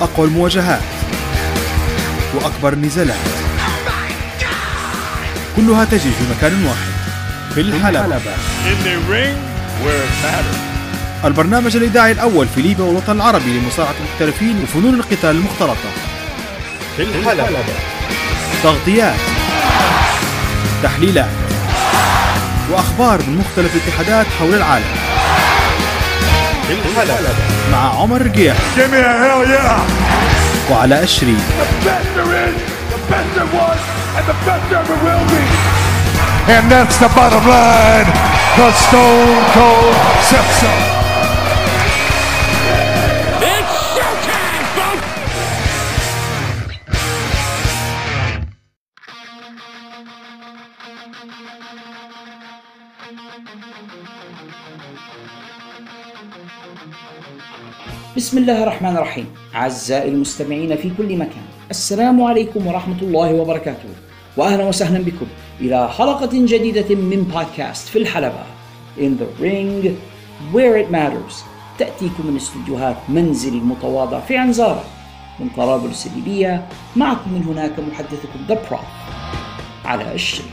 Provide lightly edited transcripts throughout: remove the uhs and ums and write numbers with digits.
أقوى المواجهات وأكبر النزالات كلها تجري في مكان واحد، في الحلبة. البرنامج الإذاعي الأول في ليبيا والوطن العربي لمصارعة المحترفين وفنون القتال المختلطة. في الحلبة تغطيات، تحليلات، وأخبار من مختلف الاتحادات حول العالم. في الحلبة مع عمر رقيح وعلى أشري. And that's the bottom line, the Stone Cold says so. It's showtime, folks! بسم الله الرحمن الرحيم. أعزائي المستمعين في كل مكان، السلام عليكم ورحمة الله وبركاته، وأهلا وسهلا بكم إلى حلقة جديدة من بودكاست في الحلبة In the Ring Where It Matters. تأتيكم من استديوهات منزلي المتواضع في عنزارة من طرابلس الليبية. معكم من هناك محدثكم The Prof على الشريف.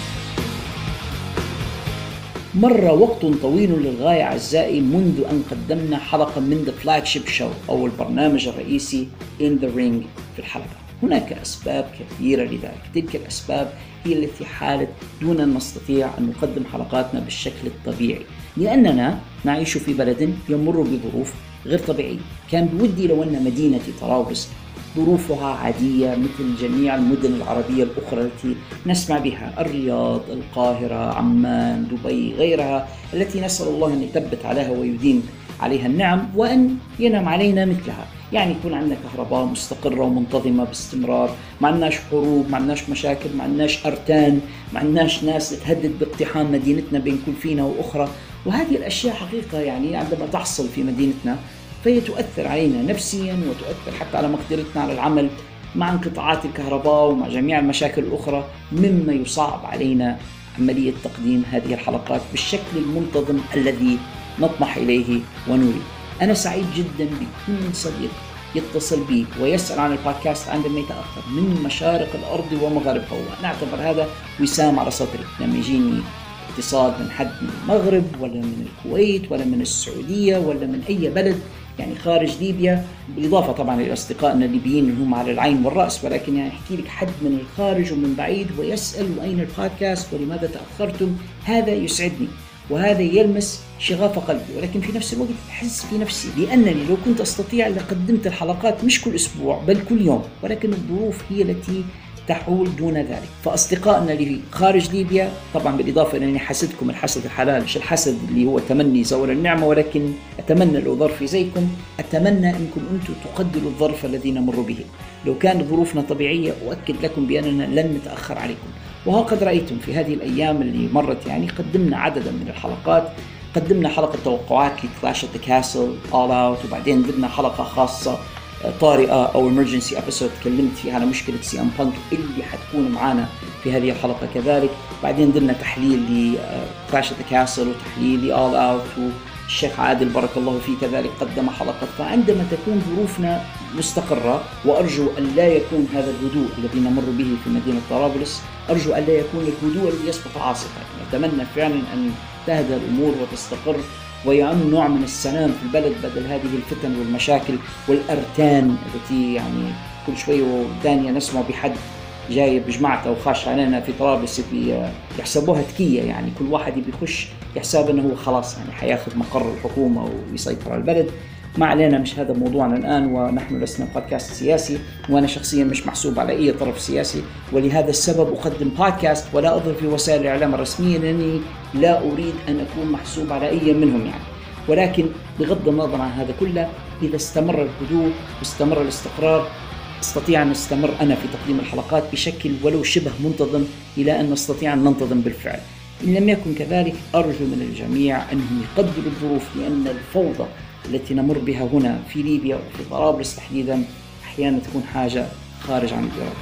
مر وقت طويل للغاية أعزائي منذ أن قدمنا حلقة من The Flagship Show أو البرنامج الرئيسي In the Ring في الحلبة. هناك أسباب كثيرة لذلك. تلك الأسباب هي التي حالت دون أن نستطيع أن نقدم حلقاتنا بالشكل الطبيعي، لأننا نعيش في بلد يمر بظروف غير طبيعية. كان بودي لو أن مدينة طرابلس ظروفها عادية مثل جميع المدن العربية الأخرى التي نسمع بها، الرياض، القاهرة، عمان، دبي، غيرها، التي نسأل الله أن يثبت عليها ويديم عليها النعم وأن ينعم علينا مثلها. يعني يكون عندنا كهرباء مستقرة ومنتظمة باستمرار، ما عندناش حروب، ما عندناش مشاكل، ما عندناش أرتان، ما عندناش ناس تهدد باقتحام مدينتنا بين كل فينا وأخرى. وهذه الأشياء حقيقة يعني عندما تحصل في مدينتنا فهي تؤثر علينا نفسيا وتؤثر حتى على مقدرتنا على العمل مع انقطاعات الكهرباء ومع جميع المشاكل الأخرى، مما يصعب علينا عملية تقديم هذه الحلقات بالشكل المنتظم الذي نطمح إليه ونريد. أنا سعيد جدا بكل صديق يتصل بي ويسأل عن البودكاست عندما يتأخر من مشارق الأرض ومغاربها، ونعتبر هذا وسام على صدري لما يجيني اتصال من حد من المغرب ولا من الكويت ولا من السعودية ولا من أي بلد يعني خارج ليبيا، بالإضافة طبعا إلى أصدقائنا الليبيين اللي هم على العين والرأس، ولكن يعني يحكي لك حد من الخارج ومن بعيد ويسأل وأين البودكاست ولماذا تأخرتم. هذا يسعدني وهذا يلمس شغاف قلبي، ولكن في نفس الوقت أحس في نفسي بأنني لو كنت أستطيع لقدمت الحلقات مش كل أسبوع بل كل يوم، ولكن الظروف هي التي تحول دون ذلك. فأصدقائنا اللي خارج ليبيا طبعا بالإضافة إلى أني حسدكم الحسد الحلال، مش الحسد اللي هو تمني زوال النعمة، ولكن أتمنى لو ظرفي زيكم أتمنى أنكم أنتم تقدروا الظرف الذي نمر به. لو كانت ظروفنا طبيعية أؤكد لكم بأننا لن نتأخر عليكم. وهكذا رأيتم في هذه الأيام اللي مرت يعني قدمنا عددا من الحلقات. قدمنا حلقة توقعات لكلاش ات ذا كاسل All Out، وبعدين قدمنا حلقة خاصة طارئة أو emergency episode تكلمت فيها على مشكلة سي ام بانك اللي حتكون معانا في هذه الحلقة كذلك. بعدين قدمنا تحليل لكلاش ات ذا كاسل وتحليل لأول أوت، والشيخ عادل بارك الله فيه كذلك قدم حلقة. فعندما تكون ظروفنا مستقرة، وأرجو أن لا يكون هذا الهدوء الذي نمر به في مدينة طرابلس، أرجو أن لا يكون الهدوء الذي يسبق عاصفة. أتمنى فعلا أن تهدأ الأمور وتستقر ويعم نوع من السلام في البلد بدل هذه الفتن والمشاكل والأرتان التي يعني كل شوية والثانية نسمع بحد جاي بجماعته وخاش علينا في طرابلس يحسبوها تكية، يعني كل واحد بيخش يحسب أنه خلاص يعني حياخذ مقر الحكومة ويسيطر على البلد. ما علينا، مش هذا موضوعنا الآن، ونحن لسنا بودكاست سياسي، وأنا شخصيا مش محسوب على أي طرف سياسي، ولهذا السبب أقدم بودكاست ولا أظهر في وسائل الإعلام الرسمية لأني لا أريد أن أكون محسوب على أي منهم يعني. ولكن بغض النظر عن هذا كله، إذا استمر الهدوء واستمر الاستقرار استطيع أن استمر أنا في تقديم الحلقات بشكل ولو شبه منتظم إلى أن نستطيع أن ننتظم بالفعل. إن لم يكن كذلك أرجو من الجميع أنهم يقدروا الظروف، لأن الفوضى التي نمر بها هنا في ليبيا وفي طرابلس تحديدا أحيانا تكون حاجة خارج عن الإرادة.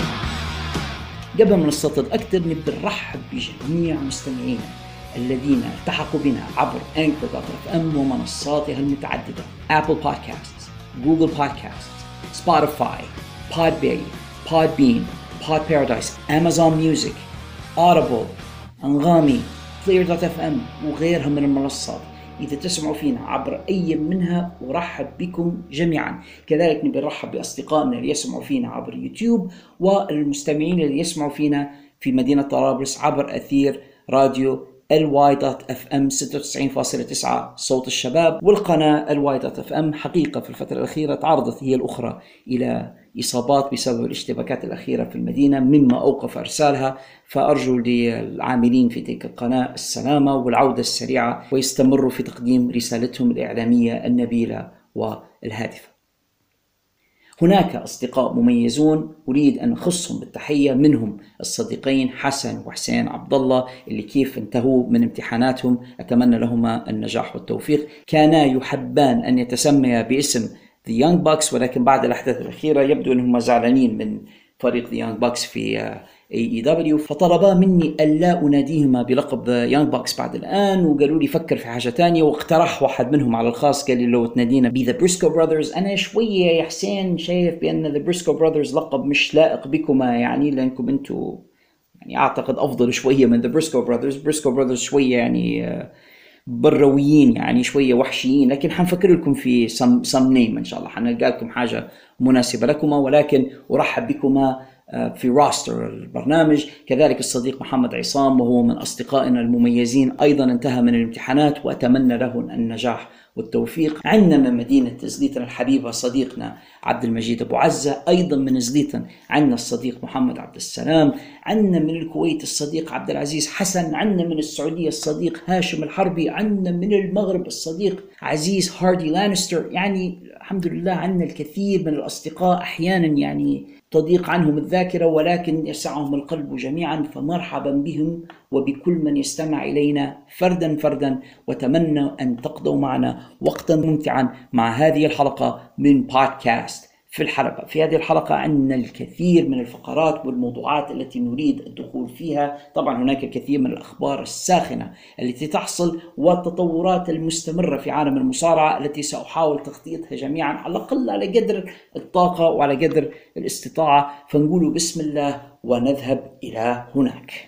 قبل ما نستطرد أكثر نبدأ نرحب بجميع مستمعينا الذين التحقوا بنا عبر Anchor.fm ومنصاتها المتعددة: Apple Podcasts, Google Podcasts, سبوتيفاي، بودباي، بودبين، بود بارادايس، أمازون ميوزك، أوديبل، أنغامي، Player.fm وغيرها من المنصات. إذا تسمعوا فينا عبر أي منها أرحب بكم جميعا. كذلك نبي نرحب بأصدقائنا اللي يسمعوا فينا عبر يوتيوب، والمستمعين اللي يسمعوا فينا في مدينة طرابلس عبر أثير راديو ly.fm 96.9 صوت الشباب. والقناة ly.fm حقيقة في الفترة الأخيرة تعرضت هي الأخرى إلى إصابات بسبب الاشتباكات الأخيرة في المدينة، مما أوقف إرسالها، فأرجو للعاملين في تلك القناة السلامة والعودة السريعة، ويستمروا في تقديم رسالتهم الإعلامية النبيلة والهادفة. هناك أصدقاء مميزون أريد أن أخصهم بالتحية، منهم الصديقين حسن وحسين عبد الله اللي كيف انتهوا من امتحاناتهم، أتمنى لهما النجاح والتوفيق. كانا يحبان أن يتسميا باسم The Young Bucks، ولكن بعد الأحداث الأخيرة يبدو أنهم زعلانين من فريق The Young Bucks في AEW، فطلبا مني ألا أناديهما بلقب The Young Bucks بعد الآن، وقالوا لي فكر في حاجة تانية. واقترح واحد منهم على الخاص قال لي لو تنادينا ب The Briscoe Brothers. أنا شوية يا حسين شايف بأن The Briscoe Brothers لقب مش لائق بكما، يعني لأنكم أنتوا يعني أعتقد أفضل شوية من The Briscoe Brothers. Briscoe Brothers شوية يعني برويين، يعني شوية وحشيين، لكن حنفكر لكم في some name إن شاء الله، حنلقى لكم حاجة مناسبة لكما. ولكن أرحب بكما في راستر البرنامج. كذلك الصديق محمد عصام، وهو من أصدقائنا المميزين، أيضا انتهى من الامتحانات وأتمنى له النجاح والتوفيق. عندنا من مدينة زليتن الحبيبة صديقنا عبد المجيد أبو عزة، أيضا من زليتن عندنا الصديق محمد عبد السلام، عندنا من الكويت الصديق عبد العزيز حسن، عندنا من السعودية الصديق هاشم الحربي، عندنا من المغرب الصديق عزيز هاردي لانستر. يعني الحمد لله عندنا الكثير من الأصدقاء، أحيانا يعني تضيق عنهم الذاكرة ولكن يسعهم القلب جميعا، فمرحبا بهم وبكل من يستمع إلينا فردا فردا، وتمنى أن تقضوا معنا وقتا ممتعا مع هذه الحلقة من بودكاست في الحلبة. في هذه الحلقة عندنا الكثير من الفقرات والموضوعات التي نريد الدخول فيها. طبعا هناك الكثير من الأخبار الساخنة التي تحصل والتطورات المستمرة في عالم المصارعة التي سأحاول تغطيتها جميعا على الأقل على قدر الطاقة وعلى قدر الاستطاعة. فنقول بسم الله ونذهب إلى هناك.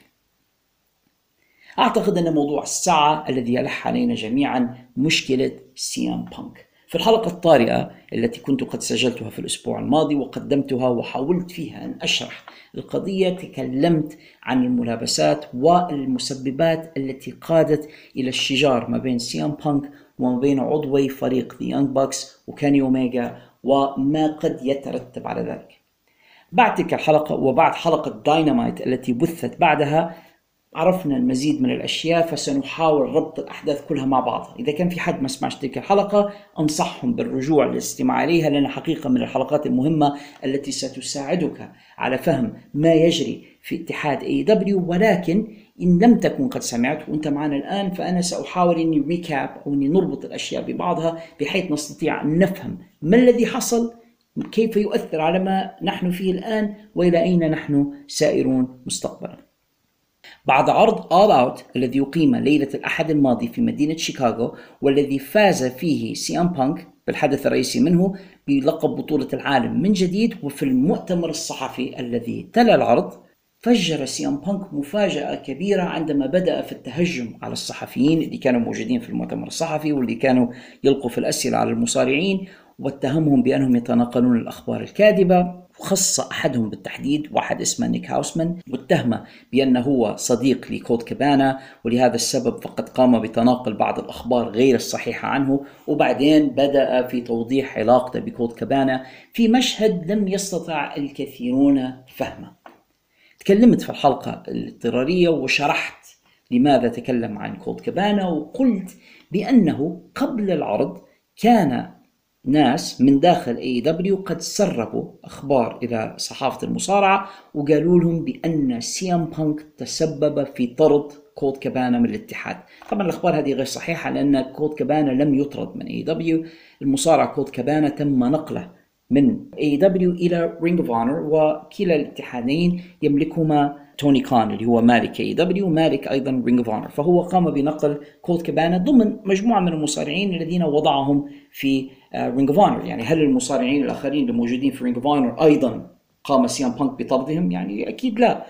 أعتقد أن موضوع الساعة الذي يلح علينا جميعا مشكلة CM Punk. في الحلقة الطارئة التي كنت قد سجلتها في الأسبوع الماضي وقدمتها وحاولت فيها أن أشرح القضية، تكلمت عن الملابسات والمسببات التي قادت إلى الشجار ما بين CM Punk وما بين عضوي فريق The Young Bucks وكاني أوميجا وما قد يترتب على ذلك. بعد تلك الحلقة وبعد حلقة داينامايت التي بثت بعدها عرفنا المزيد من الأشياء، فسنحاول ربط الأحداث كلها مع بعضها. إذا كان في حد ما سمعش تلك الحلقة أنصحهم بالرجوع للاستماع عليها، لأنها حقيقة من الحلقات المهمة التي ستساعدك على فهم ما يجري في اتحاد AEW. ولكن إن لم تكن قد سمعت وأنت معنا الآن، فأنا سأحاول أني ريكاب أو أني نربط الأشياء ببعضها بحيث نستطيع أن نفهم ما الذي حصل، كيف يؤثر على ما نحن فيه الآن، وإلى أين نحن سائرون مستقبلا. بعد عرض All Out الذي يقيم ليلة الأحد الماضي في مدينة شيكاغو، والذي فاز فيه CM Punk بالحدث الرئيسي منه بلقب بطولة العالم من جديد، وفي المؤتمر الصحفي الذي تلا العرض فجر CM Punk مفاجأة كبيرة عندما بدأ في التهجم على الصحفيين اللي كانوا موجودين في المؤتمر الصحفي واللي كانوا يلقوا في الأسئلة على المصارعين، واتهمهم بأنهم يتناقلون الأخبار الكاذبة. وخص أحدهم بالتحديد واحد اسمه نيك هاوسمان، واتهمه بأنه هو صديق لكولت كابانا، ولهذا السبب فقد قام بتناقل بعض الأخبار غير الصحيحة عنه. وبعدين بدأ في توضيح علاقته بكولت كابانا في مشهد لم يستطع الكثيرون فهمه. تكلمت في الحلقة الاضطرارية وشرحت لماذا تكلم عن كولت كابانا، وقلت بأنه قبل العرض كان ناس من داخل AEW قد سربوا أخبار إلى صحافة المصارعة وقالوا لهم بأن CM Punk تسبب في طرد كولت كابانا من الاتحاد. طبعا الأخبار هذه غير صحيحة، لأن كولت كابانا لم يطرد من AEW. المصارع كولت كابانا تم نقله من AEW إلى Ring of Honor، وكلا الاتحادين يملكهما توني كان اللي هو مالك AEW ومالك أيضا Ring of Honor. فهو قام بنقل كولت كابانا ضمن مجموعة من المصارعين الذين وضعهم في رينج اوف اونر. يعني هل المصارعين الاخرين اللي موجودين في رينج اوف اونر ايضا قام سي ام بانك بطردهم؟ يعني اكيد لا.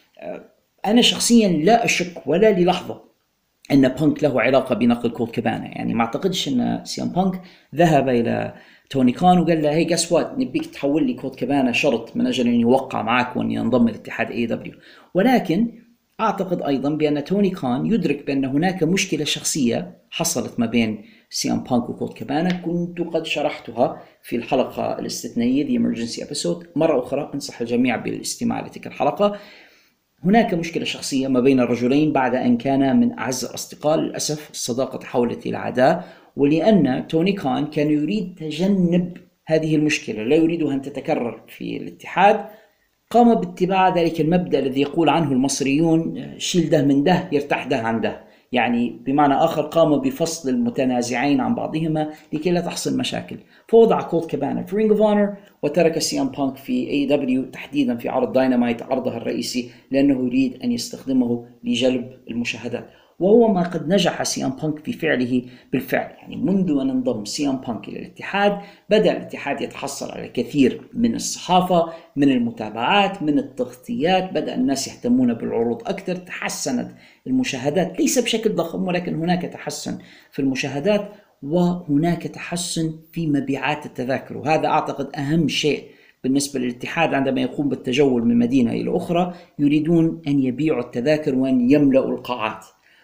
انا شخصيا لا اشك ولا للحظه ان بانك له علاقه بنقل كولت كابانا. يعني ما اعتقدش ان سي ام بانك ذهب الى توني كان وقال له هي جاس وات، نبيك تحول لي كولت كابانا شرط من اجل ان يوقع معك وان ينضم لاتحاد اي دبليو. ولكن اعتقد ايضا بان توني كان يدرك بان هناك مشكله شخصيه حصلت ما بين سي ام بانك وكولت كابانا، كنت قد شرحتها في الحلقه الاستثنائيه The Emergency Episode. مره اخرى انصح الجميع بالاستماع لتلك الحلقه. هناك مشكلة شخصية ما بين الرجلين بعد أن كان من أعز الأصدقاء. للأسف الصداقة تحولت إلى عداء، ولأن توني كان كان يريد تجنب هذه المشكلة، لا يريدها أن تتكرر في الاتحاد، قام باتباع ذلك المبدأ الذي يقول عنه المصريون شيل ده من ده يرتاح ده عن ده. يعني بمعنى آخر قام بفصل المتنازعين عن بعضهما لكي لا تحصل مشاكل. فوضع كولت كابانا في رينج اوف اونر وترك سي ام بانك في اي دبليو، تحديدا في عرض داينامايت عرضها الرئيسي، لأنه يريد أن يستخدمه لجلب المشاهدات، وهو ما قد نجح سي ام بانك في فعله بالفعل. يعني منذ أن انضم سي ام بانك إلى الاتحاد بدأ الاتحاد يتحصل على كثير من الصحافة، من المتابعات، من التغطيات، بدأ الناس يهتمون بالعروض أكثر، تحسنت المشاهدات ليس بشكل ضخم ولكن هناك تحسن في المشاهدات، وهناك تحسن في مبيعات التذاكر. وهذا أعتقد أهم شيء بالنسبة للاتحاد عندما يقوم بالتجول من مدينة إلى أخرى، يريدون أن يبيعوا التذاكر وأن يملأوا القاعات.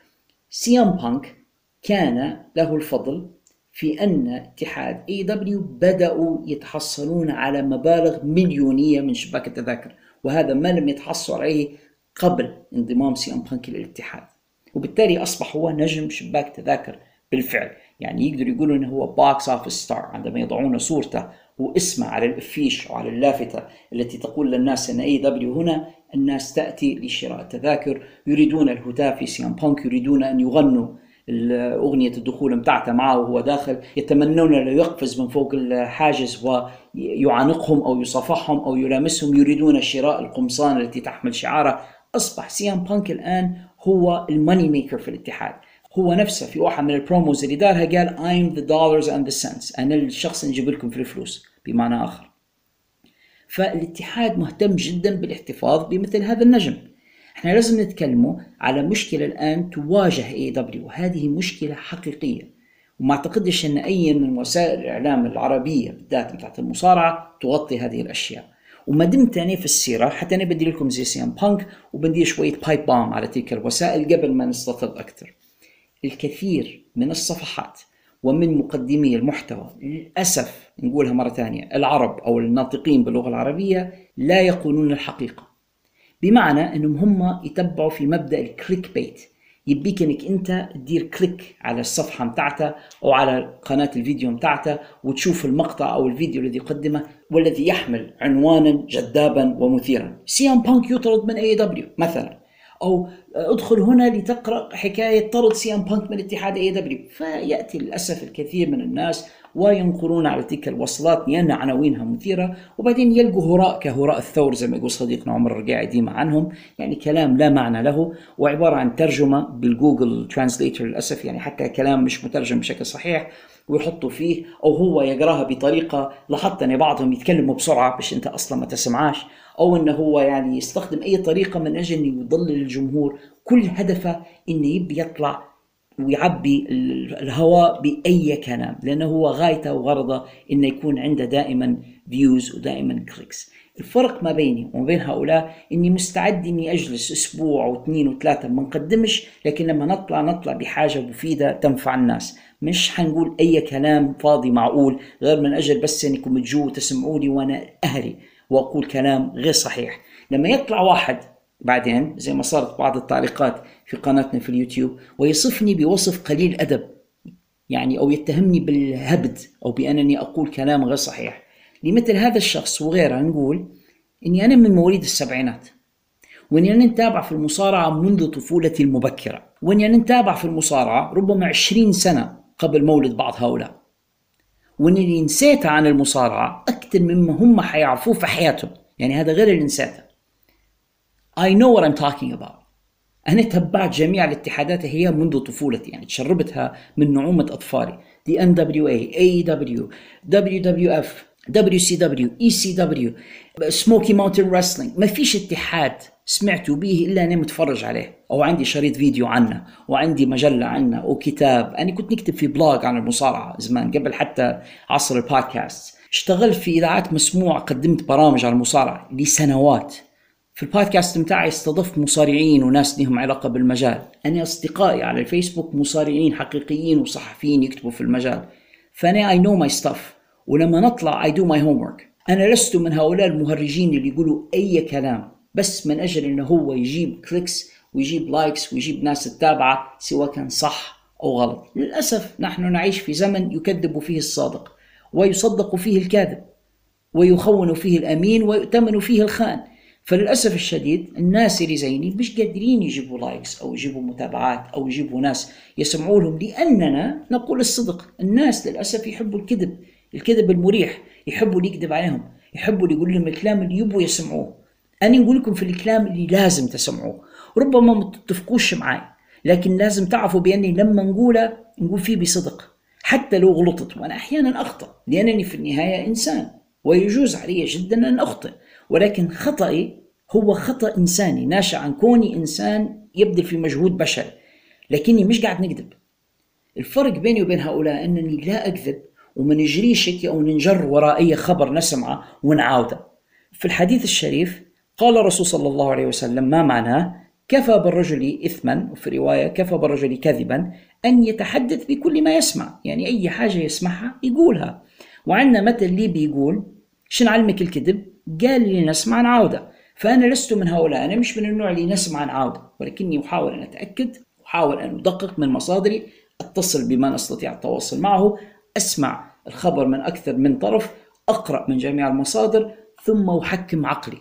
سي ام بانك كان له الفضل في أن اتحاد اي دبليو بدأوا يتحصلون على مبالغ مليونية من شباك التذاكر، وهذا ما لم يتحصل عليه قبل انضمام سي ام بانك للاتحاد، وبالتالي أصبح هو نجم شباك تذاكر بالفعل. يعني يقدر يقولوا أنه هو بوكس اوفيس ستار عندما يضعون صورته واسمه على الافيش أو على اللافتة التي تقول للناس أن اي دبليو هنا، الناس تأتي لشراء التذاكر، يريدون الهتاف في سي ام بانك، يريدون أن يغنوا أغنية الدخول متاعته معه وهو داخل، يتمنون أن يقفز من فوق الحاجز ويعانقهم أو يصافحهم أو يلامسهم، يريدون شراء القمصان التي تحمل شعاره. أصبح سي ام بانك الآن هو الماني ميكر في الاتحاد. هو نفسه في واحد من البروموز اللي دارها قال I'm the dollars and the cents، أنا الشخص اللي نجيب لكم في الفلوس بمعنى آخر. فالاتحاد مهتم جدا بالاحتفاظ بمثل هذا النجم. احنا لازم نتكلموا على مشكلة الآن تواجه اي دبليو، هذه مشكلة حقيقية، وما اعتقدش ان اي من وسائل الاعلام العربية بالذات بتاعت المصارعة تغطي هذه الاشياء. وما دمت أنا في السيرة حتى أنا بدي لكم زي سي ام بانك وبدي شوية بايب بام على تلك الوسائل قبل ما نستطرد أكثر. الكثير من الصفحات ومن مقدمي المحتوى للأسف نقولها مرة تانية، العرب أو الناطقين باللغة العربية لا يقولون الحقيقة، بمعنى أنهم هم يتبعوا في مبدأ الكليك بيت. يبيك أنك أنت تدير كليك على الصفحة متاعته أو على قناة الفيديو متاعته وتشوف المقطع أو الفيديو الذي يقدمه والذي يحمل عنوانا جذابا ومثيرا. سي ام بانك يطرد من اي دبليو مثلا، أو ادخل هنا لتقرأ حكاية طرد سي ام بانك من اتحاد اي دبليو. فيأتي للأسف الكثير من الناس وينقلون على تلك الوصلات لأن عناوينها مثيرة، وبعدين يلقوا هراء كهراء الثور زي ما يقول صديقنا عمر الرقاعي ديما عنهم، يعني كلام لا معنى له وعبارة عن ترجمة بالجوجل ترانسليتر للأسف، يعني حتى كلام مش مترجم بشكل صحيح ويحطوا فيه، أو هو يقراها بطريقة لاحظت أن بعضهم يتكلموا بسرعة باش أنت أصلا ما تسمعاش، أو أنه هو يعني يستخدم أي طريقة من أجل أن يضلل الجمهور، كل هدفه أنه يبي يطلع ويعبي الهواء بأي كلام، لأنه هو غايته وغرضه أنه يكون عنده دائما فيوز ودائما كليكس. الفرق ما بيني وما بين هؤلاء أني مستعد أني أجلس أسبوع واثنين وثلاثة ما نقدمش، لكن لما نطلع بحاجة مفيدة تنفع الناس، مش حنقول أي كلام فاضي معقول غير من أجل بس أنكم تجوا تسمعوني وأنا أهري وأقول كلام غير صحيح. لما يطلع واحد بعدين زي ما صارت بعض التعليقات في قناتنا في اليوتيوب ويصفني بوصف قليل أدب، يعني أو يتهمني بالهبد أو بأنني أقول كلام غير صحيح، لمثل هذا الشخص وغيره نقول إني أنا من مواليد السبعينات، وإني أنا نتابع في المصارعة منذ طفولتي المبكرة، وإني أنا نتابع في المصارعة ربما 20 سنة قبل مولد بعض هؤلاء، وإني نسيت عن المصارعة أكثر مما هم حيعرفوه في حياتهم. يعني هذا غير اللي نسيته. I know what I'm talking about. أنا تبعت جميع الاتحادات هي منذ طفولتي، يعني تشربتها من نعومة أطفالي. دي NWA، AEW، WWF، WCW، ECW، سموكي ماونتن رسلينج. ما فيش اتحاد سمعتوا به إلا أنا متفرج عليه، أو عندي شريط فيديو عنه، وعندي مجلة عنه، أو كتاب. أنا كنت نكتب في بلوج عن المصارعة زمان قبل حتى عصر البودكاست. اشتغلت في إذاعات مسموعة، قدمت برامج عن المصارعة لسنوات. في البودكاست متاعي استضفت مصارعين وناس لهم علاقة بالمجال. أنا أصدقائي على الفيسبوك مصارعين حقيقيين وصحفيين يكتبوا في المجال، فأنا I know my stuff. ولما نطلع I do my homework. أنا لست من هؤلاء المهرجين اللي يقولوا أي كلام بس من أجل أنه هو يجيب كليكس ويجيب لايكس ويجيب ناس تتابعه، سواء كان صح أو غلط. للأسف نحن نعيش في زمن يكذب فيه الصادق ويصدق فيه الكاذب، ويخون فيه الأمين ويؤتمن فيه الخائن. فللأسف الشديد الناس اللي زيني مش قادرين يجيبوا لايكس أو يجيبوا متابعات أو يجيبوا ناس يسمعوا لهم، لأننا نقول الصدق. الناس للأسف يحبوا الكذب المريح، يحبوا اللي يكذب عليهم، يحبوا اللي يقول لهم الكلام اللي يبوا يسمعوه. أنا نقول لكم في الكلام اللي لازم تسمعوه، ربما ما تتفقوش معي، لكن لازم تعرفوا بأني لما نقول فيه بصدق حتى لو غلطت. وأنا أحيانا أخطأ لأنني في النهاية إنسان، ويجوز علي جدا أن أخطئ، ولكن خطأي هو خطأ إنساني ناشئ عن كوني إنسان يبذل في مجهود بشري، لكني مش قاعد نكذب. الفرق بيني وبين هؤلاء أنني لا أكذب وما نجريش أو ننجر وراء أي خبر نسمعه ونعاوده. في الحديث الشريف قال الرسول صلى الله عليه وسلم ما معناه: كفى بالرجل إثما، وفي رواية كفى بالرجل كذبا أن يتحدث بكل ما يسمع، يعني أي حاجة يسمعها يقولها. وعندنا مثل اللي بيقول: شن علمك الكذب؟ قال لي نسمع نعاوده. فأنا لست من هؤلاء، أنا مش من النوع اللي نسمع نعاوده، ولكني أحاول أن أتأكد، أحاول أن أدقق من مصادري، أتصل بمن أستطيع التواصل معه، أسمع الخبر من أكثر من طرف، أقرأ من جميع المصادر، ثم أحكم عقلي.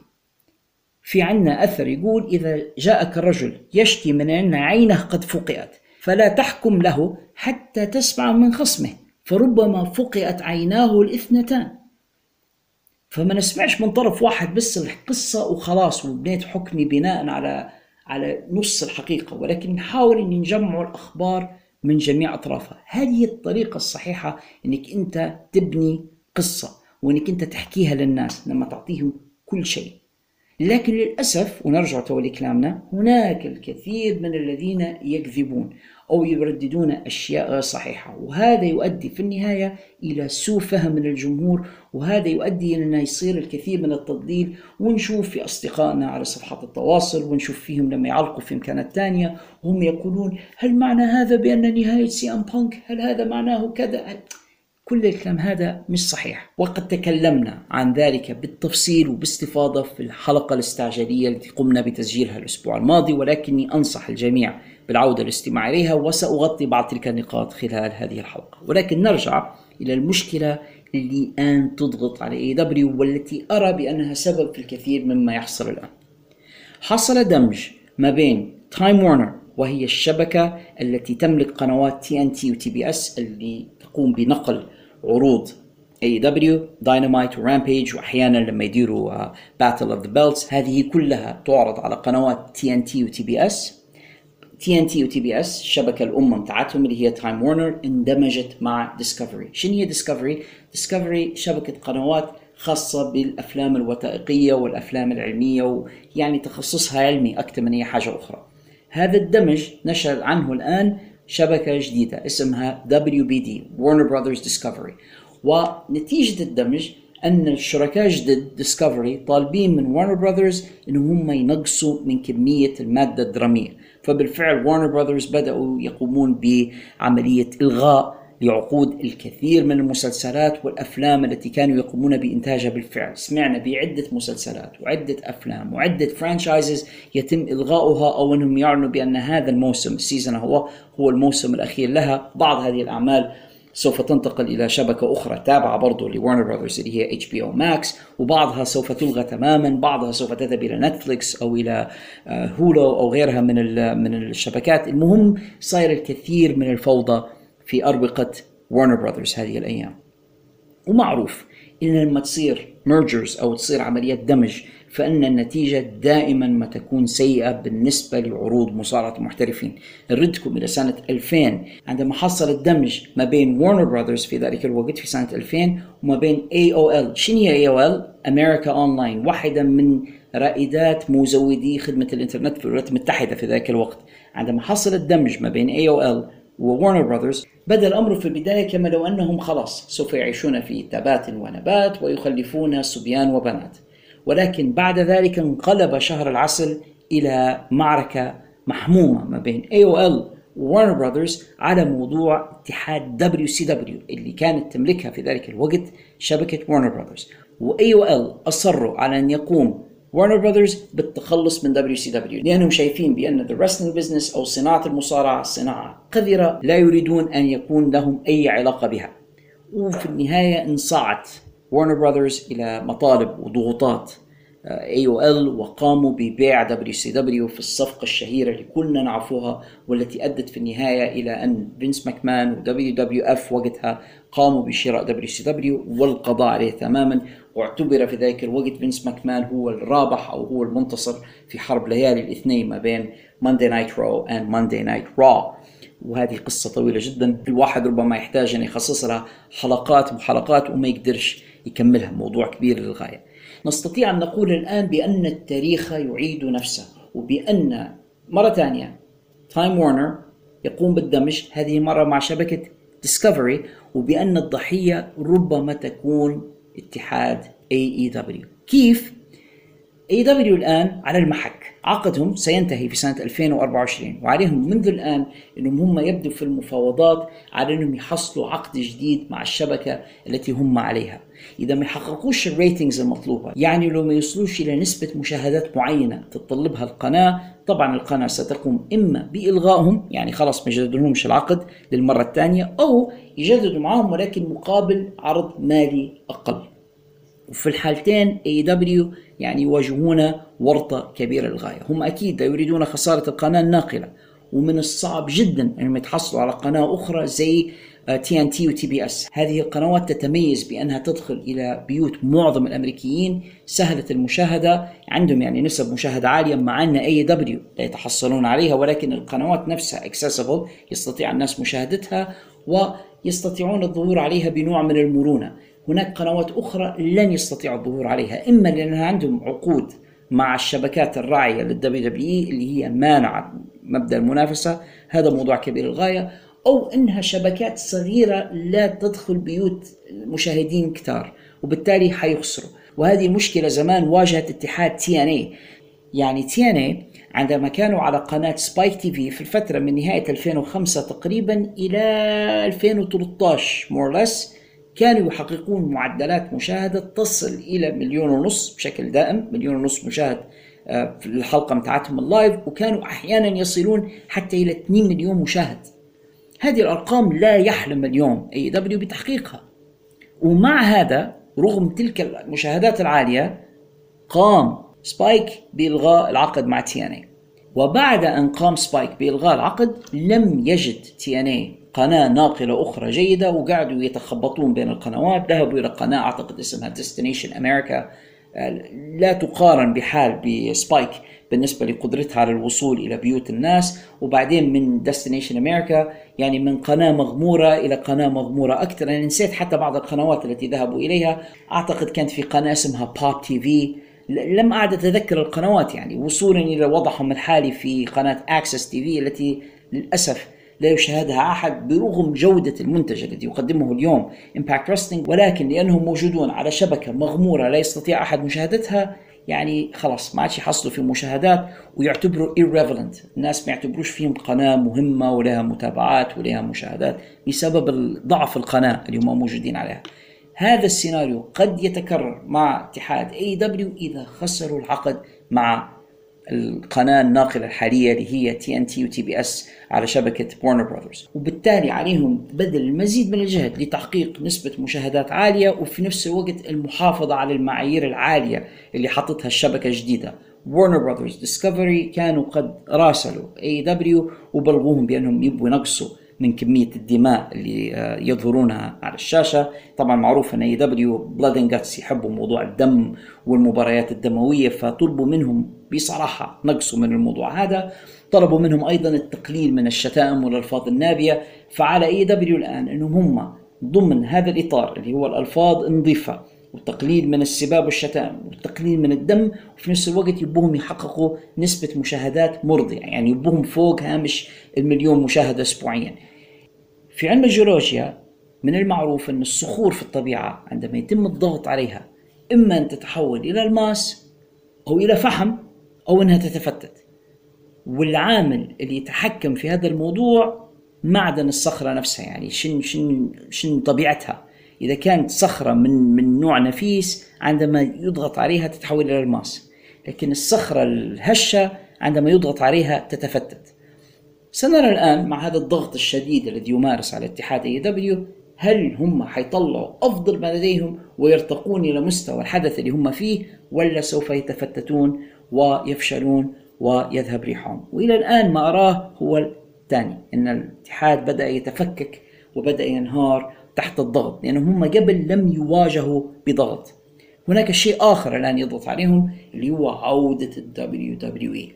في عنا أثر يقول: إذا جاءك الرجل يشكي من أن عينه قد فقئت فلا تحكم له حتى تسمع من خصمه، فربما فقئت عيناه الاثنتان. فما نسمعش من طرف واحد بس القصة وخلاص وبنيت حكمي بناء على نص الحقيقة، ولكن نحاول أن نجمع الأخبار من جميع أطرافها. هذه الطريقة الصحيحة أنك أنت تبني قصة، وأنك أنت تحكيها للناس لما تعطيهم كل شيء. لكن للأسف، ونرجع تولي كلامنا، هناك الكثير من الذين يكذبون أو يرددون أشياء غير صحيحة، وهذا يؤدي في النهاية إلى سوء فهم من الجمهور، وهذا يؤدي إلى أن يصير الكثير من التضليل. ونشوف في أصدقائنا على صفحات التواصل، ونشوف فيهم لما يعلقوا في مكانات تانية وهم يقولون: هل معنى هذا بأن نهاية CM Punk؟ هل هذا معناه كذا؟ كل الكلام هذا مش صحيح، وقد تكلمنا عن ذلك بالتفصيل وباستفاضة في الحلقة الاستعجالية التي قمنا بتسجيلها الأسبوع الماضي، ولكني أنصح الجميع بالعودة للاستماع إليها، وسأغطي بعض تلك النقاط خلال هذه الحلقة. ولكن نرجع إلى المشكلة اللي الآن تضغط على AEW، والتي أرى بأنها سبب في الكثير مما يحصل الآن. حصل دمج ما بين تايم وورنر، وهي الشبكة التي تملك قنوات TNT و TBS اللي تقوم بنقل عروض AEW، Dynamite و Rampage، وأحيانا لما يديروا Battle of the Belts، هذه كلها تعرض على قنوات TNT و TBS. TNT و TBS الشبكة الأم متاعتهم اللي هي تايم وورنر اندمجت مع Discovery. شنو هي Discovery؟ Discovery شبكة قنوات خاصة بالأفلام الوثائقية والأفلام العلمية، ويعني تخصصها علمي أكثر من أي حاجة أخرى. هذا الدمج نشر عنه الآن شبكة جديدة اسمها WBD، Warner Brothers Discovery. ونتيجة الدمج أن الشركاء جدد Discovery طالبين من Warner Brothers أنهم هم ينقصوا من كمية المادة الدرامية. فبالفعل Warner Brothers بدأوا يقومون بعملية إلغاء لعقود الكثير من المسلسلات والأفلام التي كانوا يقومون بإنتاجها بالفعل. سمعنا بعدة مسلسلات وعدة أفلام وعدة فرانشايزز يتم إلغاؤها، أو أنهم يعلنوا بأن هذا الموسم السيزن هو الموسم الأخير لها. بعض هذه الأعمال سوف تنتقل إلى شبكة أخرى تابعة برضو لورنر براذرز اللي هي HBO Max، وبعضها سوف تلغى تماما، بعضها سوف تذهب إلى نتفليكس أو إلى هولو أو غيرها من الشبكات. المهم صاير الكثير من الفوضى في أروقة Warner Brothers هذه الأيام. ومعروف إن لما تصير mergers أو تصير عمليات دمج فإن النتيجة دائما ما تكون سيئة بالنسبة لعروض مصارعة المحترفين. نردكم إلى سنة 2000 عندما حصل الدمج ما بين Warner Brothers في ذلك الوقت في سنة 2000 وما بين AOL. شنو هي AOL؟ America Online، واحدة من رائدات مزودي خدمة الإنترنت في الولايات المتحدة في ذلك الوقت. عندما حصل الدمج ما بين AOL وورنر براذرز بدأ الأمر في البداية كما لو أنهم خلاص سوف يعيشون في تبات ونبات ويخلفون صبيان وبنات، ولكن بعد ذلك انقلب شهر العسل إلى معركة محمومة ما بين AOL وورنر براذرز على موضوع اتحاد WCW اللي كانت تملكها في ذلك الوقت شبكة ورنر براذرز. وAOL أصروا على أن يقوم Warner Brothers بالتخلص من WCW لأنهم شايفين بأن the wrestling business أو صناعة المصارعة صناعة قذرة لا يريدون أن يكون لهم أي علاقة بها. وفي النهاية انصاعت Warner Brothers إلى مطالب وضغوطات AOL وقاموا ببيع WCW في الصفقة الشهيرة اللي كلنا نعرفوها والتي أدت في النهاية إلى أن فينس ماكمان و WWF وقتها قاموا بشراء WCW والقضاء عليه تماما. واعتبر في ذلك الوقت فينس ماكمان هو الرابح أو هو المنتصر في حرب ليالي الاثنين ما بين Monday Night Raw and Monday Night Raw. وهذه قصة طويلة جدا الواحد ربما يحتاج أن يخصص لها حلقات وحلقات وما يقدرش يكملها، موضوع كبير للغاية. نستطيع أن نقول الآن بأن التاريخ يعيد نفسه وبأن مرة ثانية تايم وورنر يقوم بالدمج هذه مرة مع شبكة ديسكفري، وبأن الضحية ربما تكون اتحاد AEW. كيف؟ AEW الآن على المحك، عقدهم سينتهي في سنة 2024 وعليهم منذ الآن أنهم هم يبدو في المفاوضات على أنهم يحصلوا عقد جديد مع الشبكة التي هم عليها. إذا ما يحققوش الريتنجز المطلوبة، يعني لو ما يوصلوش إلى نسبة مشاهدات معينة تتطلبها القناة، طبعا القناة ستقوم إما بإلغائهم، يعني خلاص ما يجددلهمش العقد للمرة الثانية، أو يجددوا معهم ولكن مقابل عرض مالي أقل. وفي الحالتين AEW يعني يواجهون ورطة كبيرة للغاية. هم أكيد يريدون خسارة القناة الناقلة، ومن الصعب جدا أنهم يتحصلوا على قناة أخرى زي TNT و TBS. هذه القنوات تتميز بأنها تدخل إلى بيوت معظم الأمريكيين، سهلة المشاهدة، عندهم يعني نسب مشاهدة عالية، مع أن AEW لا يتحصلون عليها، ولكن القنوات نفسها accessible، يستطيع الناس مشاهدتها ويستطيعون الظهور عليها بنوع من المرونة. هناك قنوات أخرى لن يستطيعوا الظهور عليها، إما لأنها عندهم عقود مع الشبكات الراعية للWWE اللي هي مانعة مبدأ المنافسة، هذا موضوع كبير للغاية، أو إنها شبكات صغيرة لا تدخل بيوت مشاهدين كتار وبالتالي حيخسروا. وهذه المشكلة زمان واجهت اتحاد TNA. يعني TNA عندما كانوا على قناة سبايك TV في الفترة من نهاية 2005 تقريبا إلى 2013 more or less كانوا يحققون معدلات مشاهدة تصل إلى 1.5 مليون بشكل دائم، 1.5 مليون مشاهد في الحلقة متاعتهم اللايف، وكانوا أحيانا يصلون حتى إلى 2 مليون مشاهد. هذه الأرقام لا يحلم اليوم AEW بتحقيقها. ومع هذا رغم تلك المشاهدات العالية قام سبايك بإلغاء العقد مع TNA. وبعد أن قام سبايك بإلغاء العقد لم يجد TNA قناة ناقلة أخرى جيدة، وقعدوا يتخبطون بين القنوات. ذهبوا إلى قناة أعتقد اسمها Destination America لا تقارن بحال بسبايك بالنسبة لقدرتها على الوصول إلى بيوت الناس. وبعدين من Destination America يعني من قناة مغمورة إلى قناة مغمورة أكثر. أنا نسيت حتى بعض القنوات التي ذهبوا إليها، أعتقد كانت في قناة اسمها Pop TV، لم أعد أتذكر القنوات، يعني وصولا إلى وضعهم الحالي في قناة Access TV التي للأسف لا يشاهدها أحد برغم جودة المنتج الذي يقدمه اليوم Impact Wrestling، ولكن لأنهم موجودون على شبكة مغمورة لا يستطيع أحد مشاهدتها، يعني خلاص ما عادش يحصلوا في مشاهدات ويعتبروا irrelevant. الناس ما يعتبروش فيهم قناة مهمة ولها متابعات ولها مشاهدات بسبب ضعف القناة اللي هم موجودين عليها. هذا السيناريو قد يتكرر مع اتحاد AEW إذا خسروا العقد مع القناة الناقلة الحالية اللي هي TNT و TBS على شبكة Warner Brothers، وبالتالي عليهم بذل المزيد من الجهد لتحقيق نسبة مشاهدات عالية وفي نفس الوقت المحافظة على المعايير العالية اللي حطتها الشبكة الجديدة. Warner Brothers Discovery كانوا قد راسلوا AEW وبلغوهم بأنهم يبوا ينقصوا من كمية الدماء اللي يظهرونها على الشاشة. طبعا معروف أن AEW Blood and Guts يحبوا موضوع الدم والمباريات الدموية، فطلبوا منهم بصراحة نقصوا من الموضوع هذا. طلبوا منهم أيضا التقليل من الشتائم والألفاظ النابية. فعلى AEW الآن أنهم هم ضمن هذا الإطار اللي هو الألفاظ النظيفة والتقليل من السباب والشتائم والتقليل من الدم، وفي نفس الوقت يبوهم يحققوا نسبة مشاهدات مرضية، يعني يبوهم فوق هامش 1,000,000 مشاهدة أسبوعيا. في علم الجيولوجيا من المعروف أن الصخور في الطبيعة عندما يتم الضغط عليها إما أن تتحول إلى الماس أو إلى فحم أو أنها تتفتت، والعامل اللي يتحكم في هذا الموضوع معدن الصخرة نفسها، يعني شن طبيعتها. إذا كانت صخرة من نوع نفيس عندما يضغط عليها تتحول إلى الماس، لكن الصخرة الهشة عندما يضغط عليها تتفتت. سنرى الآن مع هذا الضغط الشديد الذي يمارس على اتحاد AEW هل هم حيطلعوا أفضل ما لديهم ويرتقون إلى مستوى الحدث اللي هم فيه، ولا سوف يتفتتون ويفشلون ويذهب ريحهم. وإلى الآن ما أراه هو الثاني، أن الاتحاد بدأ يتفكك وبدأ ينهار تحت الضغط، لأنهم هم قبل لم يواجهوا بضغط. هناك شيء آخر الآن يضغط عليهم اللي هو عودة WWE.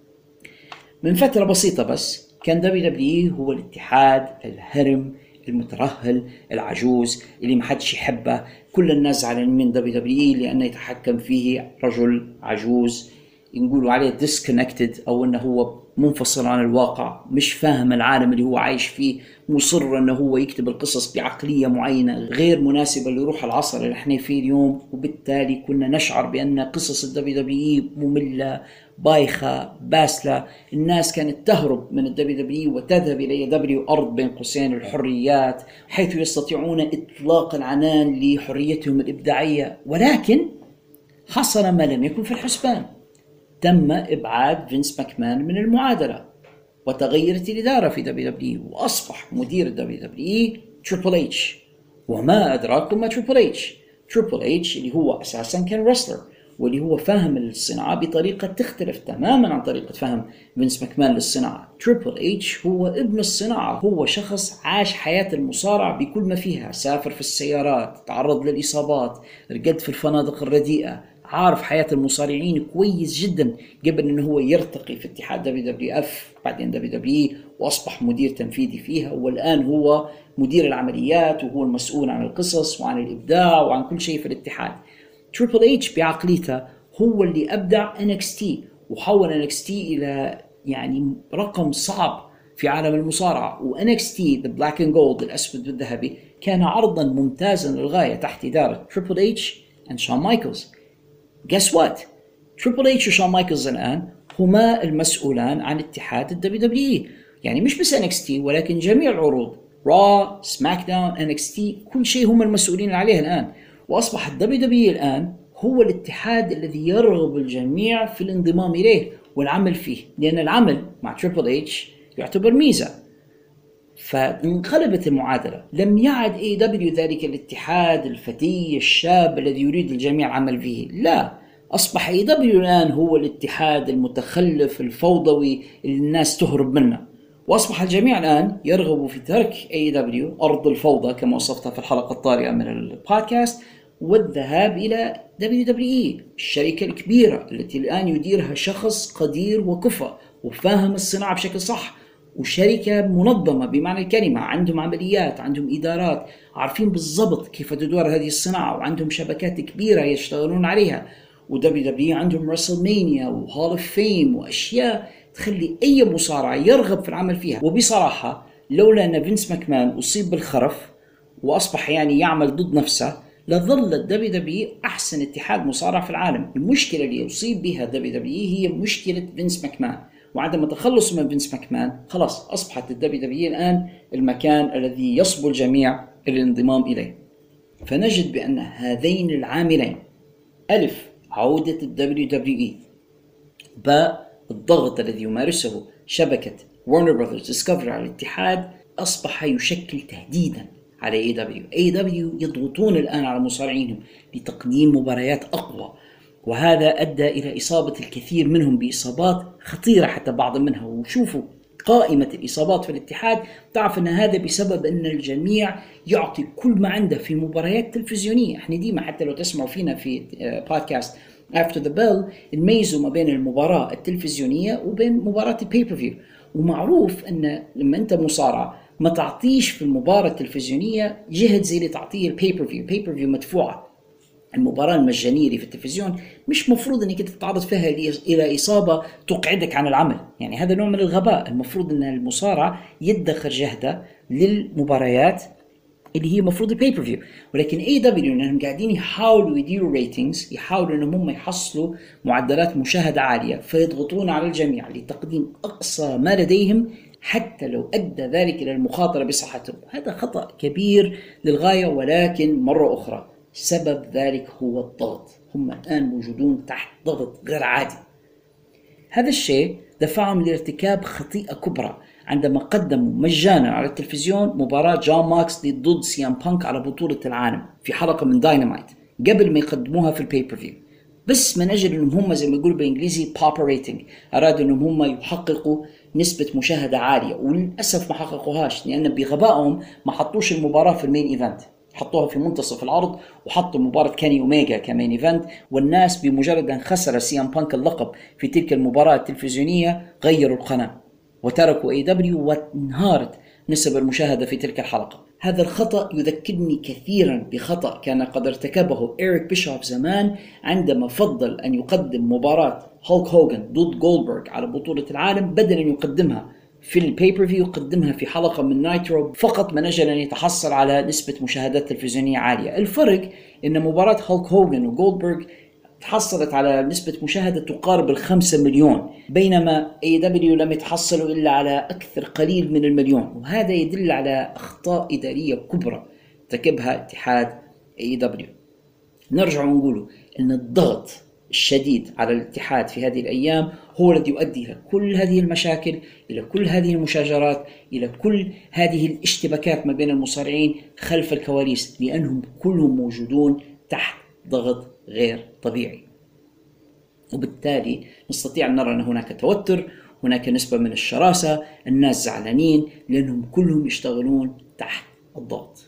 من فترة بسيطة بس كان WWE هو الاتحاد الهرم المترهل العجوز اللي محدش يحبه، كل الناس زعلانين من WWE لأنه يتحكم فيه رجل عجوز يقولوا عليه disconnected، أو أنه هو منفصل عن الواقع، مش فاهم العالم اللي هو عايش فيه، مصر أنه هو يكتب القصص بعقلية معينة غير مناسبة لروح العصر اللي احنا فيه اليوم. وبالتالي كنا نشعر بأن قصص WWE مملة بايخة باسلة. الناس كانت تهرب من WWE وتذهب إلى AEW أرض بين قوسين الحريات، حيث يستطيعون إطلاق العنان لحريتهم الإبداعية. ولكن حصل ما لم يكن في الحسبان، تم إبعاد فينس ماكمان من المعادلة وتغيرت الإدارة في WWE، وأصبح مدير WWE تريبل إتش. وما أدراكم ما تريبل إتش؟ تريبل إتش اللي هو أساسا كان رسلر، واللي هو فاهم الصناعة بطريقة تختلف تماما عن طريقة فهم فينس ماكمان للصناعة. تريبل إتش هو ابن الصناعة، هو شخص عاش حياة المصارعة بكل ما فيها، سافر في السيارات، تعرض للإصابات، رقد في الفنادق الرديئة، عارف حياة المصارعين كويس جدا قبل أنه هو يرتقي في اتحاد WWF بعدين WWE، وأصبح مدير تنفيذي فيها، والآن هو مدير العمليات وهو المسؤول عن القصص وعن الإبداع وعن كل شيء في الاتحاد. تريبل إتش بعقليته هو اللي أبدع NXT وحول NXT إلى يعني رقم صعب في عالم المصارعة. و NXT The Black and Gold الأسود والذهبي كان عرضا ممتازا للغاية تحت إدارة تريبل إتش and شون مايكلز. Guess what؟ تريبل إتش وشون مايكلز الآن هما المسؤولان عن اتحاد WWE، يعني مش بس NXT ولكن جميع العروض Raw، SmackDown، NXT، كل شيء هم المسؤولين عليه الآن. وأصبح WWE الآن هو الاتحاد الذي يرغب الجميع في الانضمام إليه والعمل فيه، لأن العمل مع تريبل إتش يعتبر ميزة. فانقلبت المعادلة، لم يعد AEW ذلك الاتحاد الفتي الشاب الذي يريد الجميع العمل فيه، لا، أصبح AEW الآن هو الاتحاد المتخلف الفوضوي اللي الناس تهرب منه. وأصبح الجميع الآن يرغب في ترك AEW أرض الفوضى كما وصفتها في الحلقة الطارئة من البودكاست، والذهاب إلى WWE الشركة الكبيرة التي الآن يديرها شخص قدير وكفء وفاهم الصناعة بشكل صح، وشركة منظمة بمعنى الكلمة، عندهم عمليات، عندهم إدارات، عارفين بالضبط كيف تدور هذه الصناعة، وعندهم شبكات كبيرة يشتغلون عليها. WWE عندهم رسلمانيا وهول اوف فيم وأشياء تخلي أي مصارع يرغب في العمل فيها. وبصراحة لولا أن فينس ماكمان أصيب بالخرف وأصبح يعني يعمل ضد نفسه لظل WWE أحسن اتحاد مصارع في العالم. المشكلة اللي يصيب بها WWE هي مشكلة فينس ماكمان، وعندما تخلص من فينس ماكمان خلاص أصبحت WWE الآن المكان الذي يصبو الجميع الانضمام إليه. فنجد بأن هذين العاملين، ألف عودة WWE، باء الضغط الذي يمارسه شبكة وارنر براذرز ديسكفري على الاتحاد، أصبح يشكل تهديدا على AEW يضغطون الآن على مصارعينهم لتقديم مباريات أقوى، وهذا أدى إلى إصابة الكثير منهم بإصابات خطيرة حتى بعض منها. وشوفوا قائمة الإصابات في الاتحاد، تعرف أن هذا بسبب أن الجميع يعطي كل ما عنده في مباريات تلفزيونية. احنا ديما حتى لو تسمعوا فينا في بودكاست After the Bell نميزوا ما بين المباراة التلفزيونية وبين مباراة البي بير فيو. ومعروف أن لما أنت مصارع ما تعطيش في المباراة التلفزيونية جهد زي اللي تعطيه البي بير فيو. البي بير فيو مدفوعة. المباراة المجانية اللي في التلفزيون مش مفروض أنك تتعرض فيها إلى إصابة تقعدك عن العمل، يعني هذا نوع من الغباء. المفروض أن المصارع يدخر جهده للمباريات اللي هي مفروض البي بير فيو. ولكن AEW انهم قاعدين يحاولوا يديروا ريتينجز، يحاولوا انهم هم يحصلوا معدلات مشاهدة عالية، فيضغطون على الجميع لتقديم اقصى ما لديهم حتى لو ادى ذلك الى المخاطرة بصحتهم. هذا خطأ كبير للغاية، ولكن مرة اخرى سبب ذلك هو الضغط. هم الان موجودون تحت ضغط غير عادي. هذا الشيء دفعهم لارتكاب خطيئة كبرى عندما قدموا مجانا على التلفزيون مباراة جون ماكس ضد سيام بانك على بطولة العالم في حلقة من داينامايت قبل ما يقدموها في البي بير فيو، بس من أجل أنهم هم زي ما يقولوا بالإنجليزي بابا ريتنج، أرادوا أنهم هم يحققوا نسبة مشاهدة عالية، وللأسف ما حققوهاش لأن بغبائهم ما حطوش المباراة في المين إيفنت، حطوها في منتصف العرض وحطوا مباراة كاني أوميجا كمين إيفنت. والناس بمجرد أن خسر سيام بانك اللقب في تلك المباراة التلفزيونية غيروا القناة وتركوا AEW، وانهارت نسب المشاهدة في تلك الحلقة. هذا الخطأ يذكرني كثيرا بخطأ كان قد ارتكبه إيريك بيشوف زمان عندما فضل أن يقدم مباراة هولك هوغن ضد جولدبرغ على بطولة العالم بدل أن يقدمها في البي بير فيو، قدمها في حلقة من نايترو فقط من أجل أن يتحصل على نسبة مشاهدات تلفزيونية عالية. الفرق أن مباراة هولك هوغن وجولدبرغ تحصلت على نسبة مشاهدة تقارب 5 مليون، بينما AEW لم يتحصلوا إلا على أكثر قليل من 1,000,000، وهذا يدل على أخطاء إدارية كبرى ارتكبها اتحاد AEW. نرجع ونقول أن الضغط الشديد على الاتحاد في هذه الأيام هو الذي يؤدي إلى كل هذه المشاكل، إلى كل هذه المشاجرات، إلى كل هذه الاشتباكات ما بين المصارعين خلف الكواليس، لأنهم كلهم موجودون تحت ضغط غير طبيعي. وبالتالي نستطيع أن نرى أن هناك توتر، هناك نسبة من الشراسة، الناس زعلانين لأنهم كلهم يشتغلون تحت الضغط.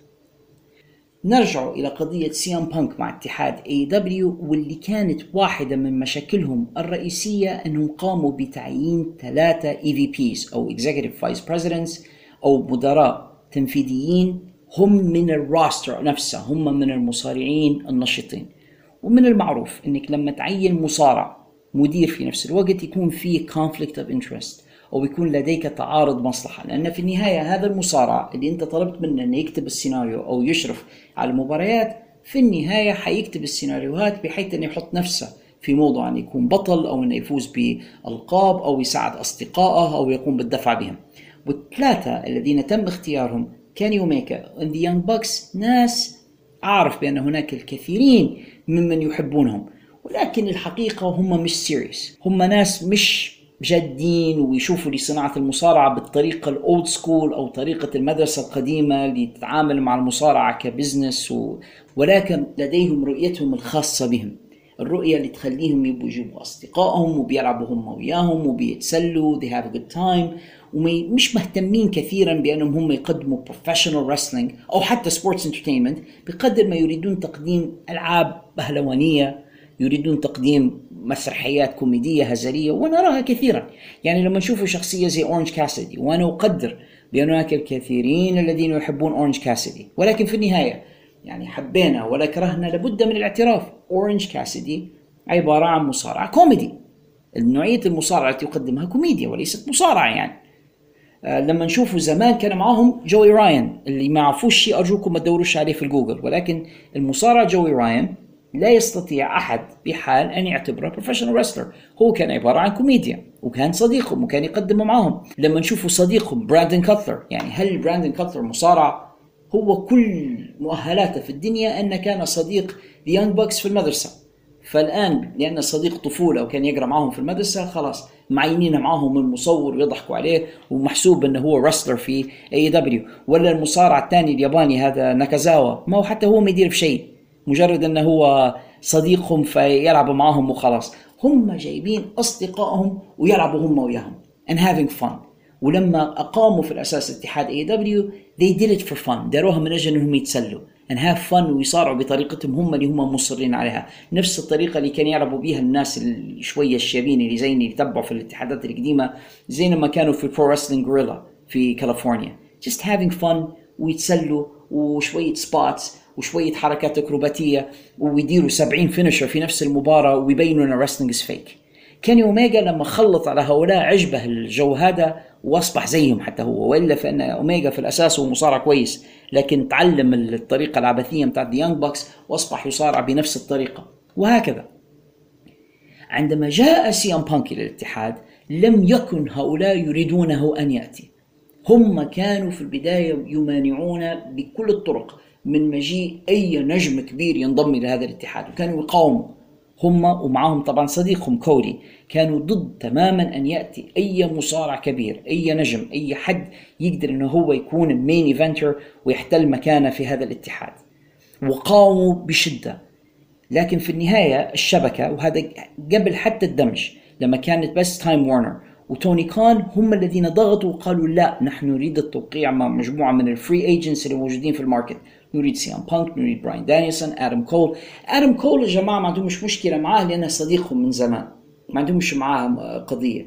نرجع إلى قضية سيام بانك مع اتحاد AEW، واللي كانت واحدة من مشاكلهم الرئيسية أنهم قاموا بتعيين 3 EVPs أو Executive Vice Presidents أو مدراء تنفيذيين هم من الراستر نفسه، هم من المصارعين النشطين. ومن المعروف أنك لما تعين مصارع مدير في نفس الوقت يكون فيه conflict of interest أو يكون لديك تعارض مصلحة، لأن في النهاية هذا المصارع اللي أنت طلبت منه أن يكتب السيناريو أو يشرف على المباريات في النهاية حيكتب السيناريوهات بحيث أن يحط نفسه في موضوع أن يكون بطل أو أن يفوز بألقاب أو يساعد أصدقائه أو يقوم بالدفع بهم. والثلاثة الذين تم اختيارهم كاني أوميجا and the Young Bucks ناس أعرف بأن هناك الكثيرين ممن يحبونهم، ولكن الحقيقة هم مش سيريس، هم ناس مش جادين ويشوفوا لصناعة المصارعة بالطريقة الأولد سكول أو طريقة المدرسة القديمة اللي تتعامل مع المصارعة كبزنس ولكن لديهم رؤيتهم الخاصة بهم، الرؤية اللي تخليهم يجيبوا أصدقائهم وبيلعبوا هم وياهم وبيتسلوا they have a good time، ومش مهتمين كثيرا بأنهم هم يقدموا professional wrestling أو حتى sports entertainment بقدر ما يريدون تقديم ألعاب بهلوانية، يريدون تقديم مسرحيات كوميدية هزلية. ونراها كثيرا، يعني لما نشوف شخصية زي أورنج كاسيدي، وأنا أقدر بأن هناك الكثيرين الذين يحبون أورنج كاسيدي، ولكن في النهاية يعني حبينا ولا كرهنا لابد من الاعتراف أورنج كاسيدي عبارة عن مصارع كوميدي. النوعية المصارعة التي يقدمها كوميديا وليست مصارعة. يعني لما نشوفوا زمان كان معهم جوي راين، اللي ما عرفوش شيء أرجوكم ما تدوروش عليه في الجوجل، ولكن المصارع جوي راين لا يستطيع أحد بحال أن يعتبره بروفيشنال ريسلر، هو كان عبارة عن كوميديا وكان صديقهم وكان يقدم معهم. لما نشوفوا صديقهم براندن كاتلر، يعني هل براندن كاتلر مصارع؟ هو كل مؤهلاته في الدنيا أنه كان صديق The Young Bucks في المدرسة، فالآن لأن صديق طفولة وكان يقرأ معهم في المدرسة خلاص معينين معهم المصور ويضحكوا عليه ومحسوب أنه هو رسلر في AEW. ولا المصارع الثاني الياباني هذا ناكازاوا، ما هو حتى هو ما يدير في شيء، مجرد أنه هو صديقهم فيلعبوا معهم وخلاص. هم جايبين أصدقائهم ويلعبوا هم وياهم and having fun. ولما أقاموا في الأساس اتحاد AEW they did it for fun، داروها من أجل أنهم يتسلوا and have fun ويصارعوا بطريقتهم هم اللي هم مصرين عليها، نفس الطريقة اللي كان يعرفوا بيها الناس شوية الشابين اللي زيني اللي يتبعوا في الاتحادات القديمة، زي ما كانوا في Pro Wrestling Guerrilla في كاليفورنيا، just having fun ويتسلوا وشوية سبوتس وشوية حركات أكروباتية ويديروا 70 فينيشر في نفس المباراة ويبينوا أن wrestling is fake. كيني أوميجا لما خلط على هؤلاء عجبه الجو هذا وأصبح زيهم حتى هو، وإلا فإن أوميجا في الأساس هو مصارع كويس لكن تعلم الطريقة العبثية متاعت يانج بوكس وأصبح يصارع بنفس الطريقة. وهكذا عندما جاء سي ام بانك إلى الاتحاد لم يكن هؤلاء يريدونه أن يأتي، هم كانوا في البداية يمانعون بكل الطرق من مجيء أي نجم كبير ينضم إلى هذا الاتحاد، وكانوا يقاوموا هم ومعهم طبعا صديقهم كودي، كانوا ضد تماما أن يأتي أي مصارع كبير، أي نجم، أي حد يقدر أنه هو يكون المين ايفنتر ويحتل مكانه في هذا الاتحاد، وقاوموا بشدة. لكن في النهاية الشبكة، وهذا قبل حتى الدمج لما كانت بس تايم وارنر وتوني كان هم الذين ضغطوا وقالوا لا نحن نريد التوقيع مع مجموعة من الفري ايجنتس اللي موجودين في الماركت، نريد سي ام بانك، نريد براين دانيلسون، ادم كول. ادم كول يا جماعة ما عندهم مش مشكلة معاه لأنه صديقهم من زمان، ما عندهم مش معاه قضية.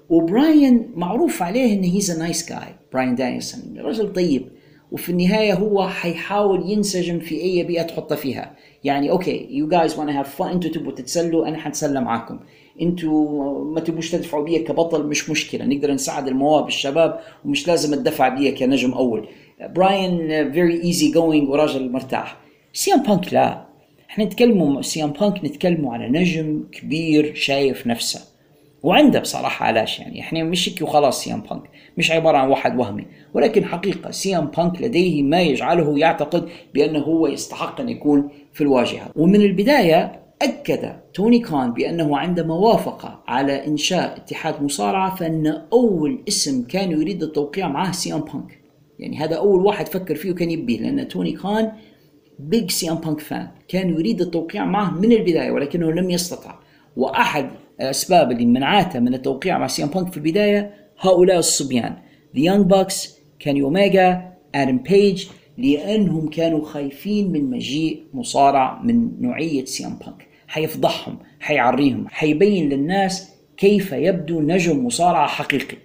وبراين معروف عليه إنه he's a nice guy، براين دانيلسون رجل طيب، وفي النهاية هو حيحاول ينسجم في أي بيئة تحطه فيها. يعني أوكي you guys wanna have fun، أنتوا تبوا تتسلوا أنا حنتسلى معاكم، أنتوا ما تبوش تدفعوا بيا كبطل مش مشكلة، نقدر نساعد المواهب الشباب ومش لازم تدفع بيا كنجم أول. براين very easy going وراجل مرتاح. سي ام بانك لا، احنا نتكلموا سي ام بانك نتكلموا على نجم كبير شايف نفسه وعنده بصراحة علاش، يعني احنا مش هيك وخلاص. سي ام بانك مش عبارة عن واحد وهمي، ولكن حقيقة سي ام بانك لديه ما يجعله يعتقد بأنه هو يستحق أن يكون في الواجهة. ومن البداية أكد توني كان بأنه عندما وافق على إنشاء اتحاد مصارعة فإن أول اسم كان يريد التوقيع معه سي ام بانك، يعني هذا أول واحد فكر فيه وكان يبيه، لأن توني كان بيج سي ام بانك فان، كان يريد التوقيع معه من البداية ولكنه لم يستطع. وأحد الأسباب اللي منعته من التوقيع مع سي ام بانك في البداية هؤلاء الصبيان The Young Bucks، كيني أوميجا، آدم بيج، لأنهم كانوا خايفين من مجيء مصارع من نوعية سي ام بانك، حيفضحهم، حيعريهم، حيبين للناس كيف يبدو نجم مصارع حقيقي.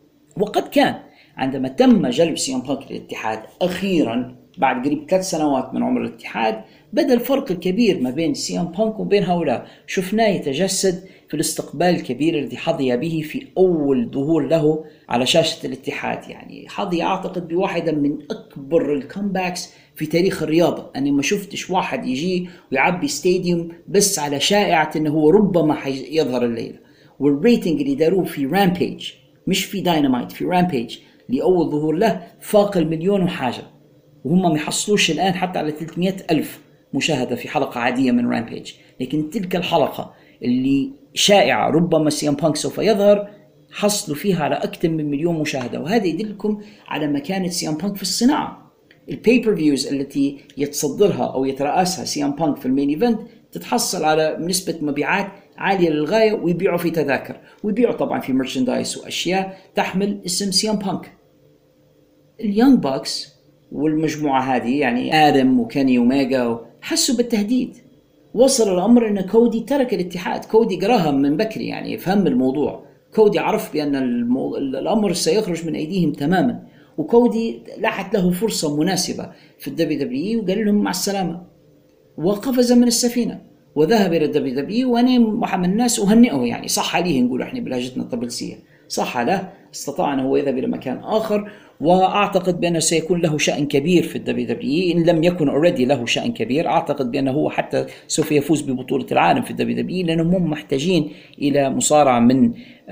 وقد كان عندما تم جلب سي ام بانك للاتحاد أخيرا بعد قريب 3 سنوات من عمر الاتحاد، بدأ الفرق الكبير ما بين سي ام بانك وبين هؤلاء شفناه يتجسد في الاستقبال الكبير الذي حظي به في أول ظهور له على شاشة الاتحاد. يعني حظي أعتقد بواحدة من أكبر الكامباكس في تاريخ الرياضة، أني ما شفتش واحد يجي ويعبي ستاديوم بس على شائعة أنه هو ربما يظهر الليلة. والريتنج اللي داروه في رامبيج، مش في داينامايت، في رامبيج لأول ظهور له فاق 1,000,000 وحاجة، وهم ما يحصلوش الآن حتى على 300,000 مشاهدة في حلقة عادية من رامبيج. لكن تلك الحلقة اللي شائعة ربما سي ام بانك سوف يظهر حصلوا فيها على أكثر من 1,000,000 مشاهدة، وهذا يدلكم على مكانة سي ام بانك في الصناعة. البيبر فيوز التي يتصدرها أو يترأسها سي ام بانك في المين ايفنت تتحصل على نسبة مبيعات عالية للغاية، ويبيعوا في تذاكر، ويبيعوا طبعا في مرشندايز وأشياء تحمل اسم سي ام بانك. اليانج باكس والمجموعة هذه يعني آدم وكيني أوميجا حسوا بالتهديد. وصل الأمر أن كودي ترك الاتحاد. كودي قراها من بكري، يعني فهم الموضوع. كودي عرف بأن الأمر سيخرج من أيديهم تماما، وكودي لاحت له فرصة مناسبة في الدبليو وقال لهم مع السلامة، وقفز من السفينة وذهب إلى الدبليو. وأنا محمد الناس أهنئه، يعني صح عليه نقول إحنا بلهجتنا الطبلسية، صح له، استطاع أن هو يذهب إلى مكان آخر. وأعتقد بأنه سيكون له شأن كبير في الدبليو، إن لم يكن already له شأن كبير. أعتقد بأنه هو حتى سوف يفوز ببطولة العالم في الدبليو، لأنهم هم محتاجين إلى مصارع من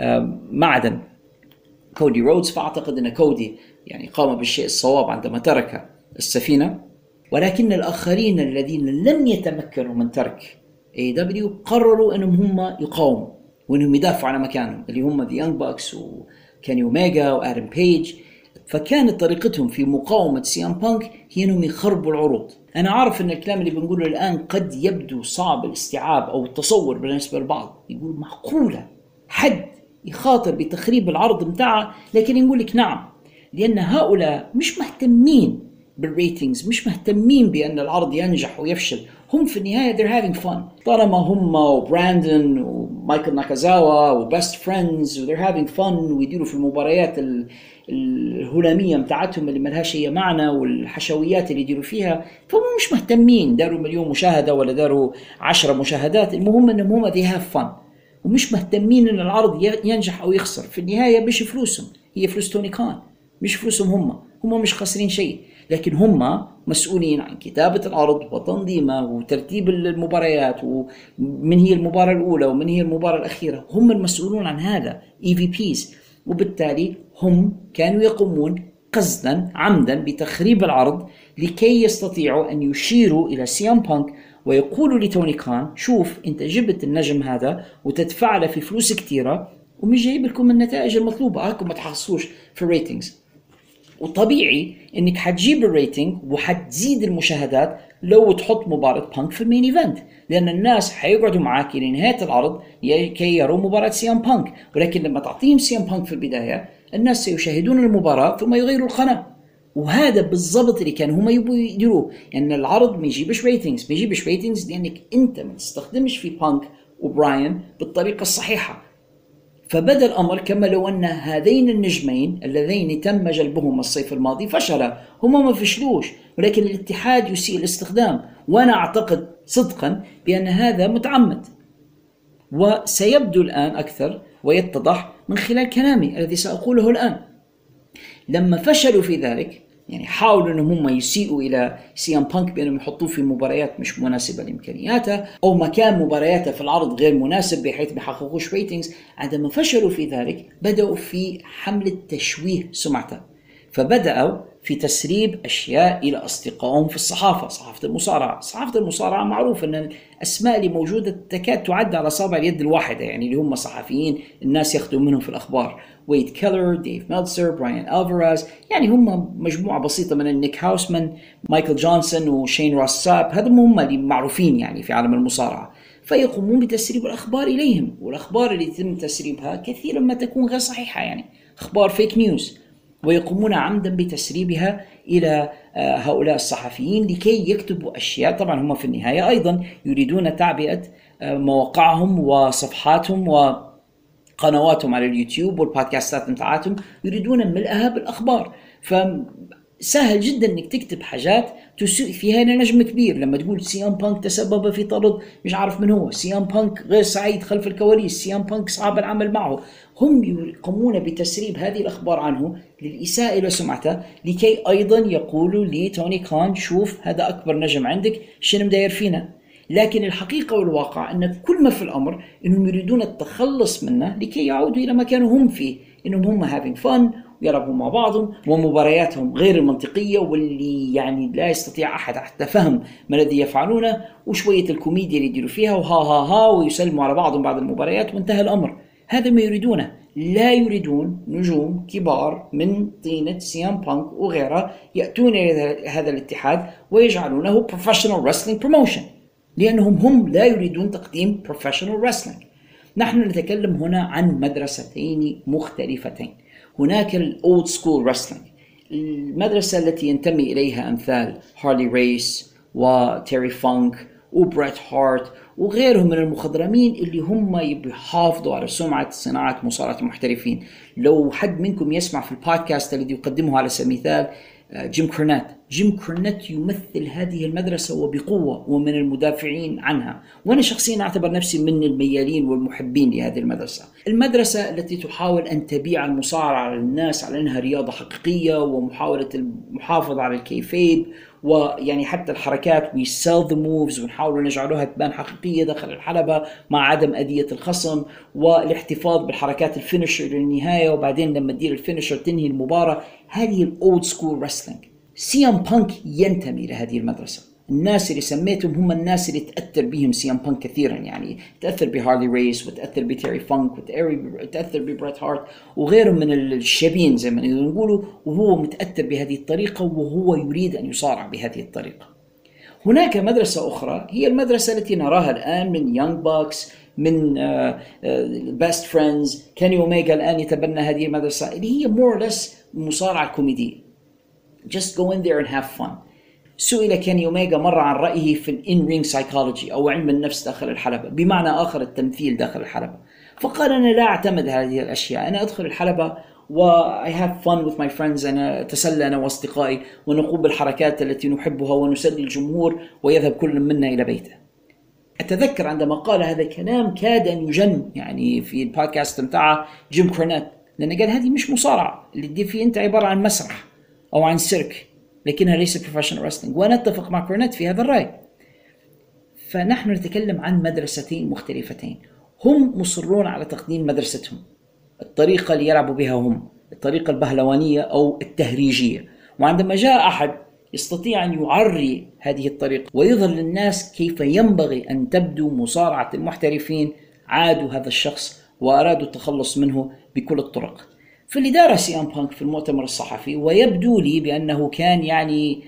معدن كودي رودز. فأعتقد أن كودي يعني قام بالشيء الصواب عندما ترك السفينة. ولكن الآخرين الذين لم يتمكنوا من ترك AEW قرروا أنهم هم يقاوموا وأنهم يدافعوا على مكانهم، اللي هم The Young Bucks وكيني أوميجا وآدم بيج. فكانت طريقتهم في مقاومة سي ام بانك هي أنهم يخربوا العروض. أنا عارف أن الكلام اللي بنقوله الآن قد يبدو صعب الاستيعاب أو التصور بالنسبة للبعض، يقول معقولة حد يخاطر بتخريب العرض متاعه، لكن نقول لك نعم، لأن هؤلاء مش مهتمين بالريتينجز، مش مهتمين بأن العرض ينجح ويفشل. هم في النهاية they're having fun. طالما هم وبراندون ومايكل ناكازاوا وبست فريندز و they're having fun ويديروا في المباريات الهلامية متاعتهم اللي ملهاش أي معنى والحشويات اللي يديروا فيها، فهم مش مهتمين داروا 1,000,000 مشاهدة ولا داروا 10 مشاهدات. المهم أنهم هم they have fun ومش مهتمين أن العرض ينجح أو يخسر. في النهاية مش فلوسهم، هي فلوس توني خان، مش فلوسهم هم مش خاسرين شيء، لكن هم مسؤولين عن كتابة العرض وتنظيمه وترتيب المباريات ومن هي المباراة الأولى ومن هي المباراة الأخيرة. هم المسؤولون عن هذا EVPs، وبالتالي هم كانوا يقومون قصدا عمدا بتخريب العرض لكي يستطيعوا أن يشيروا إلى سيام بانك ويقولوا لتوني خان شوف أنت جبت النجم هذا وتدفع له في فلوس كتيرة ومش جايب لكم النتائج المطلوبة، هاكم ما تحصلوش في الريتينجز. وطبيعي انك حتجيب الريتينج وحتزيد المشاهدات لو تحط مباراة بانك في المين ايفنت، لان الناس حيقعدوا معاك لنهاية العرض كي يروا مباراة سيام بانك. ولكن لما تعطيهم سيام بانك في البداية الناس سيشاهدون المباراة ثم يغيروا القناة. وهذا بالضبط اللي كانوا هم يبوا يديروه، ان العرض ما يجيبش ريتينجز لانك انت ما تستخدمش في بانك وبراين بالطريقة الصحيحة. فبدأ الأمر كما لو أن هذين النجمين اللذين تم جلبهم الصيف الماضي فشلا. هم ما فشلوش، ولكن الاتحاد يسيء الاستخدام، وأنا أعتقد صدقا بأن هذا متعمد، وسيبدو الآن أكثر ويتضح من خلال كلامي الذي سأقوله الآن. لما فشلوا في ذلك، يعني حاولوا أنهم هم يسيئوا إلى سيام بانك بأنهم يحطوه في مباريات مش مناسبة لإمكانياته أو مكان مبارياته في العرض غير مناسب بحيث بيحققوش ريتينجز. عندما فشلوا في ذلك بدأوا في حملة تشويه سمعته، فبدأوا في تسريب أشياء إلى أصدقائهم في الصحافة، صحافة المصارعة معروف أن الأسماء اللي موجودة تكاد تعد على أصابع اليد الواحدة، يعني اللي هم صحفيين الناس ياخذوا منهم في الأخبار، ويد كيلر، ديف ميلتسر، براين ألفاراز، يعني هم مجموعة بسيطة من نيك هاوسمان، مايكل جونسون وشين روس ساب، هذم هم اللي معروفين يعني في عالم المصارعة. فيقومون بتسريب الأخبار إليهم، والأخبار اللي يتم تسريبها كثيرا ما تكون غير صحيحة، يعني أخبار فيك نيوز، ويقومون عمدا بتسريبها إلى هؤلاء الصحفيين لكي يكتبوا أشياء. طبعا هم في النهاية أيضا يريدون تعبئة مواقعهم وصفحاتهم وقنواتهم على اليوتيوب والبودكاستات متاعتهم، يريدون ملئها بالأخبار. فسهل جدا انك تكتب حاجات تسوء فيها نجم كبير. لما تقول سيام بانك تسبب في طرد مش عارف من هو، سيام بانك غير سعيد خلف الكواليس، سيام بانك صعب العمل معه، هم يقومون بتسريب هذه الأخبار عنه للإساءة إلى سمعته لكي أيضا يقولوا لتوني خان شوف هذا أكبر نجم عندك شنو مداير فينا. لكن الحقيقة والواقع أن كل ما في الأمر أنهم يريدون التخلص منه لكي يعودوا إلى ما كانوا هم فيه، أنهم هم having fun ويلعبوا مع بعضهم ومبارياتهم غير المنطقية واللي يعني لا يستطيع أحد حتى فهم ما الذي يفعلونه، وشوية الكوميديا اللي يديروا فيها وها ها ها ويسلموا على بعضهم بعد المباريات وانتهى الأمر. هذا ما يريدونه. لا يريدون نجوم كبار من طينة سيام بانك وغيره يأتون إلى هذا الاتحاد ويجعلونه professional wrestling promotion، لأنهم هم لا يريدون تقديم professional wrestling. نحن نتكلم هنا عن مدرستين مختلفتين. هناك الأولد سكول wrestling، المدرسة التي ينتمي إليها أمثال هارلي ريس وتيري فانك وبريت هارت وغيرهم من المخضرمين اللي هم يحافظوا على سمعة صناعة مصارعة المحترفين. لو حد منكم يسمع في البودكاست الذي يقدمه على سبيل المثال جيم كورنيت يمثل هذه المدرسة وبقوة ومن المدافعين عنها، وأنا شخصيا أعتبر نفسي من الميالين والمحبين لهذه المدرسة التي تحاول أن تبيع المصارعة للناس على أنها رياضة حقيقية ومحاولة المحافظة على الكيفيب، ويعني حتى الحركات we sell the moves ونحاول نجعلها تبان حقيقية داخل الحلبة مع عدم أذية الخصم، والاحتفاظ بالحركات الفينيشر للنهاية وبعدين لما تدير الفينيشر تنهي المباراة. هذه الأولد سكول رسلينج. سيام بانك ينتمي لهذه المدرسة. الناس اللي سميتهم هم الناس اللي تأثر بهم سيام بانك كثيرا، يعني تأثر بهارلي ريس وتأثر بتيري فانك وتأثر ببريت هارت وغيرهم من الشابين زي ما نقولوا، وهو متأثر بهذه الطريقة وهو يريد أن يصارع بهذه الطريقة. هناك مدرسة أخرى هي المدرسة التي نراها الآن من يانج باكس، من best friends. كيني أوميجا الآن يتبنى هذه المدرسة اللي هي more or less مصارعة كوميدية. just go in there and have fun. سئل كيني أوميجا مرة عن رأيه في الان رينج سايكولوجي أو علم النفس داخل الحلبة، بمعنى آخر التمثيل داخل الحلبة. فقال أنا لا أعتمد هذه الأشياء، أنا أدخل الحلبة و I have fun with my friends، أنا أتسلى أنا وأصدقائي ونقوم بالحركات التي نحبها ونسلي الجمهور ويذهب كل منا إلى بيته. أتذكر عندما قال هذا الكلام كاد أن يجن يعني في البودكاست متاعه جيم كورنيت، لأنه قال هذه مش مصارعة، اللي تدير فيه أنت عبارة عن مسرح أو عن سيرك، لكنها ليست بروفيشنال ريسلينج. وأنا أتفق مع كورنيت في هذا الرأي. فنحن نتكلم عن مدرستين مختلفتين، هم مصرون على تقديم مدرستهم، الطريقة اللي يلعبوا بها هم، الطريقة البهلوانية أو التهريجية. وعندما جاء أحد يستطيع أن يعري هذه الطريقة ويظهر للناس كيف ينبغي أن تبدو مصارعة المحترفين، عادوا هذا الشخص وأرادوا التخلص منه بكل الطرق. فاللي دار سي ام بانك في المؤتمر الصحفي، ويبدو لي بأنه كان يعني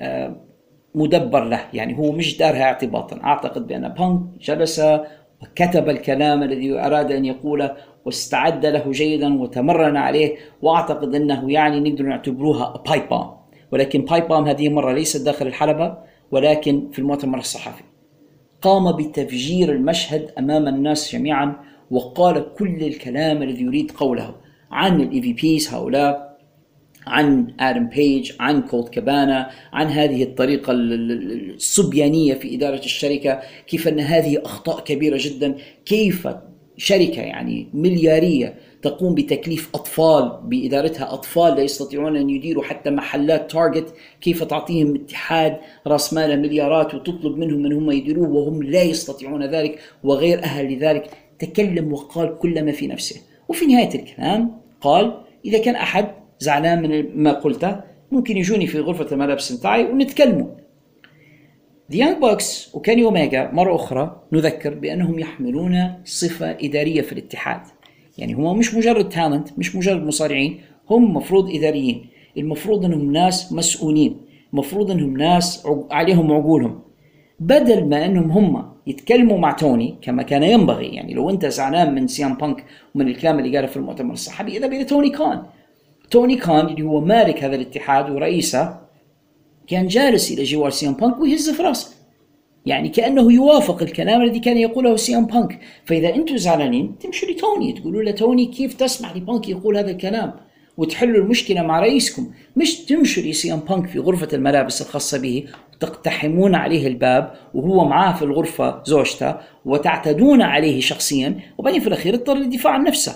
مدبر له، يعني هو مش دارها اعتباطا. أعتقد بأن بانك جلس وكتب الكلام الذي أراد أن يقوله واستعد له جيدا وتمرن عليه، وأعتقد أنه يعني نقدر نعتبروها بايب بام. ولكن بايب بام هذه مرة ليست داخل الحلبة ولكن في المؤتمر الصحفي. قام بتفجير المشهد أمام الناس جميعا وقال كل الكلام الذي يريد قوله عن الEVPs هؤلاء، عن آدم بيج، عن كولت كابانا، عن هذه الطريقة الصبيانية في إدارة الشركة، كيف أن هذه أخطاء كبيرة جدا، كيف شركة يعني مليارية تقوم بتكليف أطفال بإدارتها، أطفال لا يستطيعون أن يديروا حتى محلات تارجت، كيف تعطيهم اتحاد رأس مال مليارات وتطلب منهم أن هم يديروه وهم لا يستطيعون ذلك وغير أهل لذلك. تكلم وقال كل ما في نفسه. وفي نهاية الكلام قال إذا كان أحد زعلان من ما قلته ممكن يجوني في غرفة الملابس متاعي ونتكلموا. The Young Bucks وكيني أوميجا مرة أخرى نذكر بأنهم يحملون صفة إدارية في الاتحاد، يعني هم مش مجرد تالنت، مش مجرد مصارعين، هم مفروض إداريين، المفروض أنهم ناس مسؤولين، مفروض أنهم ناس عليهم عقولهم. بدل ما أنهم هم يتكلموا مع توني كما كان ينبغي، يعني لو أنت زعلان من سي ام بانك ومن الكلام اللي قاله في المؤتمر الصحفي، إذا بإذا توني كان اللي هو مالك هذا الاتحاد ورئيسه كان جالس إلى جوار سي ام بانك ويهز في راسه، يعني كأنه يوافق الكلام الذي كان يقوله سي ام بانك. فإذا أنتم زعلانين تمشوا لتوني تقولوا له توني كيف تسمح لبانك يقول هذا الكلام وتحلوا المشكلة مع رئيسكم، مش تمشوا لسي ام بانك في غرفة الملابس الخاصة به وتقتحمون عليه الباب وهو معاه في الغرفة زوجته وتعتدون عليه شخصيا، وبعدين في الأخير اضطر للدفاع عن نفسه.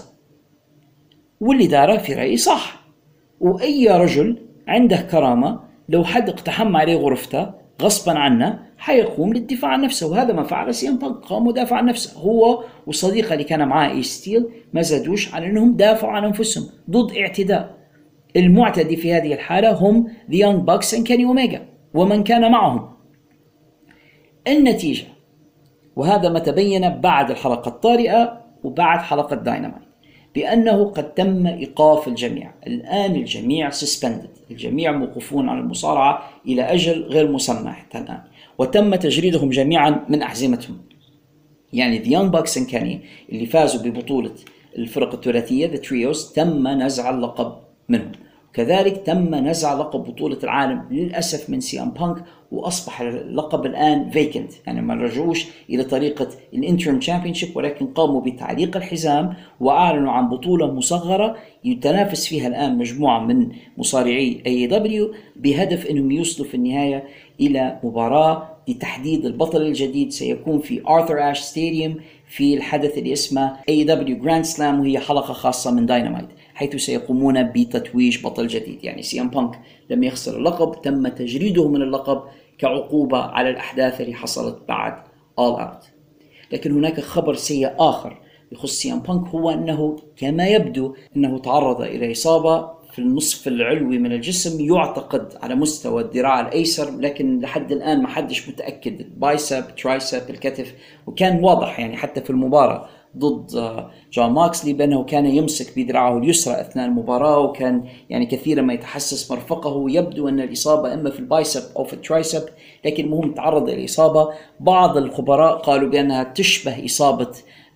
واللي داره في رأيي صح، وأي رجل عنده كرامة لو حد اقتحم عليه غرفته غصبا عنه حيقوم للدفاع عن نفسه، وهذا ما فعل سي ام بانك، قام ودافع عن نفسه هو والصديقة اللي كان معاه اي ستيل، ما زادوش على انهم دافعوا عن انفسهم ضد اعتداء. المعتدي في هذه الحالة هم The Young Bucks and كيني أوميجا ومن كان معهم. النتيجة، وهذا ما تبين بعد الحلقة الطارئة وبعد حلقة داينامايت، بأنه قد تم إيقاف الجميع. الآن الجميع suspended، الجميع موقوفون عن المصارعة إلى أجل غير مسمى حتى الآن، وتم تجريدهم جميعا من أحزمتهم. يعني The Young Bucks and كيني اللي فازوا ببطولة الفرق الثلاثية The Trios تم نزع اللقب منهم، وكذلك تم نزع لقب بطولة العالم للأسف من سي ام بانك، وأصبح اللقب الآن vacant، يعني ما رجعوش إلى طريقة الانترم تشامبيونشيب، ولكن قاموا بتعليق الحزام وأعلنوا عن بطولة مصغرة يتنافس فيها الآن مجموعة من مصارعي AEW بهدف أنهم يوصلوا في النهاية إلى مباراة لتحديد البطل الجديد. سيكون في آرثر آش ستاديوم في الحدث اللي اسمه AEW Grand Slam، وهي حلقة خاصة من داينامايت، حيث سيقومون بتتويج بطل جديد. يعني سي ام بانك لم يخسر اللقب، تم تجريده من اللقب كعقوبة على الأحداث اللي حصلت بعد All Out. لكن هناك خبر سيء آخر يخص سي ام بانك، هو أنه كما يبدو أنه تعرض إلى إصابة في النصف العلوي من الجسم، يعتقد على مستوى الذراع الأيسر، لكن لحد الآن ما حدش متأكد، البايسب ترايسب الكتف. وكان واضح يعني حتى في المباراة ضد جون ماكسلي بأنه كان يمسك بذراعه اليسرى أثناء المباراة، وكان يعني كثيرا ما يتحسس مرفقه، ويبدو أن الإصابة إما في البايسب أو في الترايسب، لكن المهم تعرض إلى إصابة. بعض الخبراء قالوا بأنها تشبه إصابة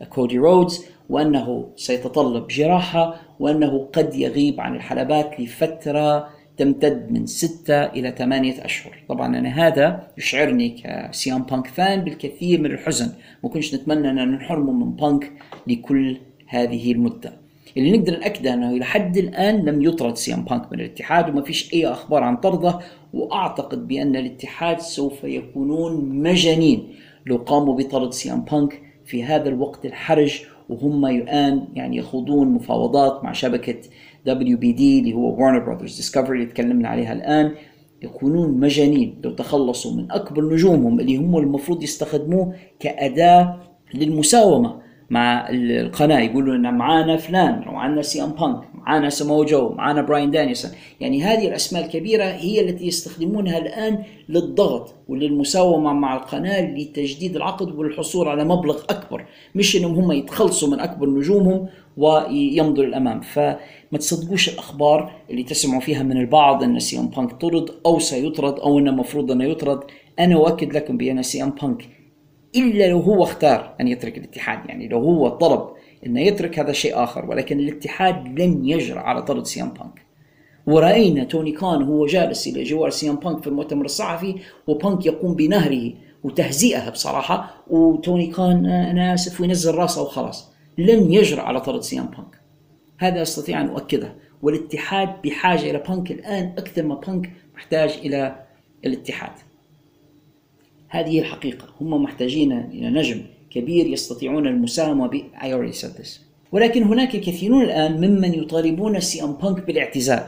كودي رودز، وأنه سيتطلب جراحة، وأنه قد يغيب عن الحلبات لفترة تمتد من 6 إلى 8 أشهر. طبعا أنا هذا يشعرني كسيام بانك فان بالكثير من الحزن، ما كنتش نتمنى أن نحرمه من بانك لكل هذه المدة. اللي نقدر نأكده أنه إلى حد الآن لم يطرد سيام بانك من الاتحاد، وما فيش أي أخبار عن طرده، وأعتقد بأن الاتحاد سوف يكونون مجانين لو قاموا بطرد سيام بانك في هذا الوقت الحرج، وهم الآن يعني يخوضون مفاوضات مع شبكة WBD اللي هو Warner Brothers Discovery اللي تكلمنا عليها الآن. يكونون مجانين لو تخلصوا من أكبر نجومهم اللي هم المفروض يستخدموه كأداة للمساومة مع القناة. يقولوا إن معانا فلان، معانا سيام بانك، معانا سامو جو، معانا براين دانيسون. يعني هذه الأسماء الكبيرة هي التي يستخدمونها الآن للضغط وللمساومة مع القناة لتجديد العقد والحصول على مبلغ أكبر، مش إنهم هم يتخلصوا من أكبر نجومهم ويمضوا للأمام. فما تصدقوش الأخبار اللي تسمعوا فيها من البعض أن سيام بانك طرد أو سيطرد أو أنه مفروض أنه يطرد. أنا أؤكد لكم بأن سيام بانك إلا لو هو اختار أن يترك الاتحاد، يعني لو هو طلب أن يترك هذا شيء آخر، ولكن الاتحاد لن يجرأ على طرد سيام بانك. ورأينا توني كان هو جالس إلى جوار سيام بانك في المؤتمر الصحفي، وبانك يقوم بنهره وتهزئها بصراحة، وتوني كان أنا آسف وينزل راسه وخلاص. لن يجرأ على طرد سيام بانك، هذا أستطيع أن أؤكده. والاتحاد بحاجة إلى بانك الآن أكثر ما بانك محتاج إلى الاتحاد. هذه الحقيقة، هم محتاجين إلى نجم كبير يستطيعون المساهمة ب I already said this. ولكن هناك كثيرون الآن ممن يطالبون سيام بانك بالاعتزال،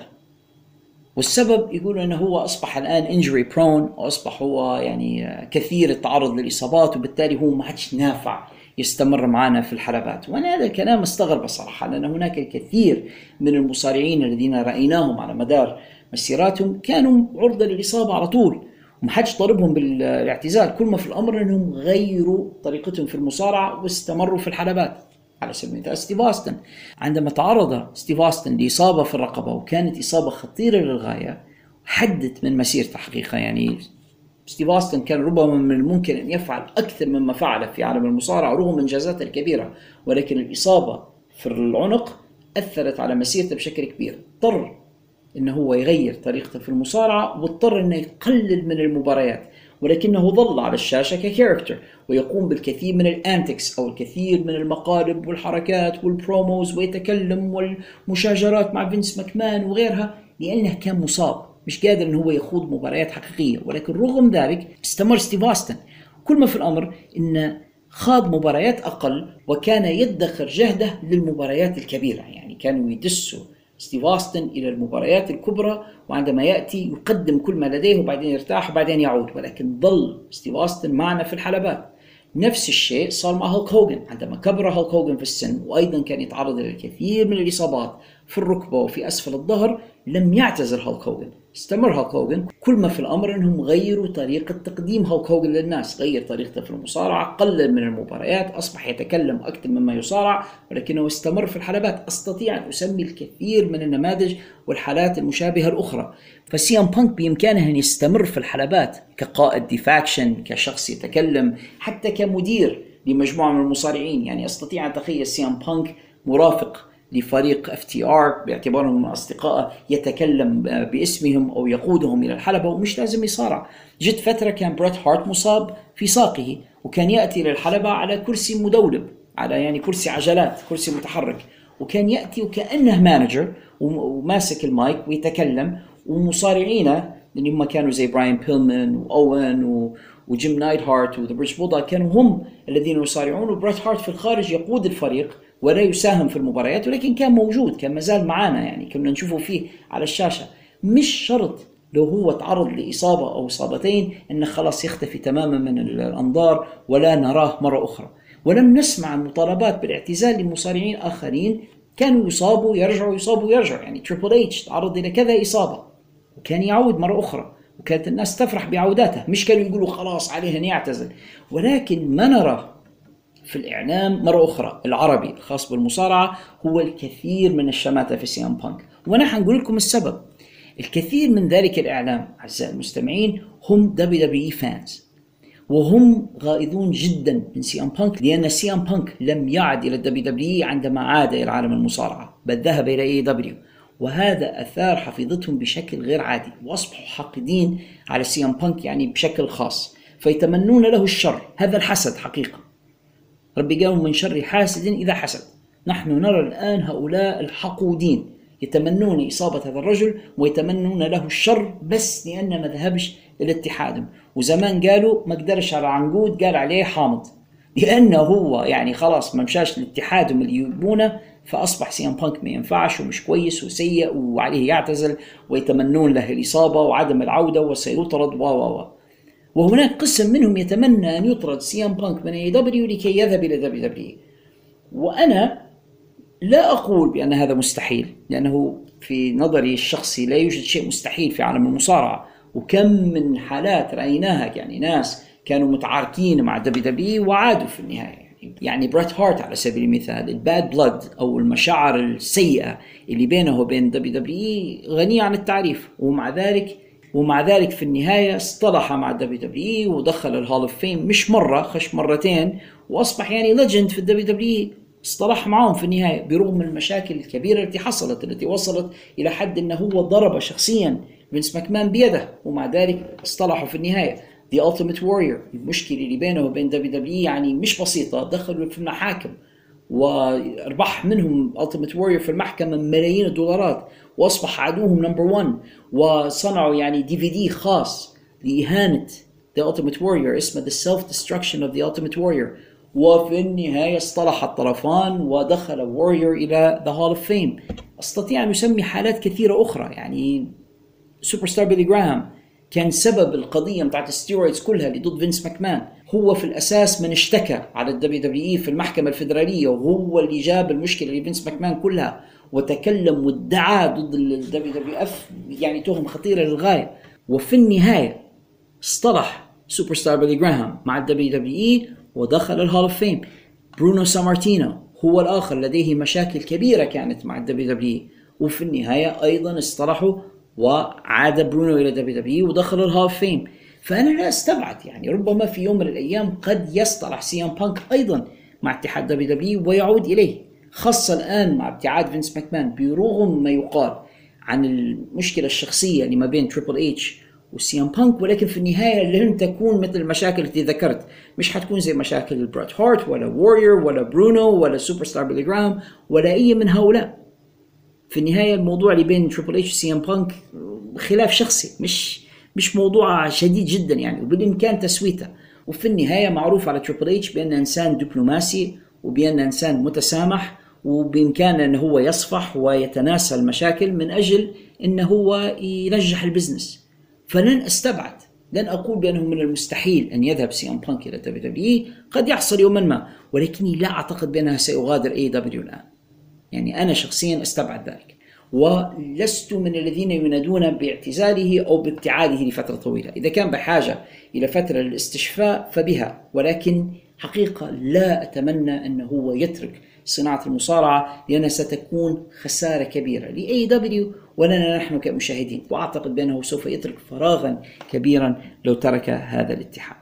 والسبب يقولوا أنه هو أصبح الآن injury prone، وأصبح هو يعني كثير التعرض للإصابات، وبالتالي هو ما عادش نافع يستمر معنا في الحلبات. وأنا هذا الكلام استغرب صراحة، لأن هناك الكثير من المصارعين الذين رأيناهم على مدار مسيراتهم كانوا عرضة للإصابة على طول، ومحدش طالبهم بالاعتزال. كل ما في الأمر أنهم غيروا طريقتهم في المصارعة واستمروا في الحلبات. على سبيل المثال ستيف أوستن، عندما تعرض ستيف أوستن لإصابة في الرقبة وكانت إصابة خطيرة للغاية، حدت من مسيرته حقيقة. يعني ستيف أوستن كان ربما من الممكن أن يفعل أكثر مما فعل في عالم المصارعة رغم إنجازاته الكبيرة، ولكن الإصابة في العنق أثرت على مسيرته بشكل كبير. اضطر إنه هو يغير طريقته في المصارعة، واضطر إنه يقلل من المباريات، ولكنه ظل على الشاشة ككاركتر ويقوم بالكثير من الانتكس أو الكثير من المقالب والحركات والبروموز، ويتكلم والمشاجرات مع فينس ماكمان وغيرها، لأنه كان مصاب مش قادر إنه هو يخوض مباريات حقيقية. ولكن رغم ذلك استمر ستيف أوستن. كل ما في الأمر إنه خاض مباريات أقل، وكان يدخر جهده للمباريات الكبيرة. يعني كانوا يدسوا ستيف أوستن إلى المباريات الكبرى، وعندما يأتي يقدم كل ما لديه وبعدين يرتاح وبعدين يعود، ولكن ظل ستيف أوستن معنا في الحلبات. نفس الشيء صار مع هولك هوغن، عندما كبر هولك هوغن في السن وأيضا كان يتعرض للكثير من الإصابات في الركبة وفي أسفل الظهر، لم يعتزل هولك هوغن، استمر هولك هوغن. كل ما في الأمر أنهم غيروا طريقة تقديم هولك هوغن للناس، غير طريقته في المصارعة، قلل من المباريات، أصبح يتكلم أكثر مما يصارع، ولكنه استمر في الحلبات. أستطيع أن أسمي الكثير من النماذج والحالات المشابهة الأخرى. فسيام بانك بإمكانه أن يستمر في الحلبات كقائد ديفاكشن، كشخص يتكلم، حتى كمدير لمجموعة من المصارعين. يعني أستطيع أن أتخيل سيام بانك مرافق لفريق FTR باعتبارهم من أصدقائه، يتكلم باسمهم أو يقودهم إلى الحلبة ومش لازم يصارع. جت فترة كان بريت هارت مصاب في ساقه، وكان يأتي للحلبة على كرسي مدولب، على يعني كرسي عجلات، كرسي متحرك، وكان يأتي وكأنه مانجر وماسك المايك ويتكلم. ومصارعينه اللي هم كانوا زي براين بيلمان وأوين وجيم نايت هارت وذا بريتش بولدوغ كانوا هم الذين يصارعون، وبريت هارت في الخارج يقود الفريق ولا يساهم في المباريات، ولكن كان موجود، كان مازال معانا، يعني كنا نشوفه فيه على الشاشة. مش شرط لو هو تعرض لإصابة أو إصابتين إنه خلاص يختفي تماما من الأنظار ولا نراه مرة أخرى. ولم نسمع عن مطالبات بالاعتزال لمصارعين آخرين كانوا يصابوا يرجعوا، يصابوا يرجعوا. يعني تريبل اتش تعرض إلى كذا إصابة وكان يعود مرة أخرى، وكانت الناس تفرح بعودته، مش كانوا يقولوا خلاص عليه أن يعتزل. ولكن ما نرى في الإعلام مرة أخرى العربي الخاص بالمصارعة هو الكثير من الشماتة في سيام بانك. ونحن نقول لكم السبب. الكثير من ذلك الإعلام أعزائي المستمعين هم WWE fans، وهم غائضون جدا من سي ام بانك، لأن سي ام بانك لم يعد إلى الدبليو دبليو عندما عاد إلى عالم المصارعة، بل ذهب إلى اي دبليو، وهذا أثار حفيظتهم بشكل غير عادي، وأصبحوا حاقدين على سي ام بانك يعني بشكل خاص، فيتمنون له الشر. هذا الحسد حقيقة، ربي قال من شر حاسد إذا حسد. نحن نرى الآن هؤلاء الحقودين يتمنون إصابة هذا الرجل ويتمنون له الشر بس لأن ما ذهبش إلى اتحادهم. وزمان قالوا ما قدرش على عنقود، قال عليه حامض، لأنه هو يعني خلاص ما مشاش لاتحادهم اللي يبونه، فأصبح سي ام بانك ما ينفعش ومش كويس وسيء وعليه يعتزل، ويتمنون له الإصابة وعدم العودة وسيطرد وهناك قسم منهم يتمنى أن يطرد سي ام بانك من اي دبليو لكي يذهب إلى دبليو دبليو. وأنا لا أقول بأن هذا مستحيل، لأنه في نظري الشخصي لا يوجد شيء مستحيل في عالم المصارعة، وكم من حالات رأيناها، يعني ناس كانوا متعاركين مع دبليو دبليو وعادوا في النهاية. يعني بريت هارت على سبيل المثال، الباد بلاد أو المشاعر السيئة اللي بينه وبين دبليو دبليو غنية عن التعريف، ومع ذلك في النهاية اصطلح مع الدبليو دبليو ودخل الهول اوف فيم، مش مرة، خش مرتين، وأصبح يعني ليجند في الدبليو دبليو. اصطلح معهم في النهاية برغم المشاكل الكبيرة التي حصلت، التي وصلت إلى حد أنه هو ضرب شخصيا فينس ماكمان بيده، ومع ذلك اصطلحوا في النهاية. The Ultimate Warrior، المشكلة اللي بينه وبين دبليو يعني مش بسيطة، دخلوا في المحاكم وربح منهم Ultimate Warrior في المحكمة ملايين الدولارات، وأصبح عدوهم نمبر 1، وصنعوا يعني DVD خاص لإهانة The Ultimate Warrior اسمه The Self-Destruction of the Ultimate Warrior. وفي النهاية اصطلح الطرفان ودخل وورير إلى The Hall of Fame. أستطيع أن أسمي حالات كثيرة أخرى، يعني سوبر ستار بيلي جراهام كان سبب القضية بتاعت الستيرويدز كلها اللي ضد فينس ماكمان، هو في الأساس من اشتكى على الدبليو دبليو في المحكمة الفيدرالية، وهو اللي جاب المشكلة لفينس ماكمان كلها، وتكلم وادعى ضد الدبليو دبليو اف يعني تهم خطيرة للغاية. وفي النهاية اصطلح سوبر ستار بيلي جراهام مع الدبليو دبليو ودخل الهول اوف فيم. برونو سامارتينو هو الآخر لديه مشاكل كبيرة كانت مع الدبليو دبليو، وفي النهاية أيضا اصطلحوا وعاد برونو إلى دبليو دبليو ودخل الهول اوف فيم. فأنا لا أستبعد يعني ربما في يوم من الأيام قد يصطلح سي ام بانك أيضا مع اتحاد دبليو دبليو ويعود إليه، خاصة الآن مع ابتعاد فينس ماكمان، برغم ما يقال عن المشكلة الشخصية اللي ما بين تريبل اتش وسي ام بانك، ولكن في النهاية لن تكون مثل المشاكل التي ذكرت، مش حتكون زي مشاكل بريت هارت ولا وورير ولا برونو ولا سوبر ستار بيلي جراهام ولا أي من هؤلاء. في النهاية الموضوع اللي بين تريبل اتش وسي ام بانك خلاف شخصي، مش موضوع شديد جدا يعني، وبالإمكان تسويته. وفي النهاية معروف على تريبل اتش بأنه إنسان دبلوماسي، وبأنه إنسان متسامح، وبإمكانه أنه هو يصفح ويتناسى المشاكل من أجل أنه هو ينجح البزنس. فلن أستبعد، لن أقول بأنه من المستحيل أن يذهب سي ام بانك إلى دبليو دبليو، قد يحصل يوما ما، ولكني لا أعتقد بأنها سيغادر اي دبليو الآن. يعني أنا شخصيا أستبعد ذلك، ولست من الذين ينادون باعتزاله أو بابتعاده لفترة طويلة. إذا كان بحاجة إلى فترة للاستشفاء فبها، ولكن حقيقة لا أتمنى أنه هو يترك صناعة المصارعة، لأنها ستكون خسارة كبيرة لأي دبليو ولنا نحن كمشاهدين، وأعتقد بأنه سوف يترك فراغا كبيرا لو ترك هذا الاتحاد.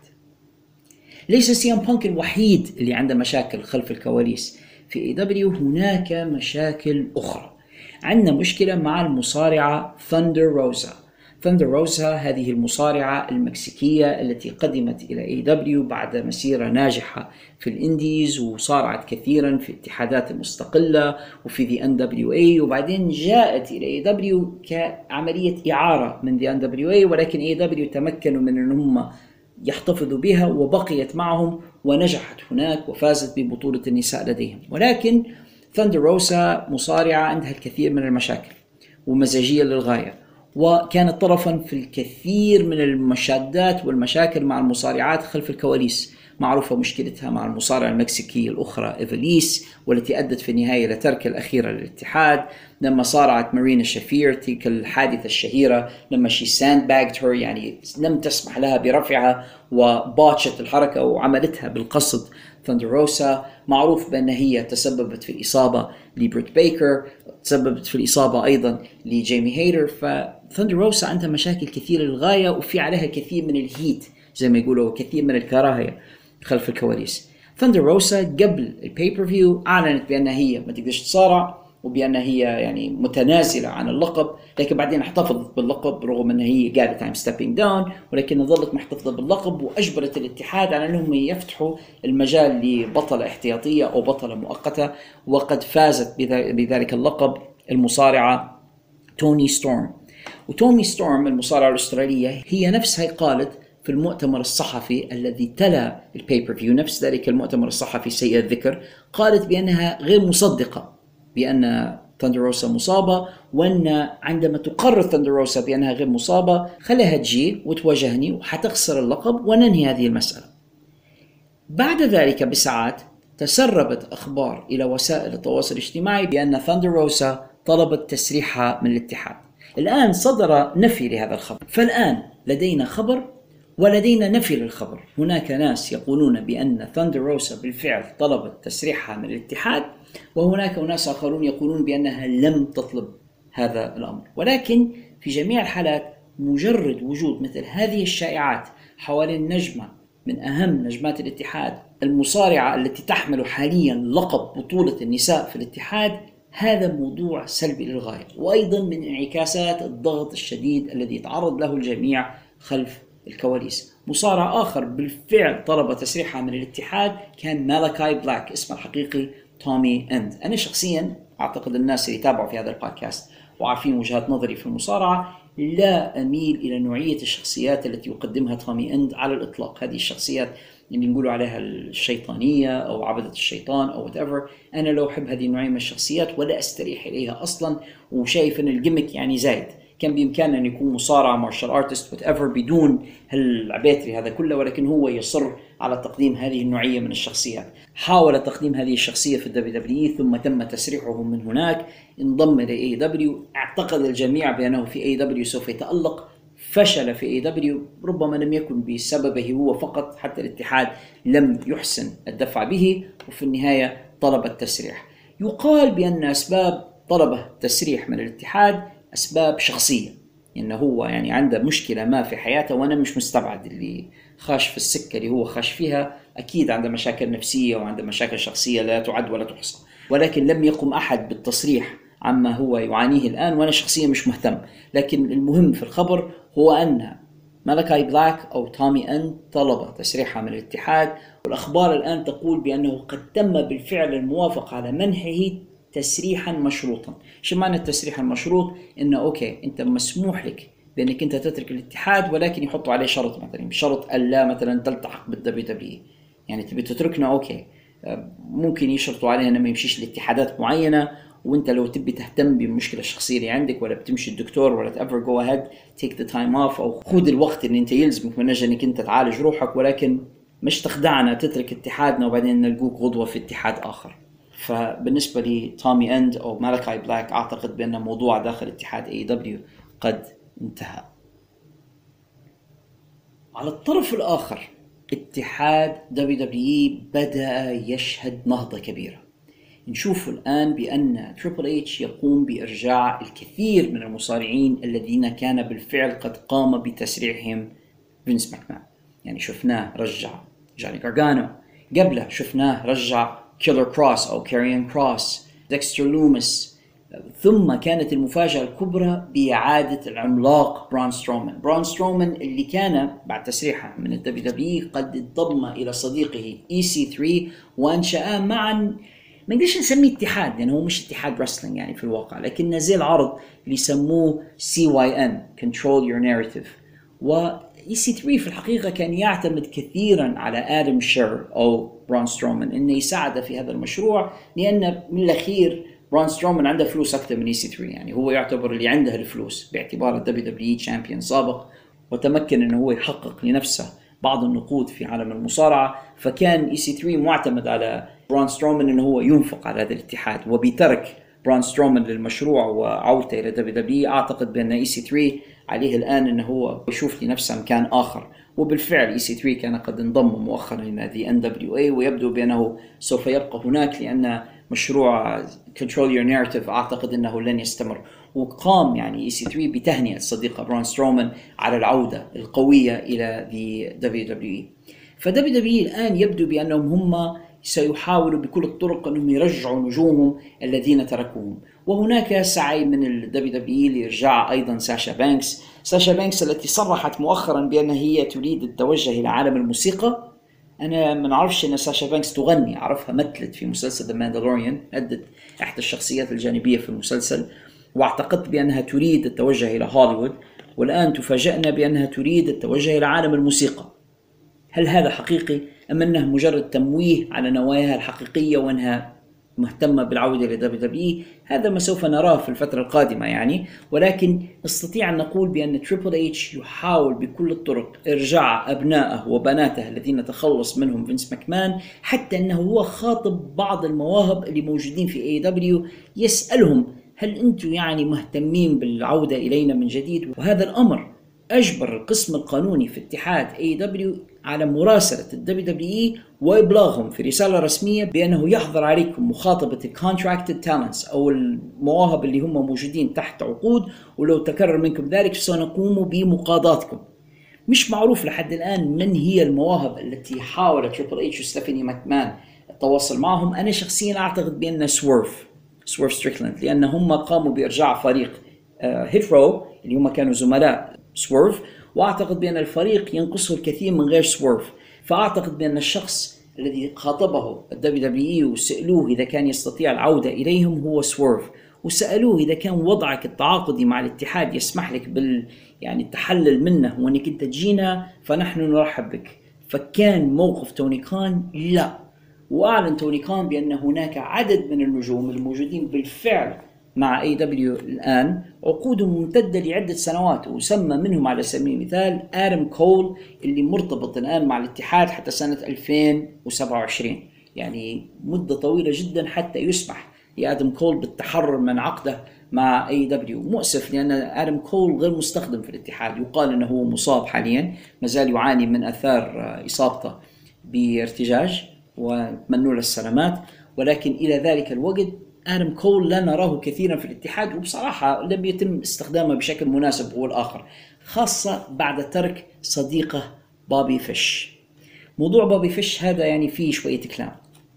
ليس سي ام بانك الوحيد اللي عنده مشاكل خلف الكواليس في اي دبليو، هناك مشاكل أخرى. عندنا مشكلة مع المصارعة ثاندر روزا. ثاندر روزا هذه المصارعة المكسيكية التي قدمت إلى اي دبليو بعد مسيرة ناجحة في الانديز، وصارعت كثيرا في اتحادات المستقلة وفي ذي NWA، وبعدين جاءت إلى اي دبليو كعملية إعارة من ذي NWA، ولكن اي دبليو تمكنوا من أن هم يحتفظوا بها وبقيت معهم ونجحت هناك وفازت ببطولة النساء لديهم. ولكن ثاندر روزا مصارعة عندها الكثير من المشاكل ومزاجية للغاية، وكانت طرفا في الكثير من المشادات والمشاكل مع المصارعات خلف الكواليس. معروفة مشكلتها مع المصارعة المكسيكية الأخرى إيفاليس، والتي أدت في النهاية لترك الأخيرة للاتحاد لما صارعت مارينا شافير، تلك الحادثة الشهيرة لما شي sandbagged her، يعني لم تسمح لها برفعها وباتشت الحركة وعملتها بالقصد. ثاندر روزا معروف بأن هي تسببت في الإصابة لبريت بيكر، تسببت في الإصابة أيضا لجيمي هيدر. فثاندر روزا عندها مشاكل كثيرة للغاية، وفي عليها كثير من الهيت زي ما يقولوا كثير من الكراهية خلف الكواليس. ثاندر روسا قبل البيبر فيو أعلنت بأنها هي ما تقدرش تصارع وبأنها هي يعني متنازلة عن اللقب، لكن بعدين احتفظت باللقب رغم أنها هي قالت I'm stepping down، ولكن ظلت محتفظة باللقب وأجبرت الاتحاد على أنهم يفتحوا المجال لبطلة احتياطية أو بطلة مؤقتة. وقد فازت بذلك اللقب المصارعة توني ستورم. وتوني ستورم المصارعة الأسترالية هي نفسها قالت في المؤتمر الصحفي الذي تلا البيبر فيو، نفس ذلك المؤتمر الصحفي سيء الذكر، قالت بأنها غير مصدقة بأن ثاندر روسا مصابة، وأن عندما تقرر ثاندر روسا بأنها غير مصابة خليها تجي وتواجهني وحتخسر اللقب وننهي هذه المسألة. بعد ذلك بساعات تسربت أخبار إلى وسائل التواصل الاجتماعي بأن ثاندر روسا طلبت تسريحها من الاتحاد. الآن صدر نفي لهذا الخبر، فالآن لدينا خبر ولدينا نفي للخبر. هناك ناس يقولون بأن ثاندر روسا بالفعل طلبت تسريحها من الاتحاد، وهناك ناس آخرون يقولون بأنها لم تطلب هذا الأمر. ولكن في جميع الحالات مجرد وجود مثل هذه الشائعات حوالين نجمة من أهم نجمات الاتحاد، المصارعة التي تحمل حاليا لقب بطولة النساء في الاتحاد، هذا موضوع سلبي للغاية، وأيضا من انعكاسات الضغط الشديد الذي يتعرض له الجميع خلف الكواليس. مصارع آخر بالفعل طلب تسريحها من الاتحاد كان مالاكاي بلاك، اسمه الحقيقي تومي إند. أنا شخصيا أعتقد الناس اللي يتابعوا في هذا البودكاست وعارفين وجهات نظري في المصارعة لا أميل إلى نوعية الشخصيات التي يقدمها تومي إند على الإطلاق. هذه الشخصيات اللي نقولوا عليها الشيطانية أو عبدة الشيطان أو whatever، أنا لو أحب هذه النوعية من الشخصيات ولا أستريح إليها أصلا، وشايف أن الجيمك يعني زايد. كان بإمكانه أن يكون مصارع مارشال آرتست whatever بدون هالعبيتري هذا كله، ولكن هو يصر على تقديم هذه النوعية من الشخصيات. حاول تقديم هذه الشخصية في WWE ثم تم تسريحه من هناك، انضم إلى AEW. اعتقد الجميع بأنه في AEW سوف يتألق، فشل في AEW، ربما لم يكن بسببه هو فقط، حتى الاتحاد لم يحسن الدفع به، وفي النهاية طلب التسريح. يقال بأن أسباب طلبه التسريح من الاتحاد أسباب شخصية، إنه هو يعني عنده مشكلة ما في حياته، وأنا مش مستبعد اللي خاش في السكة اللي هو خاش فيها أكيد عنده مشاكل نفسية وعنده مشاكل شخصية لا تعد ولا تحصى، ولكن لم يقم أحد بالتصريح عما هو يعانيه الآن، وأنا شخصيا مش مهتم. لكن المهم في الخبر هو أن مالاكاي بلاك أو تومي إند طلب تسريحها من الاتحاد، والأخبار الآن تقول بأنه قد تم بالفعل الموافقة على منحه تسريحا مشروطا. شو معنى التسريح المشروط؟ إنه أوكي أنت مسموح لك بأنك أنت تترك الاتحاد، ولكن يحطوا عليه شرط، مثلا بشرط ألا مثلا تلتحق بالWWE، يعني تبي تتركنا أوكي، ممكن يشرطوا عليه أنه ما يمشيش لاتحادات معينة، وانت لو تبي تهتم بالمشكلة الشخصية اللي عندك ولا بتمشي الدكتور ولا ever go ahead take the time off، أو خذ الوقت اللي انت يلزمك من أجل انك انت تعالج روحك، ولكن مش تخدعنا تترك اتحادنا وبعدين نلقوك غضوة في اتحاد آخر. فبالنسبة لي تومي إند أو مالاكاي بلاك أعتقد بأن موضوع داخل اتحاد AEW قد انتهى. على الطرف الآخر اتحاد WWE بدأ يشهد نهضة كبيرة. نشوف الآن بأن تريبل إتش يقوم بإرجاع الكثير من المصارعين الذين كان بالفعل قد قام بتسريحهم فينس ماكمان. يعني شفناه رجع جوني غارغانو، قبله شفناه رجع كيلر كروس أو كاريان كروس، ديكستر لوميس، ثم كانت المفاجأة الكبرى بإعادة العملاق برون سترومان اللي كان بعد تسريحه من WWE قد انضم إلى صديقه EC3 وأنشأ معا ما نقدرش نسميه اتحاد، يعني هو مش اتحاد رسلينج يعني في الواقع، لكن نزل عرض اللي يسموه CYN Control Your Narrative. و EC3 في الحقيقة كان يعتمد كثيرا على آدم شير أو برون سترومان إنه يساعده في هذا المشروع، لأن من الأخير برون سترومان عنده فلوس أكثر من EC3، يعني هو يعتبر اللي عنده الفلوس باعتباره WWE Champion سابق، وتمكن إنه هو يحقق لنفسه بعض النقود في عالم المصارعة. فكان EC3 معتمد على برون سترومان إنه هو ينفق على هذا الاتحاد، وبترك برون سترومان للمشروع وعودته إلى WWE أعتقد بأن EC3 عليه الآن إنه هو يشوف لنفسه مكان آخر. وبالفعل EC3 كان قد انضم مؤخرا إلى NWA، ويبدو بأنه سوف يبقى هناك، لأن مشروع Control Your Narrative أعتقد أنه لن يستمر. وقام يعني EC3 بتهنئة صديقه برون سترومان على العودة القوية إلى WWE. فWWE الآن يبدو بأنهم هم سيحاولوا بكل الطرق أنهم يرجعوا نجومهم الذين تركوهم. وهناك سعي من WWE لإرجاع أيضا ساشا بانكس التي صرحت مؤخرا بأنها هي تريد التوجه إلى عالم الموسيقى. أنا ما نعرفش أن ساشا بانكس تغني، أعرفها مثلت في مسلسل The Mandalorian، أدت إحدى الشخصيات الجانبية في المسلسل، واعتقدت بأنها تريد التوجه إلى هوليوود، والآن تفاجأنا بأنها تريد التوجه إلى عالم الموسيقى. هل هذا حقيقي أم أنه مجرد تمويه على نواياها الحقيقية وأنها مهتمة بالعودة إلى WWE؟ هذا ما سوف نراه في الفترة القادمة يعني. ولكن نستطيع أن نقول بأن تريبل اتش يحاول بكل الطرق إرجاع أبنائه وبناته الذين تخلص منهم فينس ماكمان، حتى أنه هو خاطب بعض المواهب اللي موجودين في AEW يسألهم هل أنتم يعني مهتمين بالعودة إلينا من جديد؟ وهذا الأمر أجبر القسم القانوني في اتحاد AEW على مراسلة WWE وإبلاغهم في رسالة رسمية بأنه يحظر عليكم مخاطبة Contracted Talents أو المواهب اللي هم موجودين تحت عقود، ولو تكرر منكم ذلك سنقوم بمقاضاتكم. مش معروف لحد الآن من هي المواهب التي حاول تريبل اتش وستيفاني ماكمان التواصل معهم. أنا شخصيا أعتقد بأن سويرف ستريكلاند، لأن هم قاموا بإرجاع فريق هيت رو اللي هم كانوا زملاء سويرف، وأعتقد بأن الفريق ينقصه الكثير من غير سويرف. فأعتقد بأن الشخص الذي خاطبه WWE وسألوه إذا كان يستطيع العودة إليهم هو سويرف، وسألوه إذا كان وضعك التعاقدي مع الاتحاد يسمح لك يعني التحلل منه وأنك أنت تجينا فنحن نرحب بك. فكان موقف توني كان لا، وأعلن توني كان بأن هناك عدد من النجوم الموجودين بالفعل مع AEW الآن عقودهم ممتدة لعدة سنوات، وسمى منهم على سبيل المثال آدم كول اللي مرتبط الآن مع الاتحاد حتى سنة 2027، يعني مدة طويلة جدا حتى يسمح لآدم كول بالتحرر من عقده مع AEW. مؤسف لأن آدم كول غير مستخدم في الاتحاد، يقال أنه هو مصاب حاليا، مازال يعاني من أثار إصابته بارتجاج ونتمنى له السلامات. ولكن إلى ذلك الوقت آدم كول لا نراه كثيرا في الاتحاد، وبصراحة لم يتم استخدامه بشكل مناسب هو الآخر، خاصة بعد ترك صديقه بوبي فيش. موضوع بوبي فيش هذا يعني فيه شوية كلام.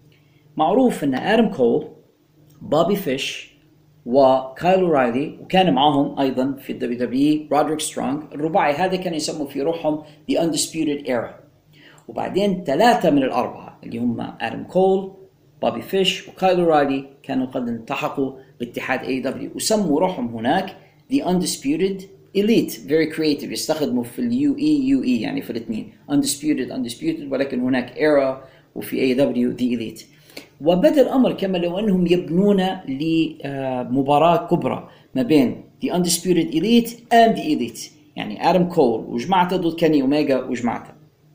معروف أن آدم كول، بوبي فيش وكايل رايلي، وكان معهم أيضا في WWE رودريك سترونغ، الرباعي هذا كان يسموا في روحهم The Undisputed Era. وبعدين 3 من الأربعة اللي هم آدم كول، بوبي فيش وكايل رايلي كانوا قد التحقوا باتحاد AEW وسموا روحهم هناك The Undisputed Elite. Very creative، يستخدموا في UE يعني في الاثنين Undisputed، ولكن هناك Era وفي AEW The Elite. وبدأ الأمر كما لو أنهم يبنون لمباراة كبرى ما بين The Undisputed Elite and The Elite، يعني آدم كول وجماعته ضد كيني أوميجا وجماعته.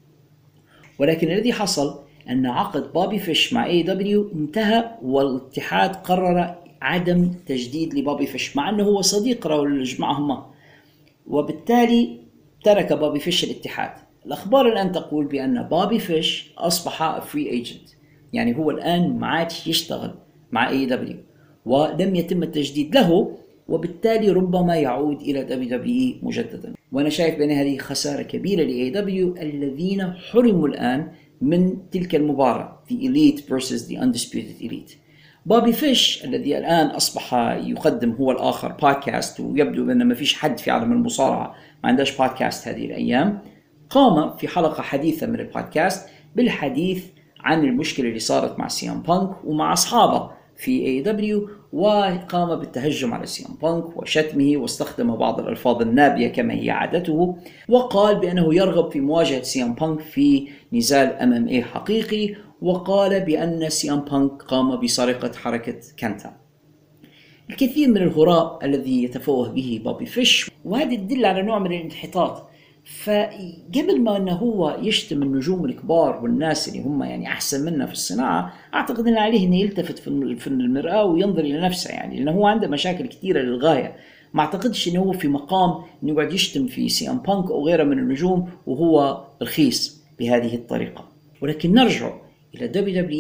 ولكن الذي حصل أن عقد بوبي فيش مع AEW انتهى، والاتحاد قرر عدم تجديد لبوبي فيش مع أنه هو صديق الجماعة، وبالتالي ترك بوبي فيش الاتحاد. الأخبار الآن تقول بأن بوبي فيش أصبح فري ايجنت، يعني هو الآن ما عادش يشتغل مع AEW ولم يتم التجديد له، وبالتالي ربما يعود إلى WWE مجددا. وأنا شايف بأن هذه خسارة كبيرة لAEW الذين حرموا الآن من تلك المباراة The Elite versus The Undisputed Elite. بوبي فيش الذي الآن أصبح يقدم هو الآخر بودكاست، ويبدو بأن ما فيش حد في عالم المصارعة ما عندهش بودكاست هذه الأيام، قام في حلقة حديثة من البودكاست بالحديث عن المشكلة اللي صارت مع سيام بانك ومع أصحابه في AEW، وقام بالتهجم على سيام بانك وشتمه، واستخدم بعض الألفاظ النابية كما هي عادته، وقال بأنه يرغب في مواجهة سيام بانك في نزال MMA حقيقي، وقال بأن سيام بانك قام بسرقة حركة كانتا. الكثير من الهراء الذي يتفوه به بوبي فيش، وهذا يدل على نوع من الانحطاط. فقبل ما أنه هو يشتم النجوم الكبار والناس اللي هم يعني أحسن منه في الصناعة، أعتقد أن عليه أن يلتفت في المرآة وينظر إلى نفسه، يعني لأنه هو عنده مشاكل كثيرة للغاية. ما أعتقدش أنه هو في مقام أنه يقعد يشتم في سيام بانك أو غيره من النجوم وهو رخيص بهذه الطريقة. ولكن نرجع إلى WWE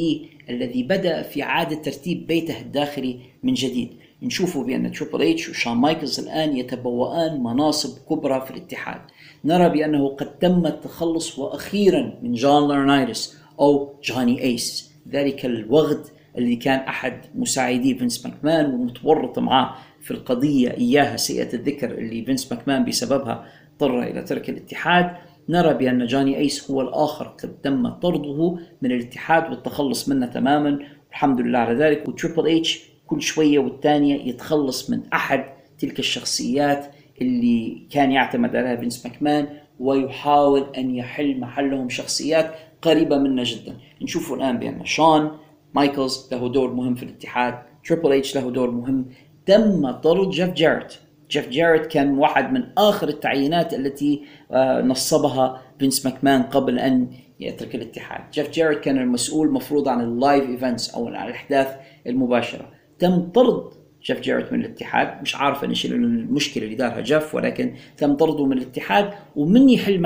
الذي بدأ في إعادة ترتيب بيته الداخلي من جديد. نشوف بأن تريبل إتش وشون مايكلز الآن يتبوأان مناصب كبرى في الاتحاد. نرى بأنه قد تم التخلص وأخيرا من جون لورنايتس أو جوني أيس، ذلك الوغد الذي كان أحد مساعدي فينس ماكمان ومتورط معه في القضية إياها سيئة الذكر اللي فينس ماكمان بسببها اضطر إلى ترك الاتحاد. نرى بأن جوني أيس هو الآخر قد تم طرده من الاتحاد والتخلص منه تماما، والحمد لله على ذلك. وتريبل إتش كل شوية والتانية يتخلص من أحد تلك الشخصيات اللي كان يعتمد عليها فينس ماكمان ويحاول أن يحل محلهم شخصيات قريبة منا جدا. نشوف الآن بأن شون مايكلز له دور مهم في الاتحاد، تريبل إتش له دور مهم. تم طرد جيف جاريت. جيف جاريت كان واحد من آخر التعيينات التي نصبها فينس ماكمان قبل أن يترك الاتحاد. جيف جاريت كان المسؤول مفروض عن اللايف ايفنتس أو عن الأحداث المباشرة. تم طرد جيف جاريت من الاتحاد، مش عارف إيش المشكلة اللي دارها جيف، ولكن تم طرده من الاتحاد. ومن يحل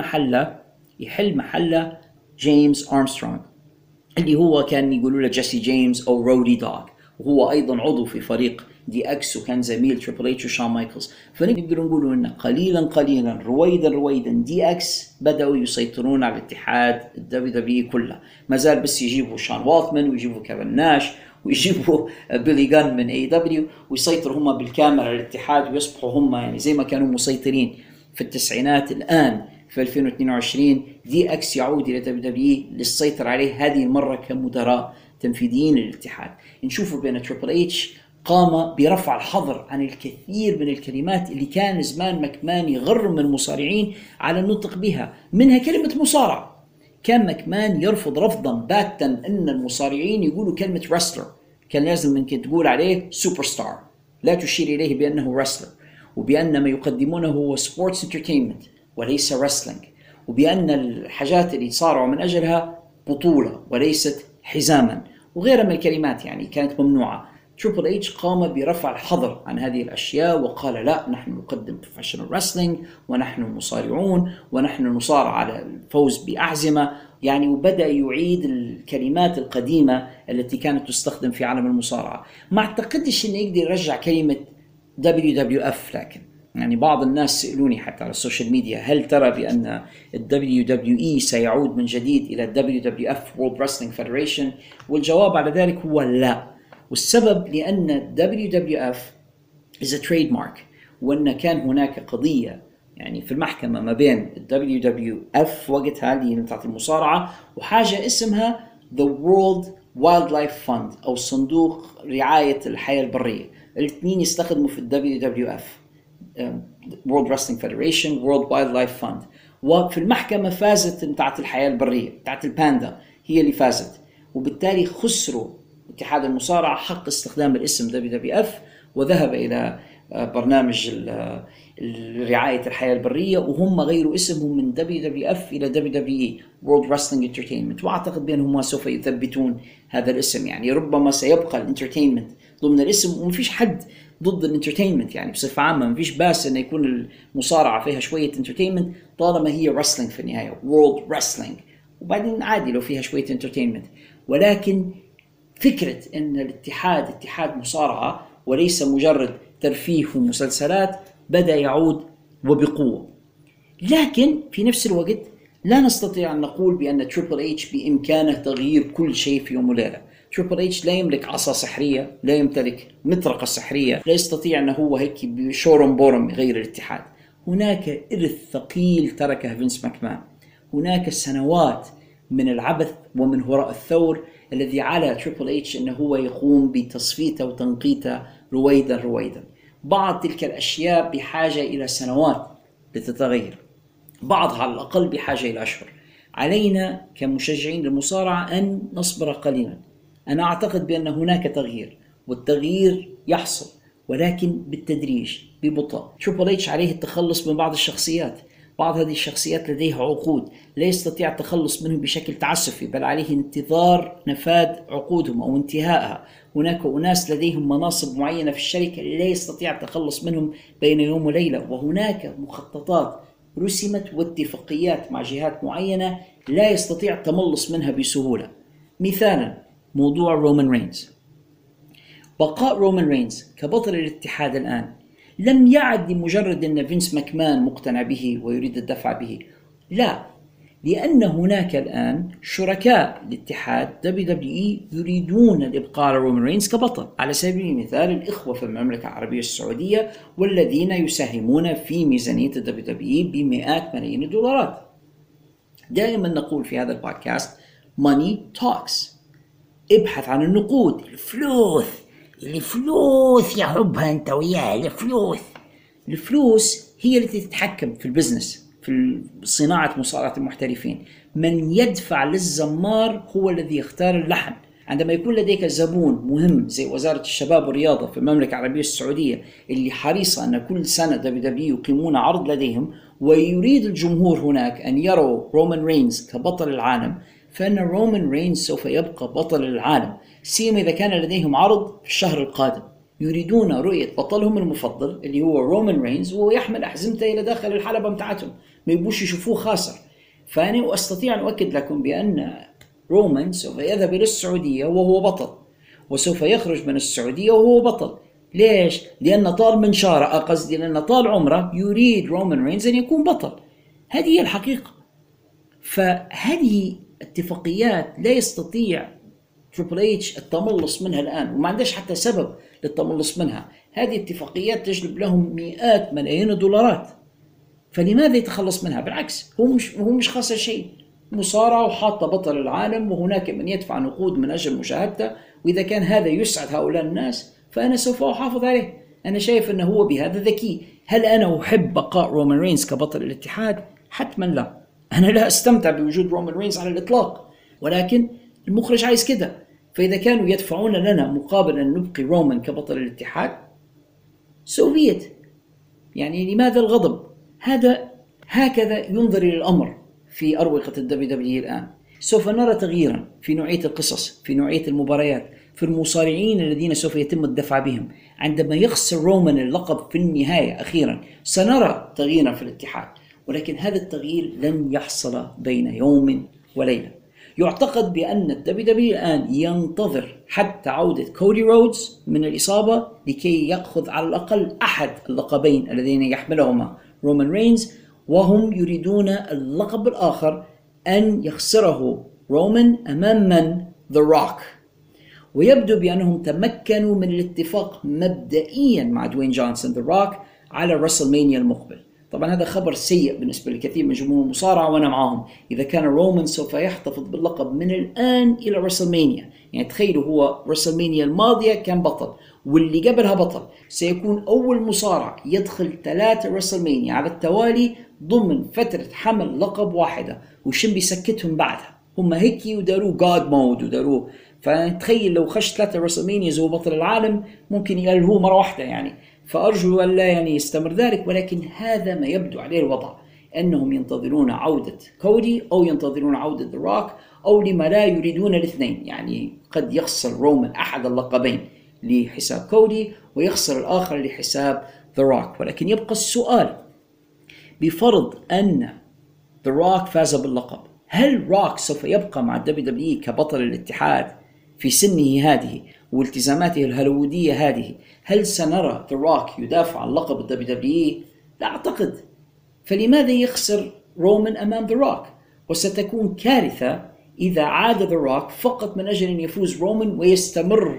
محله جيمس أرمسترونغ اللي هو كان يقولوا له جيسي جيمس أو رودي دوغ، وهو أيضا عضو في فريق دي اكس وكان زميل تريبل إتش وشون مايكلز. فنقدر نقول إن قليلا رويدا دي اكس بدأوا يسيطرون على الاتحاد WWE كله. ما زال بس يجيبوا شون واثمان ويجيبوا كيفن ناش ويجيبوا بيلي جان من AEW ويسيطروا هم بالكامل على الاتحاد ويصبحوا هم يعني زي ما كانوا مسيطرين في التسعينات. الآن في 2022 دي اكس يعود إلى WWE للسيطرة عليه هذه المرة كمدراء تنفيذيين للاتحاد. نشوفوا بأن تريبل إتش قام برفع الحظر عن الكثير من الكلمات اللي كان زمان ماكمان يغرم المصارعين على النطق بها، منها كلمة مصارع. كان ماكمان يرفض رفضا باتا أن المصارعين يقولوا كلمة wrestler، كان لازم منك تقول عليه سوبر ستار، لا تشير إليه بأنه wrestler، وبأن ما يقدمونه هو sports entertainment وليس wrestling، وبأن الحاجات اللي صاروا من أجلها بطولة وليست حزاما وغيرها من الكلمات يعني كانت ممنوعة. تريبل إتش قام برفع الحظر عن هذه الأشياء وقال لا، نحن نقدم بروفيشنال رسلينج ونحن مصارعون ونحن نصارع على الفوز بأعزمة يعني، وبدأ يعيد الكلمات القديمة التي كانت تستخدم في عالم المصارعة. ما أعتقدش إنه يقدر يرجع كلمة WWF، لكن يعني بعض الناس سألوني حتى على السوشيال ميديا هل ترى بأن WWE سيعود من جديد إلى WWF World Wrestling Federation؟ والجواب على ذلك هو لا. والسبب لأن WWF is a trademark، وأن كان هناك قضية يعني في المحكمة ما بين WWF وقتها اللي بتاعت المصارعة وحاجة اسمها The World Wildlife Fund أو صندوق رعاية الحياة البرية. الاثنين يستخدموا في WWF World Wrestling Federation World Wildlife Fund. وفي المحكمة فازت بتاعت الحياة البرية بتاعت الباندا هي اللي فازت، وبالتالي خسروا اتحاد المصارعة حق استخدام الاسم WWF وذهب إلى برنامج رعاية الحياة البرية وهم غيروا اسمهم من WWF إلى WWE World Wrestling Entertainment. وأعتقد بأنهم سوف يثبتون هذا الاسم، يعني ربما سيبقى الانترتينمنت ضمن الاسم، ومفيش حد ضد الانترتينمنت يعني بصفة عامة، مفيش باس أن يكون المصارعة فيها شوية انترتينمنت طالما هي wrestling في النهاية World Wrestling، وبعدين عادي لو فيها شوية انترتينمنت. ولكن فكرة أن الاتحاد اتحاد مصارعة وليس مجرد ترفيه ومسلسلات بدأ يعود وبقوة. لكن في نفس الوقت لا نستطيع أن نقول بأن تريبل إتش بإمكانه تغيير كل شيء في يوم وليلة. تريبل إتش لا يملك عصا سحرية، لا يمتلك مطرقة سحرية، لا يستطيع أنه هو هيك بشورم بورم يغير الاتحاد. هناك إرث ثقيل تركه فينس ماكمان، هناك سنوات من العبث ومن هراء الثور الذي على تريبل إتش أنه هو يقوم بتصفيته وتنقيته رويدا. بعض تلك الأشياء بحاجة إلى سنوات لتتغير، بعضها على الأقل بحاجة إلى أشهر. علينا كمشجعين للمصارعة أن نصبر قليلا. أنا أعتقد بأن هناك تغيير، والتغيير يحصل ولكن بالتدريج ببطء. تريبل إتش عليه التخلص من بعض الشخصيات، بعض هذه الشخصيات لديها عقود لا يستطيع التخلص منهم بشكل تعسفي، بل عليه انتظار نفاذ عقودهم أو انتهائها. هناك أناس لديهم مناصب معينة في الشركة لا يستطيع التخلص منهم بين يوم وليلة، وهناك مخططات رسمت واتفاقيات مع جهات معينة لا يستطيع التملص منها بسهولة. مثالا موضوع رومان رينز. بقاء رومان رينز كبطل الاتحاد الآن لم يعد لمجرد أن فينس ماكمان مقتنع به ويريد الدفع به، لا، لأن هناك الآن شركاء الاتحاد WWE يريدون الإبقاء على رومان رينز كبطل. على سبيل المثال الإخوة في المملكة العربية السعودية والذين يساهمون في ميزانية WWE بمئات ملايين الدولارات. دائما نقول في هذا البودكاست Money Talks. ابحث عن النقود، الفلوس يا حبها انت وياه، الفلوس هي التي تتحكم في البزنس، في صناعة مصارعة المحترفين. من يدفع للزمار هو الذي يختار اللحن. عندما يكون لديك زبون مهم زي وزارة الشباب والرياضة في المملكة العربية السعودية اللي حريصة أن كل سنة WWE يقيمون عرض لديهم، ويريد الجمهور هناك أن يروا رومان رينز كبطل العالم، فإن رومان رينز سوف يبقى بطل العالم، سيما إذا كان لديهم عرض في الشهر القادم. يريدون رؤية بطلهم المفضل اللي هو رومان رينز وهو يحمل أحزمته إلى داخل الحلبة متاعتهم، ما يبوش يشوفوه خاسر. فأنا أستطيع أن أؤكد لكم بأن رومان سوف يذهب إلى السعودية وهو بطل، وسوف يخرج من السعودية وهو بطل. ليش؟ لأن طال منشاره، قصدي لأن طال عمره يريد رومان رينز أن يكون بطل. هذه هي الحقيقة. فهذه اتفاقيات لا يستطيع تريبل اتش التملص منها الآن، وما عندش حتى سبب للتملص منها. هذه اتفاقيات تجلب لهم مئات ملايين الدولارات، فلماذا يتخلص منها؟ بالعكس، هو مش خاسر شيء. مصارعة وحاطة بطل العالم، وهناك من يدفع نقود من أجل مشاهدته، وإذا كان هذا يسعد هؤلاء الناس فأنا سوف أحافظ عليه. أنا شايف أنه هو بهذا ذكي. هل أنا أحب بقاء رومان رينز كبطل الاتحاد؟ حتما لا. أنا لا أستمتع بوجود رومان رينز على الإطلاق، ولكن المخرج عايز كده. فإذا كانوا يدفعون لنا مقابل أن نبقي رومان كبطل الاتحاد، سوفيت، يعني لماذا الغضب؟ هكذا ينظر إلى الأمر في أروقة WWE الآن. سوف نرى تغييرا في نوعية القصص، في نوعية المباريات، في المصارعين الذين سوف يتم الدفع بهم. عندما يخسر رومان اللقب في النهاية أخيرا سنرى تغييرا في الاتحاد، ولكن هذا التغيير لن يحصل بين يوم وليلة. يعتقد بأن WWE الآن ينتظر حتى عودة كودي رودز من الإصابة لكي يأخذ على الأقل أحد اللقبين الذين يحملهما رومان رينز، وهم يريدون اللقب الآخر أن يخسره رومان أمام من؟ ذا روك. ويبدو بأنهم تمكنوا من الاتفاق مبدئيا مع دوين جونسون ذا روك على رسلمانيا المقبل. طبعا هذا خبر سيء بالنسبة لكثير من جمهور المصارعة وأنا معهم. إذا كان رومان سوف يحتفظ باللقب من الآن إلى رسلمانيا، يعني تخيلوا هو رسلمانيا الماضية كان بطل واللي قبلها بطل، سيكون أول مصارع يدخل 3 رسلمانيا على التوالي ضمن فترة حمل لقب واحدة، وشم بيسكتهم بعدها. هم هيك وداروه God مود وداروه. فتخيل لو خش 3 رسلمانيا هو بطل العالم ممكن يلهوه مرة واحدة يعني. فأرجو أن لا يستمر ذلك، ولكن هذا ما يبدو عليه الوضع، أنهم ينتظرون عودة كودي أو ينتظرون عودة ذا روك، أو لما لا يريدون الاثنين. يعني قد يخسر رومان أحد اللقبين لحساب كودي ويخسر الآخر لحساب ذا روك. ولكن يبقى السؤال، بفرض أن ذا روك فاز باللقب، هل روك سوف يبقى مع WWE كبطل الاتحاد في سنه هذه والتزاماته الهوليوودية هذه؟ هل سنرى ذا روك يدافع عن لقب WWE؟ لا أعتقد. فلماذا يخسر رومان أمام ذا روك؟ وستكون كارثة إذا عاد ذا روك فقط من أجل أن يفوز رومان ويستمر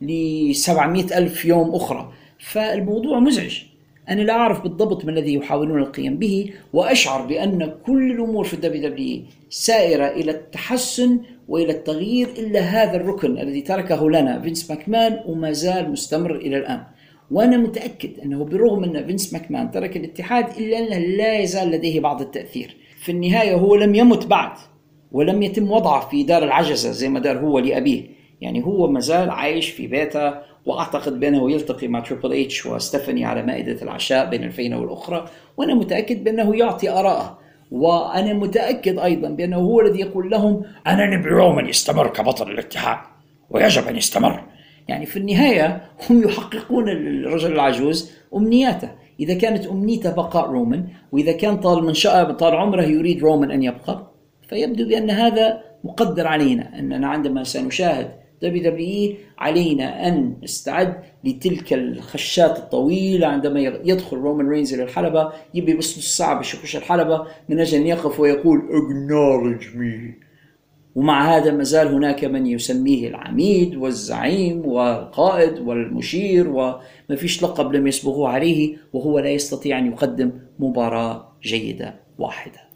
ل700,000 يوم أخرى. فالموضوع مزعج. أنا لا أعرف بالضبط ما الذي يحاولون القيام به، وأشعر بأن كل الأمور في WWE سائرة إلى التحسن وإلى التغيير إلا هذا الركن الذي تركه لنا فينس ماكمان وما زال مستمر إلى الآن. وأنا متأكد أنه بالرغم أن فينس ماكمان ترك الاتحاد إلا أنه لا يزال لديه بعض التأثير. في النهاية هو لم يمت بعد، ولم يتم وضعه في دار العجزة زي ما دار هو لأبيه. يعني هو ما زال عايش في بيته، وأعتقد بأنه يلتقي مع تريبل اتش وستيفاني على مائدة العشاء بين الفينة والأخرى، وأنا متأكد بأنه يعطي آراءه. وأنا متأكد أيضا بأنه هو الذي يقول لهم أنا نبي رومان يستمر كبطل الاتحاد ويجب أن يستمر. يعني في النهاية هم يحققون الرجل العجوز أمنياته. إذا كانت أمنيته بقاء رومان، وإذا كان طال عمره يريد رومان أن يبقى، فيبدو بأن هذا مقدر علينا. أننا عندما سنشاهد WWE علينا أن نستعد لتلك الخشات الطويلة عندما يدخل رومان رينز إلى الحلبة، يبي بس نص ساعة بيخش الحلبة من أجل أن يقف ويقول acknowledge me. ومع هذا ما زال هناك من يسميه العميد والزعيم والقائد والمشير، وما فيش لقب لم يسبقوه عليه، وهو لا يستطيع أن يقدم مباراة جيدة واحدة.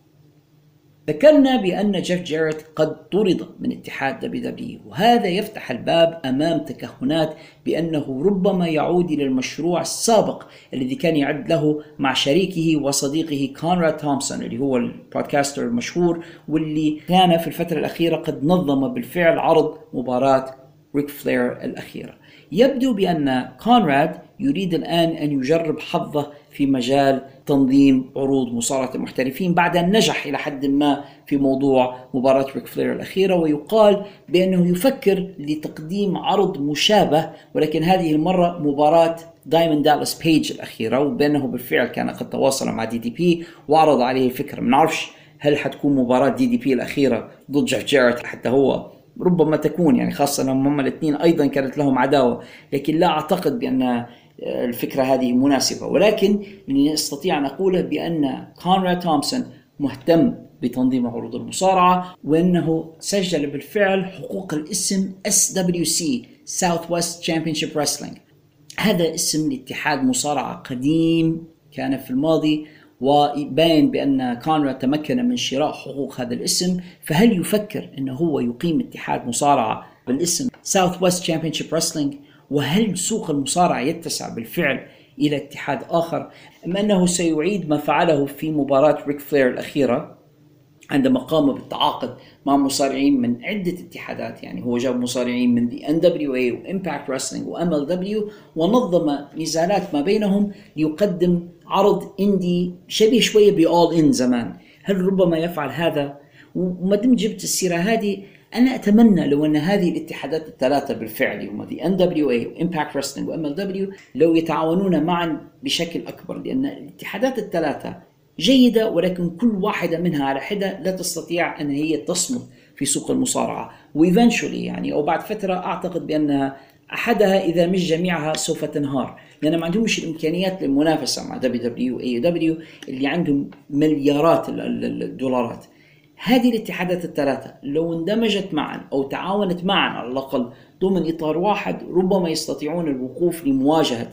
ذكرنا بأن جيف جاريت قد طرد من اتحاد WWE، وهذا يفتح الباب أمام تكهنات بأنه ربما يعود إلى المشروع السابق الذي كان يعد له مع شريكه وصديقه كونراد تومسون، اللي هو البودكاستر المشهور واللي كان في الفترة الأخيرة قد نظم بالفعل عرض مباراة ريك فلير الأخيرة. يبدو بأن كونراد يريد الآن أن يجرب حظه في مجال تنظيم عروض مصارعة المحترفين بعد أن نجح إلى حد ما في موضوع مباراة ريك فلير الأخيرة، ويقال بأنه يفكر لتقديم عرض مشابه، ولكن هذه المرة مباراة دايموند دالاس بيج الأخيرة، وبأنه بالفعل كان قد تواصل مع DDP وعرض عليه الفكرة. ما نعرفش هل حتكون مباراة DDP الأخيرة ضد جيف جاريت، حتى هو ربما تكون يعني، خاصة أنهم هم الاثنين أيضا كانت لهم عداوة، لكن لا أعتقد بأن الفكرة هذه مناسبة. ولكن اللي نستطيع أن نقوله بأن كونراد تومسون مهتم بتنظيم عروض المصارعة، وأنه سجل بالفعل حقوق الاسم SWC Southwest Championship Wrestling. هذا اسم لاتحاد مصارعة قديم كان في الماضي، وباين بأن كونراد تمكن من شراء حقوق هذا الاسم. فهل يفكر أنه هو يقيم اتحاد مصارعة بالاسم Southwest Championship Wrestling؟ وهل سوق المصارعة يتسع بالفعل إلى اتحاد آخر، أم أنه سيعيد ما فعله في مباراة ريك فلير الأخيرة عندما قام بالتعاقد مع مصارعين من عدة اتحادات؟ يعني هو جاب مصارعين من The NWA و Impact Wrestling و MLW ونظم نزالات ما بينهم ليقدم عرض اندي شبيه شوية بأول إن زمان. هل ربما يفعل هذا؟ وما دام جبت السيرة هذه، أنا أتمنى لو أن هذه الاتحادات الثلاثة بالفعل هم The NWA و Impact Wrestling و MLW لو يتعاونون معا بشكل أكبر، لأن الاتحادات الثلاثة جيدة، ولكن كل واحدة منها على حدة لا تستطيع أن هي تصمد في سوق المصارعة، وإيفنشولي يعني أو بعد فترة أعتقد بأن أحدها إذا مش جميعها سوف تنهار، لأن ما عندهمش الإمكانيات للمنافسة مع WWE و AEW اللي عندهم مليارات الدولارات. هذه الاتحادات الثلاثة لو اندمجت معا أو تعاونت معا على الأقل ضمن إطار واحد، ربما يستطيعون الوقوف لمواجهة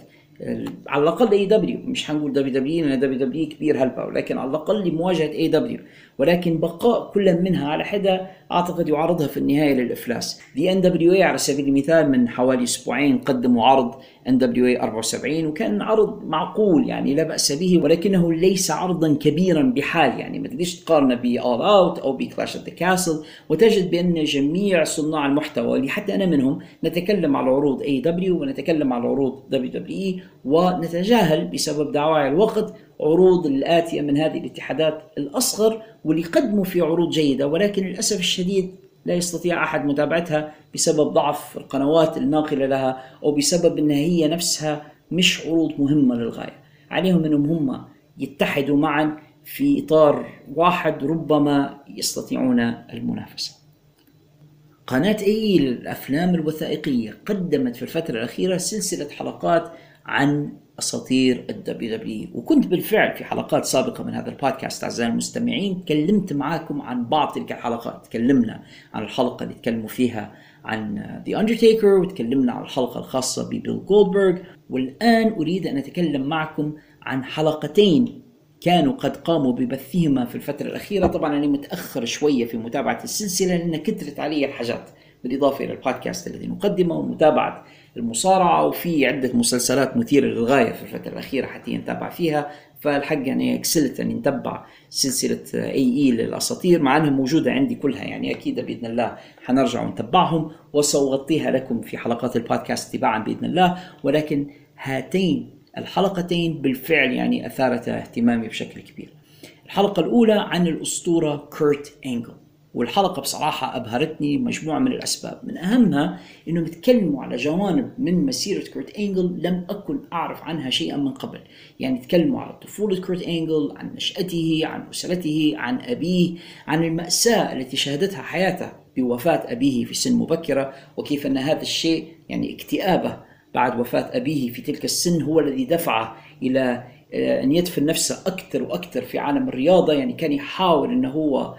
على الأقل AEW. مش هنقول WWE لأن WWE كبير هلبة، ولكن على الأقل لمواجهة AEW، ولكن بقاء كل منها على حدة أعتقد يعرضها في النهاية للإفلاس. The NWA على سبيل المثال من حوالي أسبوعين قدموا عرض NWA 74 وكان عرض معقول يعني لا بأس به، ولكنه ليس عرضا كبيرا بحال، يعني ما تقدرش تقارنه ب All Out أو ب Clash at the Castle. وتجد بأن جميع صناع المحتوى اللي حتى أنا منهم نتكلم على عروض AEW ونتكلم على عروض WWE، ونتجاهل بسبب دعاوى الوقت عروض الآتية من هذه الاتحادات الأصغر واللي قدموا في عروض جيدة، ولكن للأسف الشديد لا يستطيع أحد متابعتها بسبب ضعف القنوات الناقلة لها أو بسبب أنها هي نفسها مش عروض مهمة للغاية. عليهم أنهم هم يتحدوا معا في إطار واحد ربما يستطيعون المنافسة. قناة AE للأفلام الوثائقية قدمت في الفترة الأخيرة سلسلة حلقات عن أساطير WWE، وكنت بالفعل في حلقات سابقة من هذا البودكاست أعزائي المستمعين تكلمت معاكم عن بعض تلك الحلقات. تكلمنا عن الحلقة اللي تكلموا فيها عن The Undertaker، وتكلمنا عن الحلقة الخاصة ببيل جولدبرغ، والآن أريد أن أتكلم معكم عن حلقتين كانوا قد قاموا ببثهما في الفترة الأخيرة. طبعا أنا متأخر شوية في متابعة السلسلة لأن كثرت علي الحاجات، بالإضافة إلى البودكاست الذي نقدمه ومتابعة المصارعة، وفي عدة مسلسلات مثيرة للغاية في الفترة الأخيرة حتى نتابع فيها. فالحق يعني اكسلت أن نتبع سلسلة AE للأساطير مع أنها موجودة عندي كلها، يعني أكيد بإذن الله حنرجع ونتبعهم وسأغطيها لكم في حلقات البودكاست تباعا بإذن الله. ولكن هاتين الحلقتين بالفعل يعني أثارت اهتمامي بشكل كبير. الحلقة الأولى عن الأسطورة كورت أنجل. والحلقة بصراحة أبهرتني مجموعة من الأسباب، من أهمها أنهم يتكلموا على جوانب من مسيرة كورت أنجل لم أكن أعرف عنها شيئا من قبل. يعني يتكلموا على طفولة كورت أنجل، عن نشأته، عن أسرته، عن أبيه، عن المأساة التي شهدتها حياته بوفاة أبيه في سن مبكرة، وكيف أن هذا الشيء يعني اكتئابه بعد وفاة أبيه في تلك السن هو الذي دفعه إلى أن يدفن نفسه أكثر وأكثر في عالم الرياضة. يعني كان يحاول أنه هو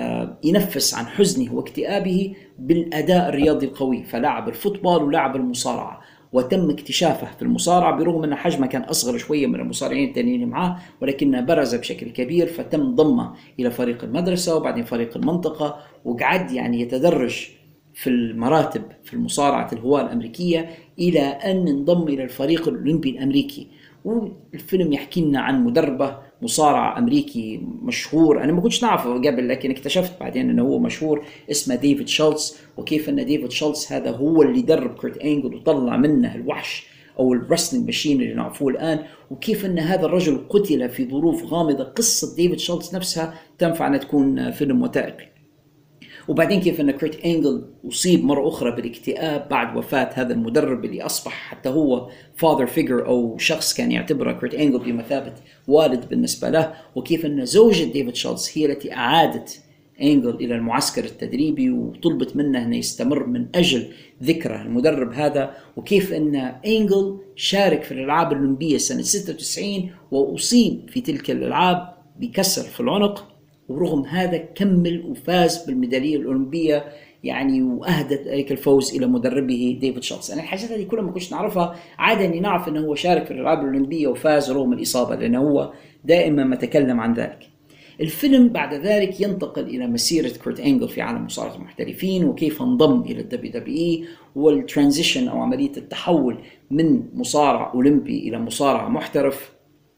ينفس عن حزنه واكتئابه بالأداء الرياضي القوي، فلعب الفوتبول ولعب المصارعة، وتم اكتشافه في المصارعة برغم أن حجمه كان أصغر شوية من المصارعين التانيين معه، ولكنه برز بشكل كبير، فتم ضمه إلى فريق المدرسة وبعدين فريق المنطقة، وقعد يعني يتدرج في المراتب في المصارعة الهواة الأمريكية إلى أن انضم إلى الفريق الأولمبي الأمريكي. والفيلم يحكي لنا عن مدربه مصارع أمريكي مشهور، أنا ما كنتش نعرفه قبل لكن اكتشفت بعدين أنه هو مشهور، اسمه ديفيد شولتز، وكيف أن ديفيد شولتز هذا هو اللي درب كورت أنجل وطلع منه الوحش أو الرسلينج ماشين اللي نعرفوه الآن، وكيف أن هذا الرجل قتل في ظروف غامضة. قصة ديفيد شولتز نفسها تنفع أن تكون فيلم وثائقي. وبعدين كيف أن كورت أنجل أصيب مرة أخرى بالاكتئاب بعد وفاة هذا المدرب اللي أصبح حتى هو father figure أو شخص كان يعتبره كورت أنجل بمثابة والد بالنسبة له، وكيف أن زوجة ديفيد شولتز هي التي أعادت أنجل إلى المعسكر التدريبي وطلبت منه أن يستمر من أجل ذكرى المدرب هذا، وكيف أن أنجل شارك في الألعاب الأولمبية سنة 96 وأصيب في تلك الألعاب بكسر في العنق، ورغم هذا كمل وفاز بالميدالية الأولمبية يعني، وأهدت ذلك الفوز إلى مدربه ديفيد شولتز. أنا الحاجات هذه كلها ما كنتش نعرفها، عادة أني نعرف أنه هو شارك في الألعاب الأولمبية وفاز رغم الإصابة لأنه هو دائما ما تكلم عن ذلك. الفيلم بعد ذلك ينتقل إلى مسيرة كورت أنجل في عالم مصارعة المحترفين، وكيف انضم إلى WWE والترانزيشن أو عملية التحول من مصارع أولمبي إلى مصارع محترف،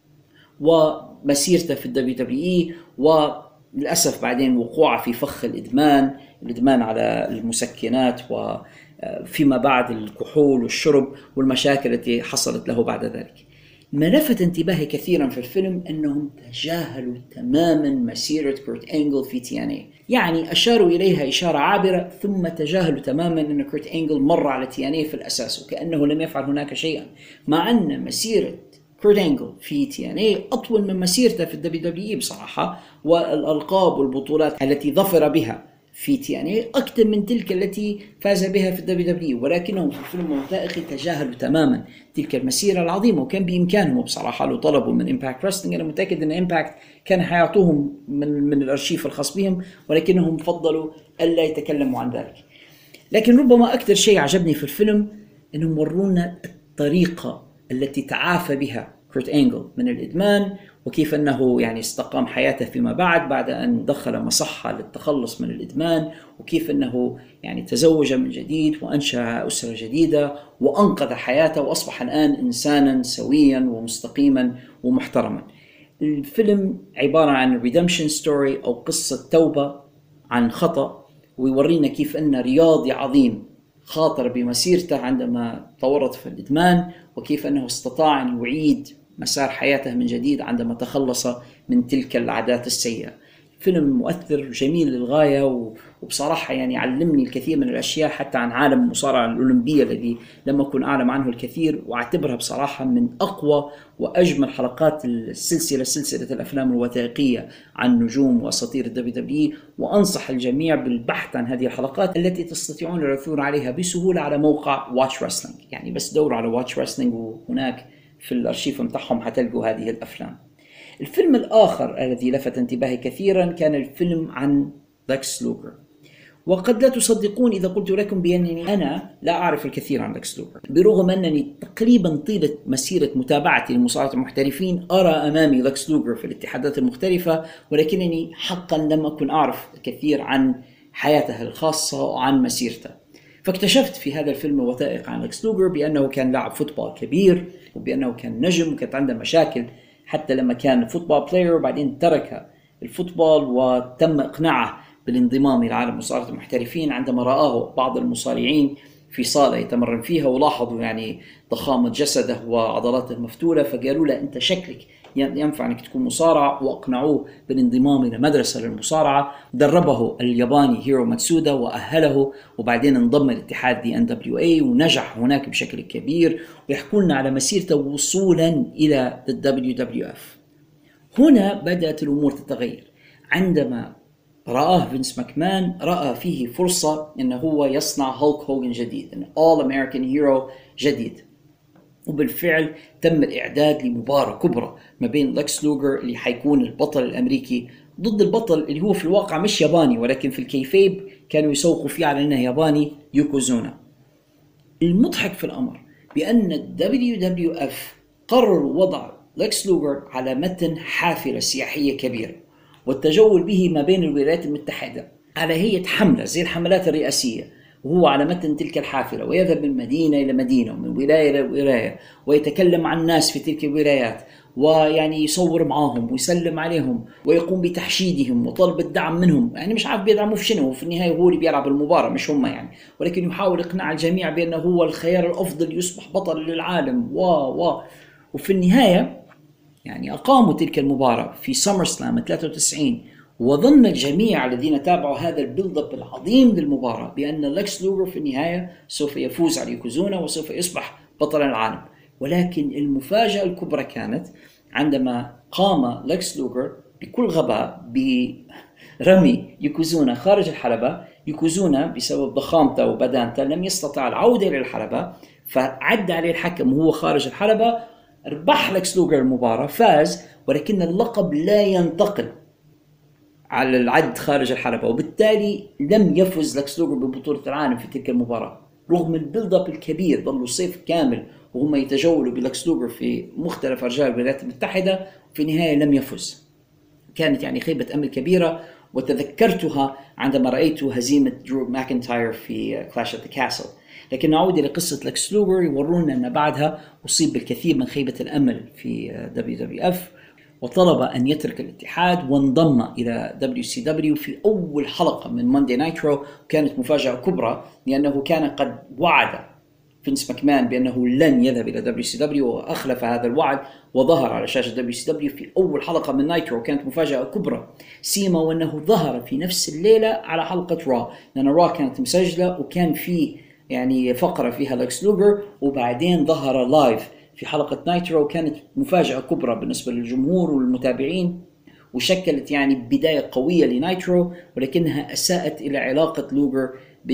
ومسيرته في WWE، وللأسف بعدين وقوعه في فخ الإدمان على المسكنات وفيما بعد الكحول والشرب والمشاكل التي حصلت له بعد ذلك. ما لفت انتباهي كثيرا في الفيلم أنهم تجاهلوا تماما مسيرة كورت أنجل في TNA، يعني أشاروا إليها إشارة عابرة ثم تجاهلوا تماما أن كورت أنجل مر على TNA في الأساس وكأنه لم يفعل هناك شيئا، مع أن مسيرة كورت أنجل في TNA أطول من مسيرته في WWE بصراحة، والألقاب والبطولات التي ظفر بها في TNA أكثر من تلك التي فاز بها في WWE، ولكنهم في الفيلم الوثائقي تجاهلوا تماما تلك المسيرة العظيمة، وكان بإمكانهم بصراحة لو طلبوا من Impact Wrestling. أنا متأكد أن Impact كان حيعطوهم من الأرشيف الخاص بهم، ولكنهم فضلوا ألا يتكلموا عن ذلك. لكن ربما أكثر شيء عجبني في الفيلم أنهم ورونا الطريقة التي تعافى بها كورت أنجل من الإدمان، وكيف أنه يعني استقام حياته فيما بعد أن دخل مصحة للتخلص من الإدمان، وكيف أنه يعني تزوج من جديد وأنشأ أسرة جديدة وأنقذ حياته وأصبح الآن إنسانا سويا ومستقيما ومحترما. الفيلم عبارة عن redemption story أو قصة توبة عن خطأ، ويورينا كيف أن رياضي عظيم خاطر بمسيرته عندما تورط في الإدمان، وكيف أنه استطاع أن يعيد مسار حياته من جديد عندما تخلص من تلك العادات السيئة. فيلم مؤثر جميل للغاية، وبصراحة يعني علمني الكثير من الأشياء حتى عن عالم المصارعة الأولمبية الذي لم أكن أعلم عنه الكثير، وأعتبرها بصراحة من أقوى وأجمل حلقات سلسلة الأفلام الوثائقية عن نجوم وأساطير WWE. وأنصح الجميع بالبحث عن هذه الحلقات التي تستطيعون العثور عليها بسهولة على موقع Watch Wrestling، يعني بس دوروا على Watch Wrestling وهناك في الأرشيف متاعهم حتلقوا هذه الأفلام. الفيلم الآخر الذي لفت انتباهي كثيرا كان الفيلم عن لكس لوغر، وقد لا تصدقون إذا قلت لكم بأنني أنا لا أعرف الكثير عن لكس لوغر، برغم أنني تقريبا طيلة مسيرة متابعتي لمصارعة المحترفين أرى أمامي لكس لوغر في الاتحادات المختلفة، ولكنني حقا لم أكن أعرف الكثير عن حياته الخاصة وعن مسيرته. فاكتشفت في هذا الفيلم الوثائق عن لكس لوغر بأنه كان لاعب فوتبول كبير، وبأنه كان نجم، وكانت عنده مشاكل حتى لما كان فوتبول بلاير، وبعدين ترك الفوتبول وتم إقناعه بالانضمام إلى عالم مصارعة المحترفين عندما رآه بعض المصارعين في صالة يتمرن فيها ولاحظوا يعني ضخامة جسده وعضلاته المفتولة، فقالوا له أنت شكلك ينفع أنك تكون مصارع، وأقنعوه بالانضمام إلى مدرسة للمصارعة. دربه الياباني هيرو ماتسودا وأهله، وبعدين انضم لاتحاد دي NWA ونجح هناك بشكل كبير، ويحكون على مسيرته وصولا إلى WWF. هنا بدأت الأمور تتغير عندما رآه فينس ماكمان، رأى فيه فرصة أنه هو يصنع هولك هوغن جديد، أن All American Hero جديد. وبالفعل تم الإعداد لمباراة كبرى ما بين لكس لوغر اللي حيكون البطل الأمريكي ضد البطل اللي هو في الواقع مش ياباني، ولكن في الكيفيب كانوا يسوقوا فيه على أنه ياباني، يوكوزونا. المضحك في الأمر بأن WWF قرروا وضع لكس لوغر على متن حافلة سياحية كبيرة والتجول به ما بين الولايات المتحدة على هيئة حملة زي الحملات الرئاسية، وهو على متن تلك الحافلة، ويذهب من مدينة إلى مدينة ومن ولاية إلى ولاية ويتكلم عن الناس في تلك الولايات، ويعني يصور معاهم ويسلم عليهم ويقوم بتحشيدهم وطلب الدعم منهم. يعني مش عارف بيدعموا في شنو، وفي النهاية هو اللي بيلعب المباراة مش هم يعني، ولكن يحاول إقناع الجميع بأنه هو الخيار الأفضل يصبح بطل للعالم وفي النهاية يعني أقاموا تلك المباراة في سمر سلام 93، وظن الجميع الذين تابعوا هذا البيلد اب العظيم للمباراة بأن لكس لوغر في النهاية سوف يفوز على يوكوزونا وسوف يصبح بطل العالم. ولكن المفاجأة الكبرى كانت عندما قام لكس لوغر بكل غباء برمي يوكوزونا خارج الحلبة. يوكوزونا بسبب ضخامته وبدانته لم يستطع العودة إلى الحلبة، فعد عليه الحكم وهو خارج الحلبة، ربح لكس لوغر المباراة، فاز، ولكن اللقب لا ينتقل على العد خارج الحلبة، وبالتالي لم يفز لكس لوغر ببطولة العالم في تلك المباراة رغم البيلد اب الكبير. ظلوا صيف كامل وهم يتجولوا بلكس لوغر في مختلف أرجاء الولايات المتحدة، وفي النهاية لم يفز. كانت يعني خيبة أمل كبيرة، وتذكرتها عندما رأيت هزيمة درو ماكنتاير في كلاش ات ذا كاسل. لكن نعود إلى قصة لكس لوغر، يورونا أن بعدها أصيب بالكثير من خيبة الأمل في WWF، وطلب أن يترك الاتحاد وانضم إلى WCW في أول حلقة من ماندي نايترو. كانت مفاجأة كبرى لأنه كان قد وعد فينس ماكمان بأنه لن يذهب إلى WCW، وأخلف هذا الوعد وظهر على شاشة WCW في أول حلقة من نايترو. كانت مفاجأة كبرى سيما وأنه ظهر في نفس الليلة على حلقة را، لأن را كانت مسجلة وكان فيه يعني فقرة فيها لكس لوغر، وبعدين ظهر لايف في حلقة نايترو. كانت مفاجأة كبرى بالنسبة للجمهور والمتابعين، وشكلت يعني بداية قوية لنايترو، ولكنها أساءت إلى علاقة لوغر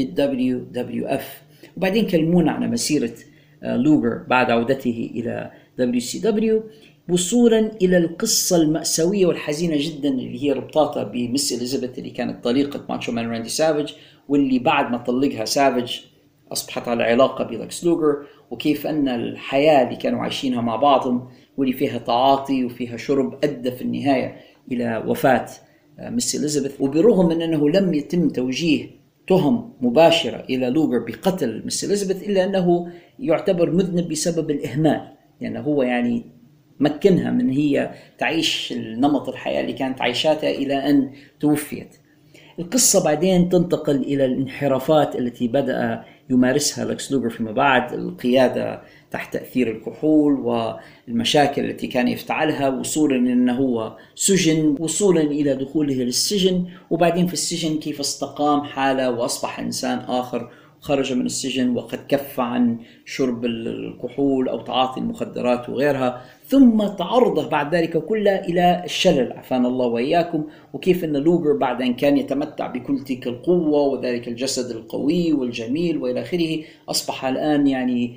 بالWWF. وبعدين كلمونا عن مسيرة لوغر بعد عودته إلى WCW، وصولا إلى القصة المأساوية والحزينة جدا اللي هي ربطاتها بميس إليزابيث اللي كانت طليقة ماتشو مان راندي سافيج، واللي بعد ما طلقها سافيج أصبحت على علاقة بلكس لوغر، وكيف أن الحياة اللي كانوا عايشينها مع بعضهم واللي فيها تعاطي وفيها شرب أدى في النهاية إلى وفاة ميس إليزابيث. وبرغم من أنه لم يتم توجيه تهم مباشرة إلى لوغر بقتل ميس إليزابيث، إلا أنه يعتبر مذنب بسبب الإهمال، لأنه هو يعني مكنها من هي تعيش النمط الحياة اللي كانت عايشاتها إلى أن توفيت. القصة بعدين تنتقل إلى الانحرافات التي بدأ يمارسها لكس لوغر فيما بعد، القيادة تحت تأثير الكحول والمشاكل التي كان يفتعلها، وصولا إلى أنه هو سجن، وصولا إلى دخوله للسجن، وبعدين في السجن كيف استقام حاله وأصبح إنسان آخر، خرج من السجن وقد كف عن شرب الكحول أو تعاطي المخدرات وغيرها، ثم تعرضه بعد ذلك كله إلى الشلل عافانا الله وإياكم. وكيف أن لوغر بعد أن كان يتمتع بكل تلك القوة وذلك الجسد القوي والجميل وإلى آخره، أصبح الآن يعني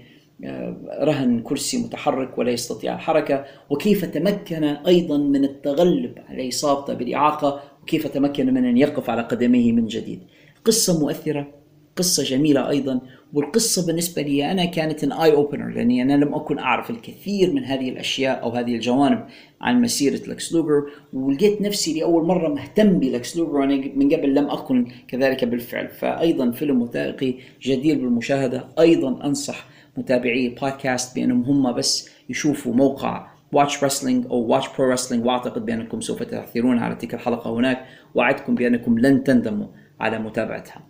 رهن كرسي متحرك ولا يستطيع الحركة، وكيف تمكن أيضا من التغلب على إصابته بالإعاقة، وكيف تمكن من أن يقف على قدميه من جديد. قصة مؤثرة، قصة جميلة أيضا. والقصة بالنسبة لي أنا كانت an eye opener، لأني أنا لم أكن أعرف الكثير من هذه الأشياء أو هذه الجوانب عن مسيرة لكس لوغر، ولقيت نفسي لأول مرة مهتم بلكس لوغر وأنا من قبل لم أكن كذلك بالفعل. فأيضا فيلم وثائقي جدير بالمشاهدة. أيضا أنصح متابعي بودكاست بأنهم هم بس يشوفوا موقع Watch Wrestling أو Watch Pro Wrestling، وأعتقد بأنكم سوف تأثرون على تلك الحلقة هناك، وأعدكم بأنكم لن تندموا على متابعتها.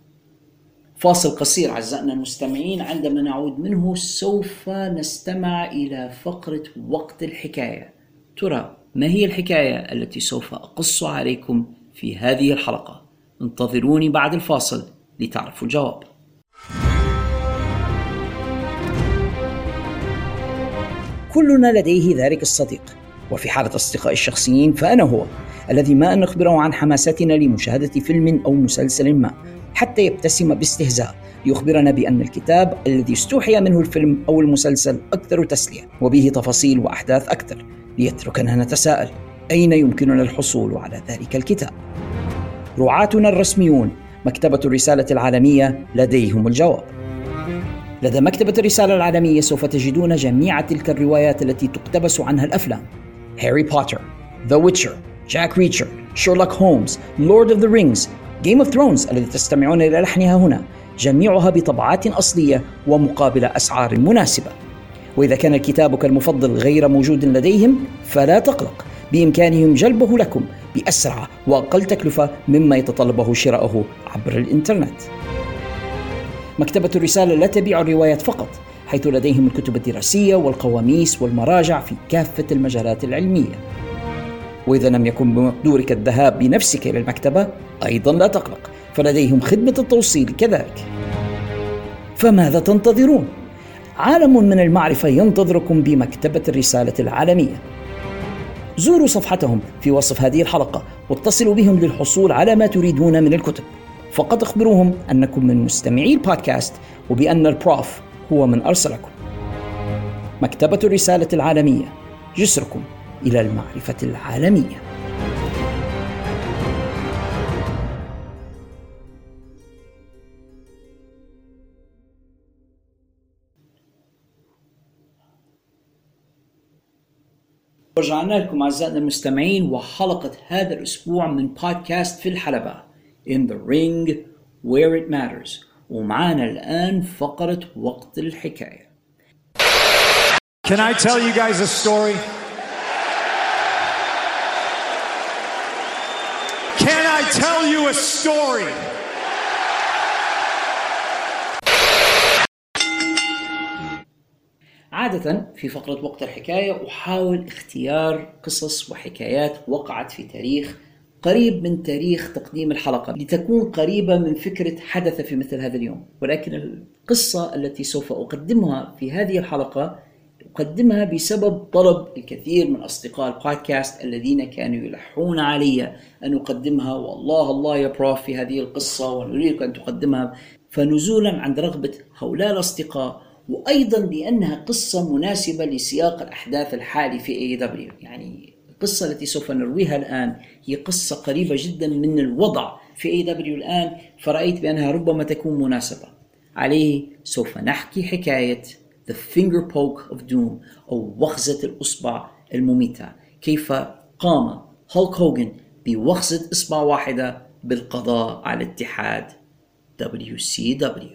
فاصل قصير أعزائنا المستمعين، عندما نعود منه سوف نستمع إلى فقرة وقت الحكاية. ترى ما هي الحكاية التي سوف أقص عليكم في هذه الحلقة؟ انتظروني بعد الفاصل لتعرفوا الجواب. كلنا لديه ذلك الصديق، وفي حالة أصدقائي الشخصيين فأنا هو الذي ما أن نخبره عن حماستنا لمشاهدة فيلم أو مسلسل ما حتى يبتسم باستهزاء ليخبرنا بأن الكتاب الذي استوحي منه الفيلم أو المسلسل أكثر تسلية وبه تفاصيل وأحداث أكثر، ليتركنا نتساءل أين يمكننا الحصول على ذلك الكتاب. رعاتنا الرسميون مكتبة الرسالة العالمية لديهم الجواب. لدى مكتبة الرسالة العالمية سوف تجدون جميع تلك الروايات التي تقتبس عنها الأفلام: هاري بوتر، ذا ويتشر، جاك ريتشر، شيرلوك هولمز، لورد اوف ذا رينجز، جيم اوف ثرونز الذي تستمعون إلى لحنها هنا، جميعها بطبعات أصلية ومقابل أسعار مناسبة. وإذا كان كتابك المفضل غير موجود لديهم فلا تقلق، بإمكانهم جلبه لكم بأسرع وأقل تكلفة مما يتطلبه شراؤه عبر الإنترنت. مكتبة الرسالة لا تبيع الروايات فقط، حيث لديهم الكتب الدراسية والقواميس والمراجع في كافة المجالات العلمية. وإذا لم يكن بمقدورك الذهاب بنفسك إلى المكتبة أيضا لا تقلق، فلديهم خدمة التوصيل كذلك. فماذا تنتظرون؟ عالم من المعرفة ينتظركم بمكتبة الرسالة العالمية. زوروا صفحتهم في وصف هذه الحلقة واتصلوا بهم للحصول على ما تريدون من الكتب. فقط اخبروهم أنكم من مستمعي البودكاست وبأن البروف هو من أرسلكم. مكتبة الرسالة العالمية، جسركم إلى المعرفة العالمية. رجعنا لكم أعزائنا المستمعين وحلقة هذا الأسبوع من بودكاست في الحلبة In the Ring Where It Matters، ومعانا الآن فقرة وقت الحكاية. Can I tell you guys a story? Can I tell you a story? عادة في فقرة وقت الحكاية أحاول اختيار قصص وحكايات وقعت في تاريخ قريب من تاريخ تقديم الحلقة لتكون قريبة من فكرة حدث في مثل هذا اليوم. ولكن القصة التي سوف أقدمها في هذه الحلقة أقدمها بسبب طلب الكثير من أصدقاء البودكاست الذين كانوا يلحون علي أن أقدمها، والله الله يا بروف في هذه القصة ونريدك أن تقدمها. فنزولا عند رغبة هؤلاء الأصدقاء، وأيضا لأنها قصة مناسبة لسياق الأحداث الحالي في AEW، يعني القصة التي سوف نرويها الآن هي قصة قريبة جدا من الوضع في AEW الآن، فرأيت بأنها ربما تكون مناسبة. عليه سوف نحكي حكاية The Finger Poke of Doom أو وخزة الأصبع المميتة، كيف قام هولك هوغن بوخزة إصبع واحدة بالقضاء على اتحاد WCW.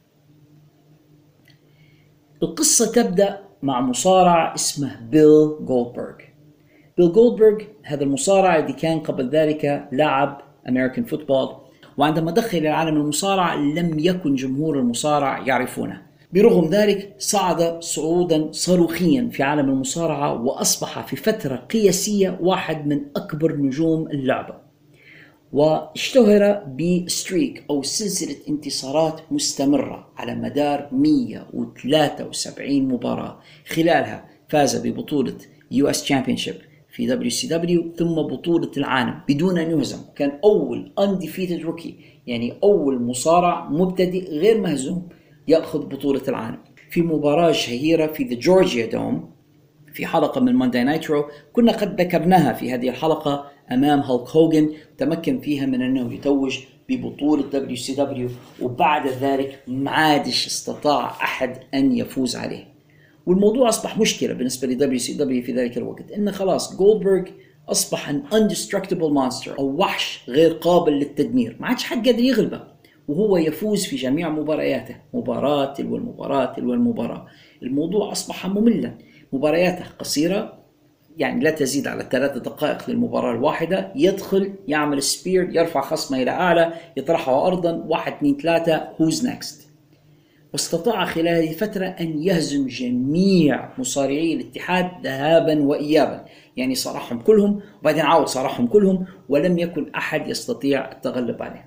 القصة تبدأ مع مصارع اسمه بيل جولدبرغ. بيل جولدبرغ هذا المصارع الذي كان قبل ذلك لاعب أمريكان فوتبول، وعندما دخل إلى عالم المصارعة لم يكن جمهور المصارعة يعرفونه. برغم ذلك صعد صعودا صاروخيا في عالم المصارعة، وأصبح في فترة قياسية واحد من أكبر نجوم اللعبة، واشتهر بستريك أو سلسلة انتصارات مستمرة على مدار 173 مباراة. خلالها فاز ببطولة US Championship في WCW ثم بطولة العالم بدون أن يهزم. كان أول undefeated rookie، يعني أول مصارع مبتدئ غير مهزوم يأخذ بطولة العالم. في مباراة شهيرة في The Georgia Dome في حلقة من Monday Nitro كنا قد ذكرناها في هذه الحلقة أمام هولك هوغن، تمكن فيها من أنه يتوج ببطولة WCW، وبعد ذلك معادش استطاع أحد أن يفوز عليه. والموضوع أصبح مشكلة بالنسبة ل WCW في ذلك الوقت، إن خلاص جولدبرغ أصبح an indestructible monster أو وحش غير قابل للتدمير، ما عادش حد قادر يغلبه، وهو يفوز في جميع مبارياته، مباراة تلو المباراة تلو المباراة. الموضوع أصبح مملا، مبارياته قصيرة، يعني لا تزيد على 3 دقائق للمباراة الواحدة. يدخل يعمل سبير، يرفع خصمه إلى أعلى، يطرحه أرضا، 1 2 3 who's next. واستطاع خلال هذه الفترة أن يهزم جميع مصارعي الاتحاد ذهابا وإيابا، يعني صارحهم كلهم وبعدين عاود صارحهم كلهم، ولم يكن أحد يستطيع التغلب عليه.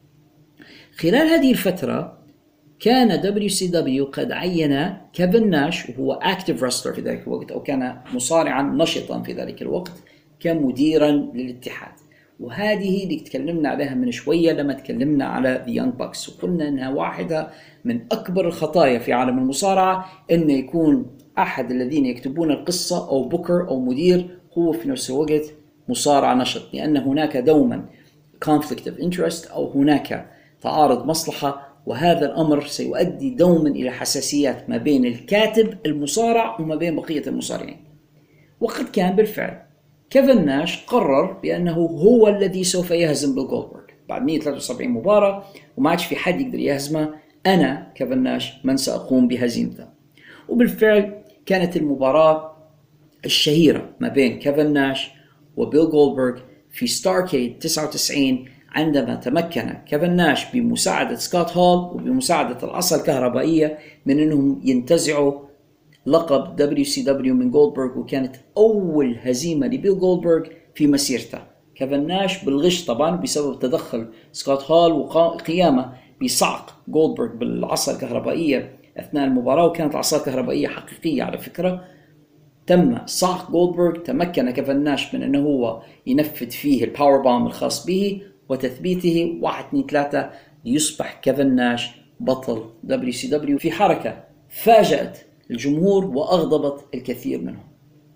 خلال هذه الفترة كان WCW قد عين كيفن ناش، وهو active wrestler في ذلك الوقت، أو كان مصارعا نشطا في ذلك الوقت، كمديرا للاتحاد. وهذه اللي تكلمنا عليها من شوية لما تكلمنا على The Young Bucks، وقلنا أنها واحدة من أكبر الخطايا في عالم المصارعة، أن يكون أحد الذين يكتبون القصة أو بوكر أو مدير هو في نفس الوقت مصارع نشط، لأن هناك دوما conflict of interest أو هناك تعارض مصلحة، وهذا الأمر سيؤدي دوما إلى حساسيات ما بين الكاتب المصارع وما بين بقية المصارعين. وقد كان بالفعل كيفن ناش قرر بأنه هو الذي سوف يهزم بيل جولدبرغ بعد 173 مباراة، وما عادش في حد يقدر يهزمه، أنا كيفن ناش من سأقوم بهزيمته. وبالفعل كانت المباراة الشهيرة ما بين كيفن ناش وبيل جولدبرغ في ستاركيد 99، عندما تمكن كيفن ناش بمساعدة سكوت هول وبمساعدة العصا الكهربائية من أنهم ينتزعوا لقب WCW من جولدبرغ، وكانت أول هزيمة لبيل جولدبرغ في مسيرته. كيفن ناش بالغش طبعا بسبب تدخل سكوت هول وقيامه بصعق جولدبرغ بالعصا الكهربائية أثناء المباراة، وكانت عصا كهربائية حقيقية على فكرة. تم صعق جولدبرغ، تمكن كيفن ناش من أنه هو ينفذ فيه الباور بوم الخاص به وتثبيته 1 2 3 ليصبح كيفن ناش بطل WCW في حركة فاجأت الجمهور وأغضبت الكثير منهم.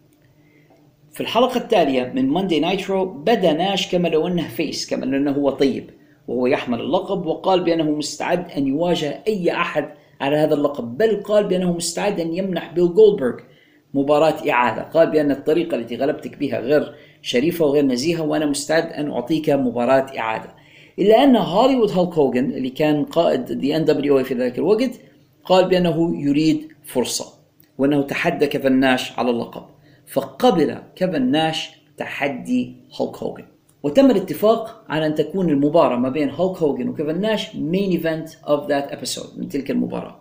في الحلقة التالية من ماندي نايترو بدأ ناش كما لو أنه فيس، كما لو أنه هو طيب وهو يحمل اللقب، وقال بأنه مستعد أن يواجه أي أحد على هذا اللقب، بل قال بأنه مستعد أن يمنح بيل جولدبرغ مباراة إعادة. قال بأن الطريقة التي غلبتك بها غير شريفة وغير نزيهة، وأنا مستعد أن أعطيك مباراة إعادة. إلا أن هوليوود هالك هوغن اللي كان قائد NWA في ذلك الوقت قال بأنه يريد فرصة، وأنه تحدى كيفن ناش على اللقب، فقبل كيفن ناش تحدي هالك هوغن، وتم الاتفاق على أن تكون المباراة ما بين هالك هوغن وكيفن ناش main event of that episode من تلك المباراة.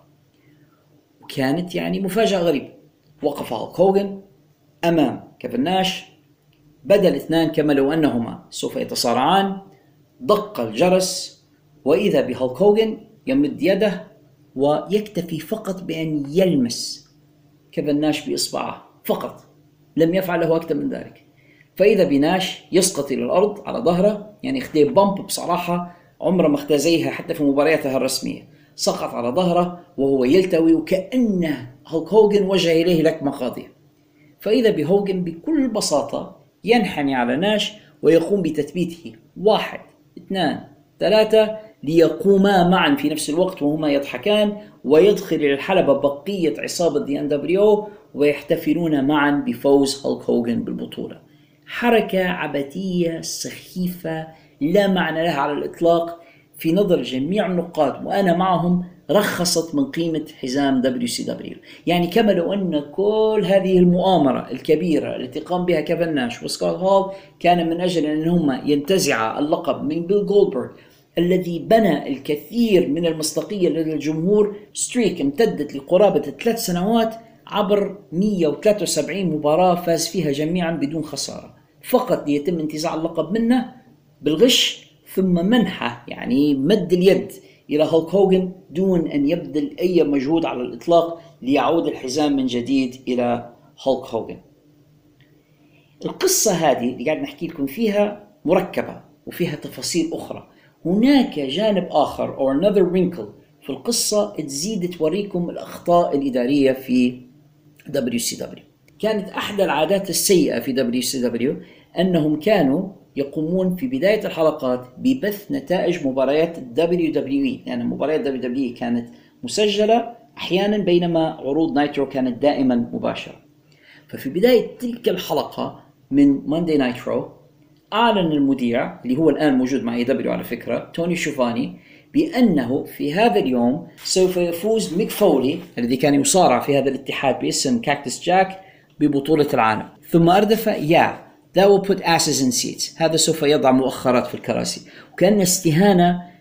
وكانت يعني مفاجأة غريبة، وقف هالك هوغن أمام كيفن ناش، بدأ الاثنان كما لو أنهما سوف يتصارعان، دق الجرس، وإذا بهالك هوغن يمد يده ويكتفي فقط بأن يلمس كيفن ناش بإصبعه فقط، لم يفعل له أكثر من ذلك. فإذا بناش يسقط إلى الأرض على ظهره، يعني اخذ بامب بصراحة عمره ما اخذ زيها حتى في مبارياتها الرسمية، سقط على ظهره وهو يلتوي وكأنه هالك هوغن وجه إليه لكمة قاضية. فإذا بهوغن بكل بساطة ينحني على ناش ويقوم بتثبيته 1 2 3 ليقوما معا في نفس الوقت وهما يضحكان، ويدخل إلى الحلبة بقية عصابة NWO ويحتفلون معا بفوز هالك هوغن بالبطولة. حركة عبثية سخيفة لا معنى لها على الإطلاق في نظر جميع النقاد، وأنا معهم، رخصت من قيمة حزام WCW. يعني كما لو أن كل هذه المؤامرة الكبيرة التي قام بها كيفن ناش وسكوت هول كان من أجل أن هم ينتزع اللقب من بيل جولدبرغ الذي بنى الكثير من المصداقية لدى الجمهور. ستريك امتدت لقرابة 3 سنوات عبر 173 مباراة فاز فيها جميعا بدون خسارة، فقط ليتم انتزاع اللقب منه بالغش ثم منحه، يعني مد اليد إلى هالك هوغن دون أن يبذل أي مجهود على الإطلاق ليعود الحزام من جديد إلى هالك هوغن. القصة هذه اللي قاعد نحكي لكم فيها مركبة وفيها تفاصيل أخرى. هناك جانب آخر or another wrinkle في القصة تزيد توريكم الأخطاء الإدارية في WCW. كانت أحد العادات السيئة في WCW أنهم كانوا يقومون في بداية الحلقات ببث نتائج مباريات WWE، لأن مباريات WWE كانت مسجلة أحيانا بينما عروض نايترو كانت دائما مباشرة. ففي بداية تلك الحلقة من ماندي نايترو أعلن المذيع اللي هو الآن موجود مع AEW على فكرة، توني شوفاني، بأنه في هذا اليوم سوف يفوز ميك فولي الذي كان يصارع في هذا الاتحاد باسم كاكتس جاك ببطولة العالم. ثم أردف that will put asses in seats، هذا سوف يضع مؤخرات في الكراسي، وكأن استهانة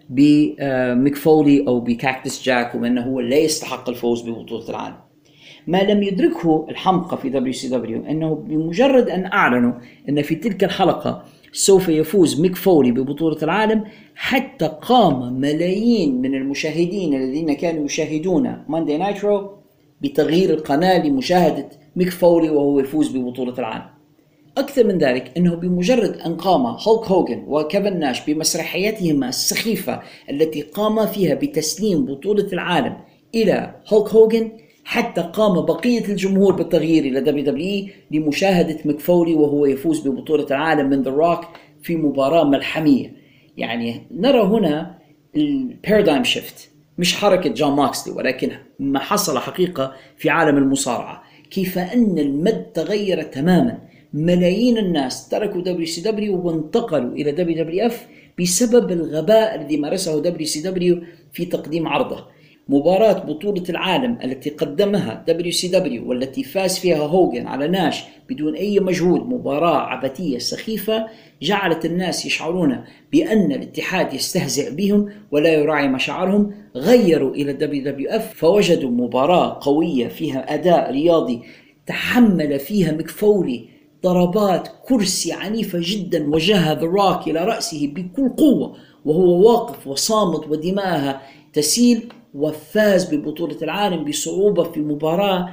بميك فولي أو بكاكتس جاك، وأنه هو لا يستحق الفوز ببطولة العالم. ما لم يدركه الحمقى في WCW أنه بمجرد أن أعلنوا أن في تلك الحلقة سوف يفوز ميك فولي ببطولة العالم، حتى قام ملايين من المشاهدين الذين كانوا يشاهدون ماندي نايترو بتغيير القناة لمشاهدة ميك فولي وهو يفوز ببطولة العالم. أكثر من ذلك أنه بمجرد أن قام هولك هوغن وكيفن ناش بمسرحياتهما السخيفة التي قام فيها بتسليم بطولة العالم إلى هولك هوغن، حتى قام بقية الجمهور بالتغيير إلى WWE لمشاهدة ميك فولي وهو يفوز ببطولة العالم من ذا روك في مباراة ملحمية. يعني نرى هنا البارادايم شيفت، مش حركة جون ماكسلي، ولكن ما حصل حقيقة في عالم المصارعة، كيف أن المد تغير تماما. ملايين الناس تركوا WCW وانتقلوا إلى WWF بسبب الغباء الذي مارسه WCW في تقديم عرضه. مباراة بطولة العالم التي قدمها WCW والتي فاز فيها هوغن على ناش بدون أي مجهود، مباراة عبثية سخيفة جعلت الناس يشعرون بأن الاتحاد يستهزئ بهم ولا يراعي مشاعرهم. غيروا إلى WWF فوجدوا مباراة قوية فيها أداء رياضي، تحمل فيها ميك فولي ضربات كرسي عنيفة جدا وجهها ذا روك إلى رأسه بكل قوة وهو واقف وصامت ودماءها تسيل، وفاز ببطولة العالم بصعوبة في مباراة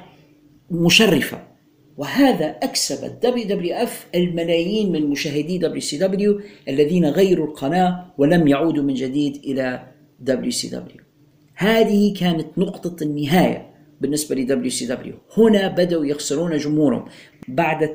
مشرفة. وهذا أكسب WWF الملايين من مشاهدي WCW الذين غيروا القناة ولم يعودوا من جديد إلى WCW. هذه كانت نقطة النهاية بالنسبة ل WCW. هنا بدأوا يخسرون جمهورهم. بعد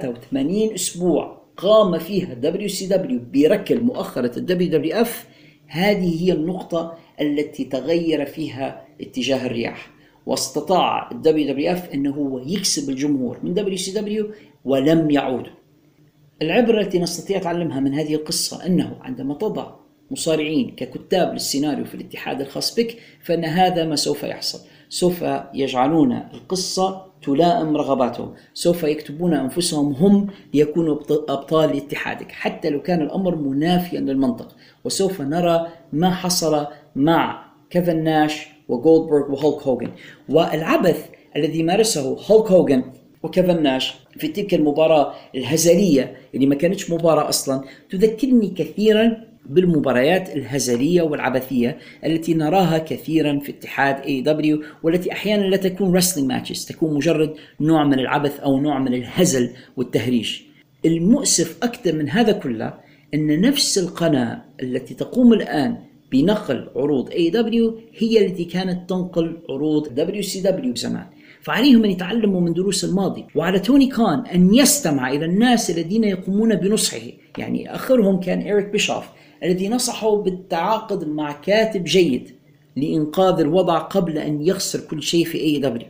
83 أسبوع قام فيها WCW بركل مؤخرة WWF، هذه هي النقطة التي تغير فيها اتجاه الرياح، واستطاع WWF أنه يكسب الجمهور من WCW ولم يعودوا. العبرة التي نستطيع تعلمها من هذه القصة أنه عندما تضع مصارعين ككتاب للسيناريو في الاتحاد الخاص بك، فإن هذا ما سوف يحصل. سوف يجعلون القصة تلائم رغباتهم، سوف يكتبون أنفسهم هم ليكونوا أبطال لاتحادك حتى لو كان الأمر منافيا للمنطق. وسوف نرى ما حصل مع كيفن ناش وجولدبرغ وهولك هوغن، والعبث الذي مارسه هولك هوغن وكيفن ناش في تلك المباراة الهزلية اللي ما كانتش مباراة أصلا، تذكرني كثيرا بالمباريات الهزلية والعبثية التي نراها كثيرا في اتحاد AEW، والتي أحيانا لا تكون wrestling matches، تكون مجرد نوع من العبث أو نوع من الهزل والتهريج. المؤسف أكثر من هذا كله أن نفس القناة التي تقوم الآن بنقل عروض AEW هي التي كانت تنقل عروض WCW زمان، فعليهم أن يتعلموا من دروس الماضي. وعلى توني كان أن يستمع إلى الناس الذين يقومون بنصحه. يعني آخرهم كان إريك بيشوف الذي نصحه بالتعاقد مع كاتب جيد لإنقاذ الوضع قبل أن يخسر كل شيء في AEW.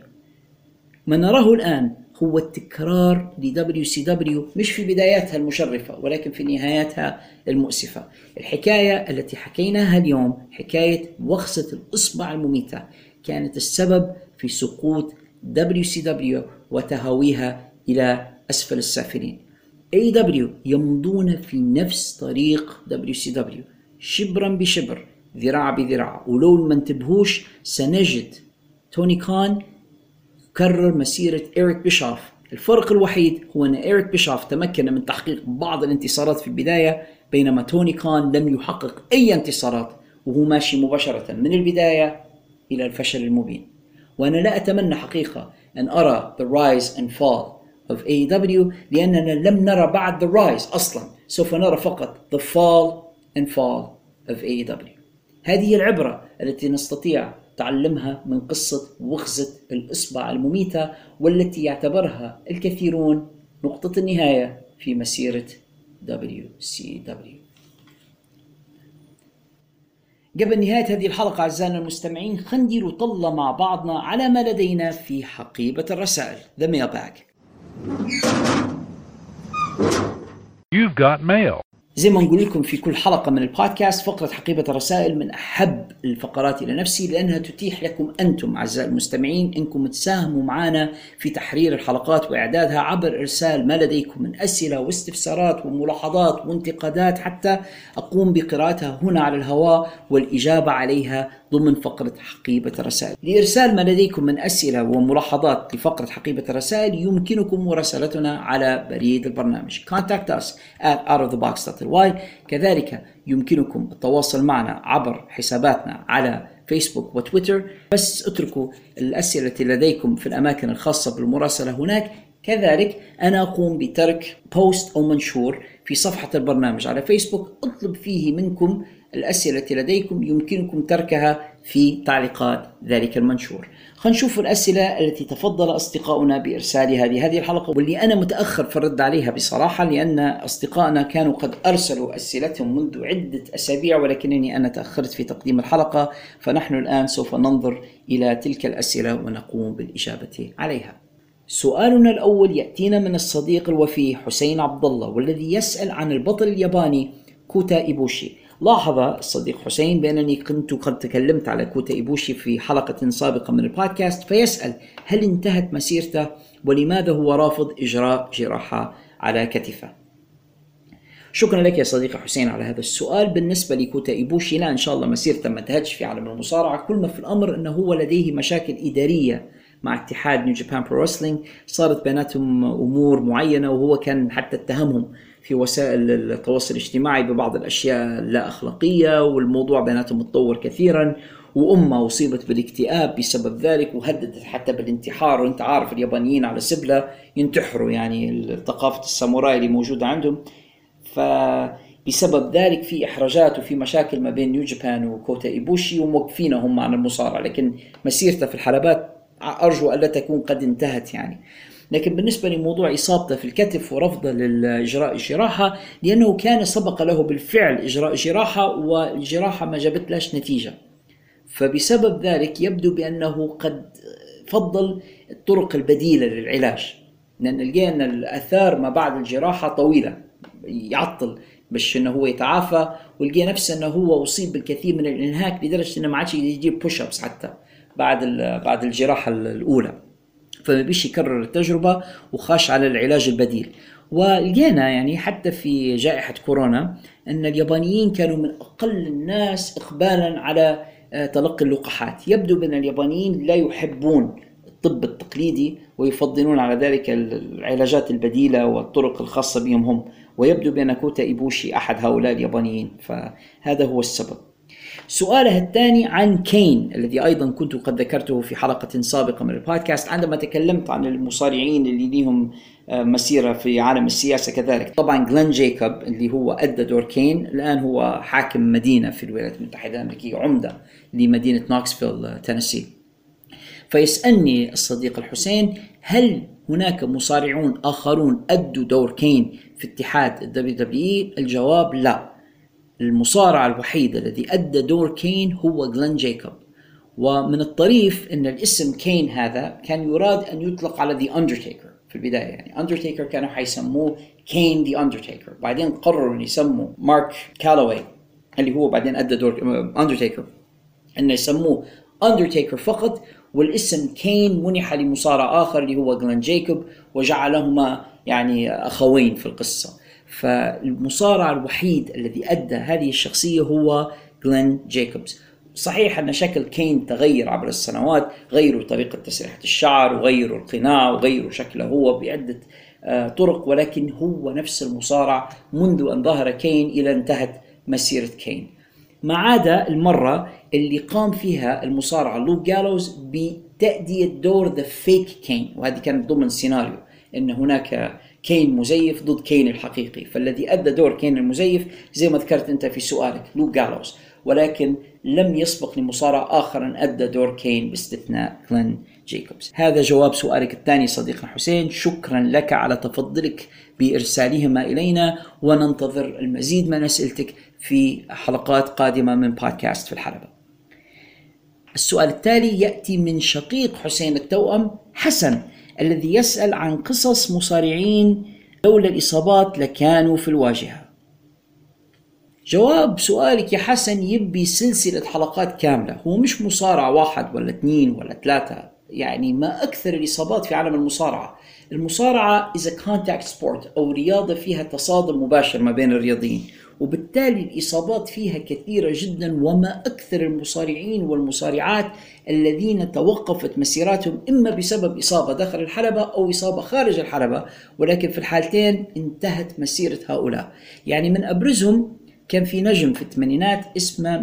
ما نراه الآن هو التكرار ل WCW، مش في بداياتها المشرفة ولكن في نهاياتها المؤسفة. الحكاية التي حكيناها اليوم، حكاية وخزة الإصبع المميتة، كانت السبب في سقوط WCW وتهاويها إلى أسفل السافلين. AEW يمضون في نفس طريق WCW شبرا بشبر، ذراع بذراع، ولو ما انتبهوش سنجد توني كان كرر مسيرة إريك بيشوف. الفرق الوحيد هو أن إريك بيشوف تمكن من تحقيق بعض الانتصارات في البداية، بينما توني كان لم يحقق أي انتصارات، وهو ماشي مباشرة من البداية إلى الفشل المبين. وأنا لا أتمنى حقيقة أن أرى the rise and fall of AEW، لأننا لم نرى بعد the rise أصلا، سوف نرى فقط the fall and fall of AEW. هذه هي العبرة التي نستطيع تعلمها من قصة وخزة الإصبع المميتة، والتي يعتبرها الكثيرون نقطة النهاية في مسيرة WCW. قبل نهاية هذه الحلقة أعزائنا المستمعين، خلينا ندير طلة مع بعضنا على ما لدينا في حقيبة الرسائل The Mailbag. You've got mail. زي ما نقول لكم في كل حلقة من البودكاست، فقرة حقيبة الرسائل من أحب الفقرات إلى نفسي، لأنها تتيح لكم أنتم أعزائي المستمعين أنكم تساهموا معنا في تحرير الحلقات وإعدادها عبر إرسال ما لديكم من أسئلة واستفسارات وملاحظات وانتقادات، حتى أقوم بقراءتها هنا على الهواء والإجابة عليها ضمن فقرة حقيبة الرسائل. لإرسال ما لديكم من أسئلة وملاحظات لفقرة حقيبة الرسائل يمكنكم مراسلتنا على بريد البرنامج contact us at outofthebox.ly. كذلك يمكنكم التواصل معنا عبر حساباتنا على فيسبوك وتويتر، بس اتركوا الأسئلة التي لديكم في الأماكن الخاصة بالمراسلة هناك. كذلك أنا أقوم بترك بوست أو منشور في صفحة البرنامج على فيسبوك أطلب فيه منكم الأسئلة التي لديكم، يمكنكم تركها في تعليقات ذلك المنشور. خلينا نشوف الأسئلة التي تفضل أصدقاؤنا بإرسالها لهذه الحلقة، واللي أنا متأخر في الرد عليها بصراحة، لأن أصدقائنا كانوا قد أرسلوا أسئلتهم منذ عدة أسابيع، ولكنني أنا تأخرت في تقديم الحلقة، فنحن الآن سوف ننظر إلى تلك الأسئلة ونقوم بالإجابة عليها. سؤالنا الأول يأتينا من الصديق الوفي حسين عبد الله، والذي يسأل عن البطل الياباني كوتا إيبوشي. لاحظ الصديق حسين بأنني كنت قد تكلمت على كوتا إيبوشي في حلقة سابقة من البودكاست، فيسأل هل انتهت مسيرته ولماذا هو رافض إجراء جراحة على كتفه. شكرا لك يا صديقي حسين على هذا السؤال. بالنسبة لكوتا إيبوشي، لا إن شاء الله مسيرته ما انتهتش في عالم المصارعة، كل ما في الأمر أنه هو لديه مشاكل إدارية مع اتحاد نيو جابان برو رسلينج، صارت بيناتهم أمور معينة، وهو كان حتى اتهمهم في وسائل التواصل الاجتماعي ببعض الأشياء لا أخلاقية، والموضوع بيناتهم متطور كثيرا، وأمه أصيبت بالاكتئاب بسبب ذلك وهددت حتى بالانتحار. وانت عارف اليابانيين على سبلة ينتحروا، يعني ثقافة الساموراي اللي موجودة عندهم، فبسبب ذلك في إحراجات وفي مشاكل ما بين نيو جابان وكوتا إيبوشي، وموقفينهم عن المصارعة، لكن مسيرته في الحلبات أرجو ألا تكون قد انتهت يعني. لكن بالنسبة لموضوع إصابته في الكتف ورفضه للإجراء الجراحة، لأنه كان سبق له بالفعل إجراء جراحة والجراحة ما جابت لهش نتيجة، فبسبب ذلك يبدو بأنه قد فضل الطرق البديلة للعلاج، لأن لقينا الأثار ما بعد الجراحة طويلة يعطل باش انه هو يتعافى، ولقي نفسه انه هو اصيب بالكثير من الانهاك لدرجه انه ما عادش يجيب بوش ابس حتى بعد الجراحه الاولى، فما بيش يكرر التجربه وخاش على العلاج البديل. ولقينا يعني حتى في جائحه كورونا ان اليابانيين كانوا من اقل الناس اقبالا على تلقي اللقاحات. يبدو بان اليابانيين لا يحبون الطب التقليدي ويفضلون على ذلك العلاجات البديلة والطرق الخاصة بهم هم، ويبدو بأن كوتا إيبوشي أحد هؤلاء اليابانيين، فهذا هو السبب. سؤاله الثاني عن كين، الذي أيضا كنت قد ذكرته في حلقة سابقة من البودكاست عندما تكلمت عن المصارعين اللي لهم مسيرة في عالم السياسة. كذلك طبعا غلين جايكوب اللي هو أدى دور كين، الآن هو حاكم مدينة في الولايات المتحدة الأمريكية، عمدة لمدينة نوكسفيل تينيسي. فيسألني الصديق الحسين هل هناك مصارعون آخرون أدوا دور كين في اتحاد WWE؟ الجواب لا. المصارع الوحيد الذي أدى دور كين هو غلين جايكوب. ومن الطريف أن الاسم كين هذا كان يراد أن يطلق على The Undertaker في البداية، يعني Undertaker كانوا حيسموه كين The Undertaker، بعدين قرروا أن يسموا مارك كالوي اللي هو بعدين أدى دور Undertaker أن يسموه Undertaker فقط، والاسم كين منح لمصارع آخر اللي هو غلين جايكوب، وجعلهما يعني أخوين في القصة. فالمصارع الوحيد الذي أدى هذه الشخصية هو غلين جايكوبز. صحيح أن شكل كين تغير عبر السنوات، غيروا طريقة تسريحة الشعر وغيروا القناع وغيروا شكله هو بعدة طرق، ولكن هو نفس المصارع منذ أن ظهر كين إلى انتهت مسيرة كين، ما عدا المرة اللي قام فيها المصارع لوك جالوز بتأدية دور ذا فيك كين، وهذه كانت ضمن سيناريو إن هناك كين مزيف ضد كين الحقيقي، فالذي أدى دور كين المزيف زي ما ذكرت أنت في سؤالك لوك جالوز، ولكن لم يسبق لمصارع آخر أن أدى دور كين باستثناء غلين جايكوبز. هذا جواب سؤالك الثاني صديقنا حسين، شكرا لك على تفضلك بإرسالهما إلينا، وننتظر المزيد من أسئلتك في حلقات قادمة من بودكاست في الحلبة. السؤال التالي يأتي من شقيق حسين التوأم حسن، الذي يسأل عن قصص مصارعين لولا الإصابات لكانوا في الواجهة. جواب سؤالك يا حسن يبي سلسلة حلقات كاملة. هو مش مصارعة 1 ولا 2 ولا 3، يعني ما أكثر الإصابات في عالم المصارعة. المصارعة is a contact sport أو رياضة فيها تصادم مباشر ما بين الرياضيين، وبالتالي الإصابات فيها كثيرة جدا، وما أكثر المصارعين والمصارعات الذين توقفت مسيراتهم إما بسبب إصابة داخل الحلبة أو إصابة خارج الحلبة، ولكن في الحالتين انتهت مسيرة هؤلاء. يعني من أبرزهم كان في نجم في الثمانينات اسمه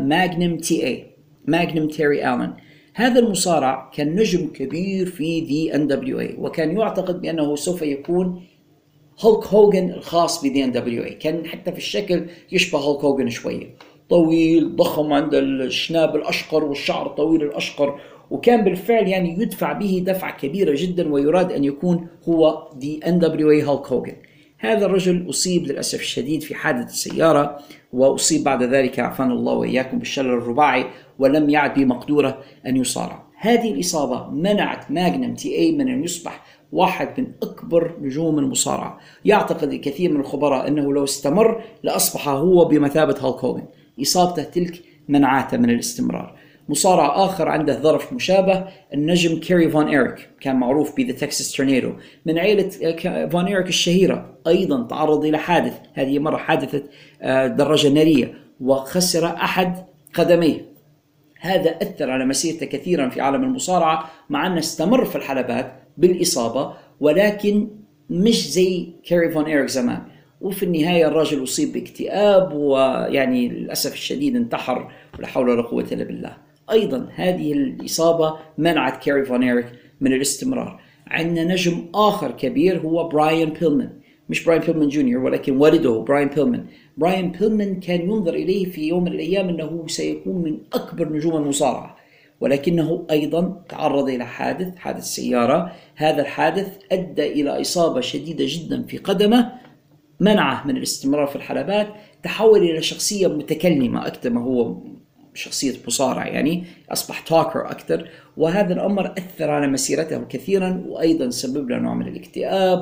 ماغنم تيري آلن. هذا المصارع كان نجم كبير في The NWA، وكان يعتقد بأنه سوف يكون هولك هوغن الخاص ب The NWA. كان حتى في الشكل يشبه هولك هوغن شوية، طويل ضخم، عند الشناب الأشقر والشعر الطويل الأشقر، وكان بالفعل يعني يدفع به دفعة كبيرة جدا، ويراد أن يكون هو The NWA هولك هوغن. هذا الرجل أصيب للأسف الشديد في حادث سيارة، وأصيب بعد ذلك عافانا الله وإياكم بالشلل الرباعي، ولم يعد بمقدورة أن يصارع. هذه الإصابة منعت ماغنم تي من أن يصبح واحد من أكبر نجوم المصارعة. يعتقد الكثير من الخبراء أنه لو استمر لأصبح هو بمثابة هولك هوغن. إصابته تلك منعته من الاستمرار. مصارع آخر عنده ظرف مشابه، النجم كيري فون إيريك، كان معروف ب The Texas Tornado، من عائلة فون إيريك الشهيرة. أيضا تعرض إلى حادث، هذه مرة حادثة دراجة نارية، وخسر أحد قدميه. هذا أثر على مسيرته كثيرا في عالم المصارعة، مع أنه استمر في الحلبات بالإصابة، ولكن مش زي كيري فون إيريك زمان. وفي النهاية الرجل أصيب باكتئاب، ويعني للأسف الشديد انتحر، ولا حول ولا قوة إلا بالله. أيضا هذه الإصابة منعت كيري فون إيريك من الاستمرار. عندنا نجم آخر كبير هو براين بيلمان، مش براين بيلمان جونيور ولكن والده براين بيلمان. براين بيلمان كان ينظر إليه في يوم من الأيام أنه سيكون من أكبر نجوم المصارعة، ولكنه أيضا تعرض إلى حادث سيارة. هذا الحادث أدى إلى إصابة شديدة جدا في قدمه، منعه من الاستمرار في الحلبات. تحول إلى شخصية متكلمة أكثر ما هو شخصية مصارع، يعني أصبح توكر أكثر، وهذا الأمر أثر على مسيرته كثيرا، وأيضا سبب له نوع من الاكتئاب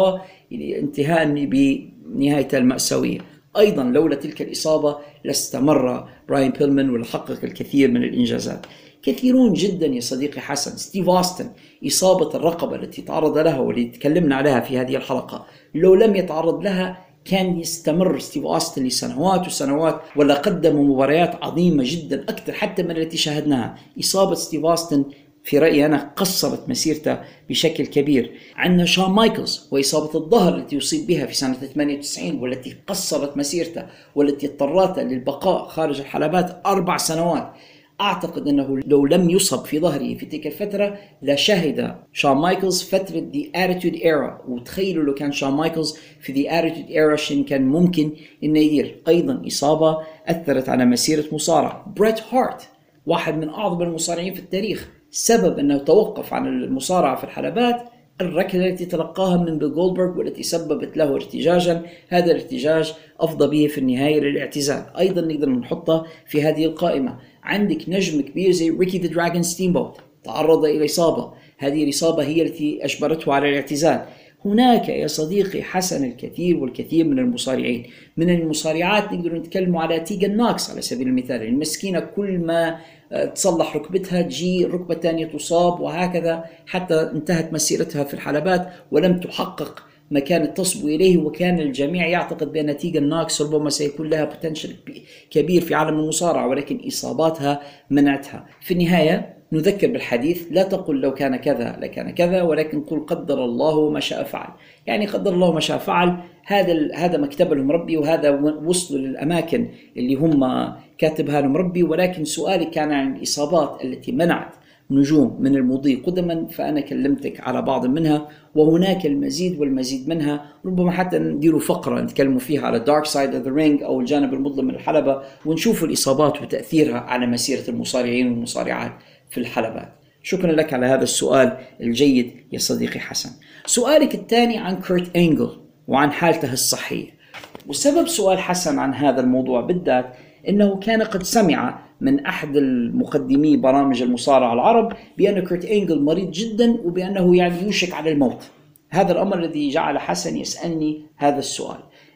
انتهاء بنهايته المأساوية. أيضا لولا تلك الإصابة لاستمر براين بيلمان ولحقق الكثير من الإنجازات. كثيرون جدا يا صديقي حسن. ستيف أوستن، إصابة الرقبة التي تعرض لها واللي تكلمنا عليها في هذه الحلقة، لو لم يتعرض لها كان يستمر ستيف أوستن لسنوات وسنوات، ولا قدم مباريات عظيمة جدا أكثر حتى من التي شاهدناها. إصابة ستيف أوستن في رأيي أنا قصرت مسيرته بشكل كبير. عندنا شون مايكلز وإصابة الظهر التي يصيب بها في سنة 98، والتي قصرت مسيرته، والتي اضطرته للبقاء خارج الحلبات 4 سنوات. أعتقد أنه لو لم يصب في ظهره في تلك الفترة لشهد شون مايكلز فترة The Attitude Era. وتخيلوا لو كان شون مايكلز في The Attitude Era شن كان ممكن إنه يدير. أيضا إصابة أثرت على مسيرة مصارع. بريت هارت، واحد من أعظم المصارعين في التاريخ، سبب أنه توقف عن المصارعة في الحلبات الركلة التي تلقاها من بيل جولدبرغ، والتي سببت له ارتجاجا. هذا الارتجاج أفضى به في النهاية للاعتزال. أيضا نقدر نحطه في هذه القائمة. عندك نجم كبير زي ريكي ذا دراجون ستيمبوت، تعرض إلى إصابة، هذه الإصابة هي التي أجبرته على الاعتزال. هناك يا صديقي حسن الكثير والكثير من المصارعين. من المصارعات نقدر نتكلم على تيغان نوكس على سبيل المثال، المسكينة كل ما تصلح ركبتها تجي ركبة تانية تصاب، وهكذا حتى انتهت مسيرتها في الحلبات ولم تحقق ما كانت تصبو إليه. وكان الجميع يعتقد بأن تيغان نوكس ربما سيكون لها بوتنشل كبير في عالم المصارعة، ولكن إصاباتها منعتها. في النهاية نذكر بالحديث: لا تقل لو كان كذا لكان كذا، ولكن قل قدر الله ما شاء فعل. يعني قدر الله ما شاء فعل، هذا مكتب لهم ربي، وهذا وصلوا للأماكن اللي هم كاتبها لهم ربي. ولكن سؤالي كان عن الإصابات التي منعت نجوم من المضي قدما، فأنا كلمتك على بعض منها، وهناك المزيد والمزيد منها. ربما حتى نديروا فقرة نتكلم فيها على Dark Side of the Ring أو الجانب المظلم من الحلبة، ونشوف الإصابات وتأثيرها على مسيرة المصارعين والمصارعات في الحلبات. شكرا لك على هذا السؤال الجيد يا صديقي حسن. سؤالك الثاني عن كورت أنجل وعن حالته الصحية. وسبب سؤال حسن عن هذا الموضوع بالذات إنه كان قد سمع من أحد المقدمي برامج المصارعة العرب بأن كورت أنجل مريض جدا، وبأنه يعني يوشك على الموت. هذا الأمر الذي جعل حسن يسألني هذا السؤال.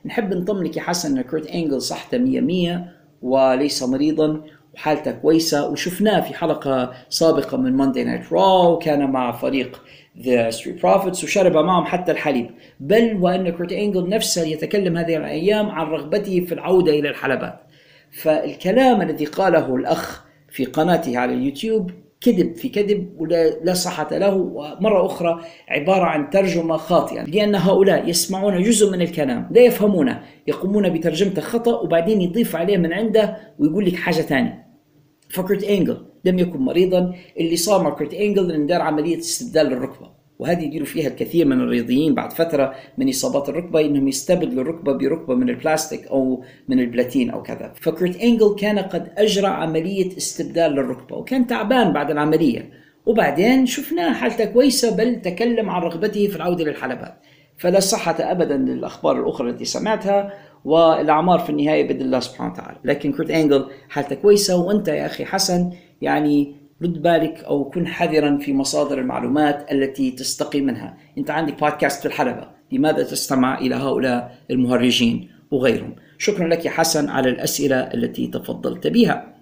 نحب نطمنك يا حسن أن كورت أنجل صحته 100 وليس مريضا وحالته كويسة، وشفناه في حلقة سابقة من Monday Night Raw وكان مع فريق The Street Profits وشرب معهم حتى الحليب، بل وأن كورت أنجل نفسه يتكلم هذه الأيام عن رغبته في العودة إلى الحلبات. فالكلام الذي قاله الأخ في قناته على اليوتيوب كذب في كذب ولا صحة له، ومرة أخرى عبارة عن ترجمة خاطئة، لأن هؤلاء يسمعون جزء من الكلام لا يفهمونه، يقومون بترجمته خطأ وبعدين يضيف عليه من عنده ويقول لك حاجة تانية. فكورت أنجل لم يكن مريضا، اللي صار مع كورت أنجل إن دار عملية استبدال للركبة، وهذه يديروا فيها الكثير من الرياضيين بعد فترة من إصابات الركبة، إنهم يستبدلوا الركبة بركبة من البلاستيك أو من البلاتين أو كذا. فكورت أنجل كان قد أجرى عملية استبدال للركبة وكان تعبان بعد العملية، وبعدين شفناه حالته كويسة بل تكلم عن رغبته في العودة للحلبات. فلا صحة أبدا للأخبار الأخرى التي سمعتها، والأعمار في النهاية بيد الله سبحانه وتعالى. لكن كورت أنجل حالته كويسة، وأنت يا أخي حسن يعني رد بالك أو كن حذرا في مصادر المعلومات التي تستقي منها. أنت عندك بودكاست في الحلبة، لماذا تستمع إلى هؤلاء المهرجين وغيرهم؟ شكرا لك يا حسن على الأسئلة التي تفضلت بها.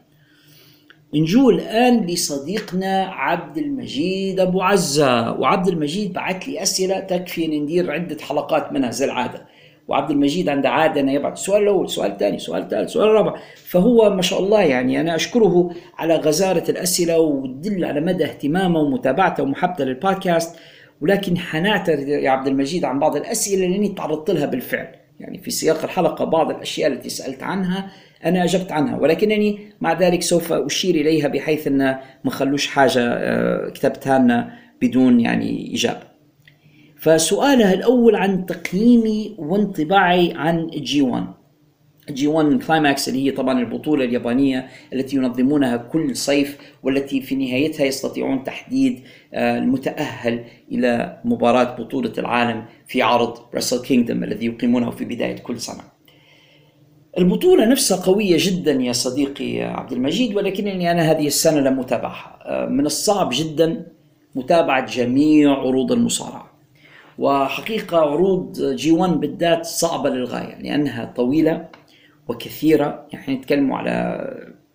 نجو الآن لصديقنا عبد المجيد أبو عزة، وعبد المجيد بعت لي أسئلة تكفي أن ندير عدة حلقات منها زي العادة. وعبد المجيد عنده عادة أنه يبعث السؤال الأول، سؤال ثاني، سؤال ثالث، سؤال رابع، فهو ما شاء الله يعني أنا أشكره على غزارة الأسئلة وتدل على مدى اهتمامه ومتابعته ومحبته للبودكاست. ولكن حنعتذر يا عبد المجيد عن بعض الأسئلة اللي تعرضت لها بالفعل، يعني في سياق الحلقة بعض الأشياء التي سألت عنها أنا أجبت عنها، ولكنني مع ذلك سوف أشير إليها بحيث أن ما خلوش حاجة كتبتها لنا بدون يعني إجابة. فسؤالها الأول عن تقييمي وانطباعي عن G1 كلايماكس، اللي هي طبعا البطولة اليابانية التي ينظمونها كل صيف، والتي في نهايتها يستطيعون تحديد المتأهل إلى مباراة بطولة العالم في عرض Wrestle Kingdom الذي يقيمونه في بداية كل سنة. البطولة نفسها قوية جدا يا صديقي عبد المجيد، ولكنني أنا هذه السنة لم أتابعها. من الصعب جدا متابعة جميع عروض المصارعة، وحقيقة عروض G1 بالذات صعبة للغاية لأنها طويلة وكثيرة، يعني نتكلم على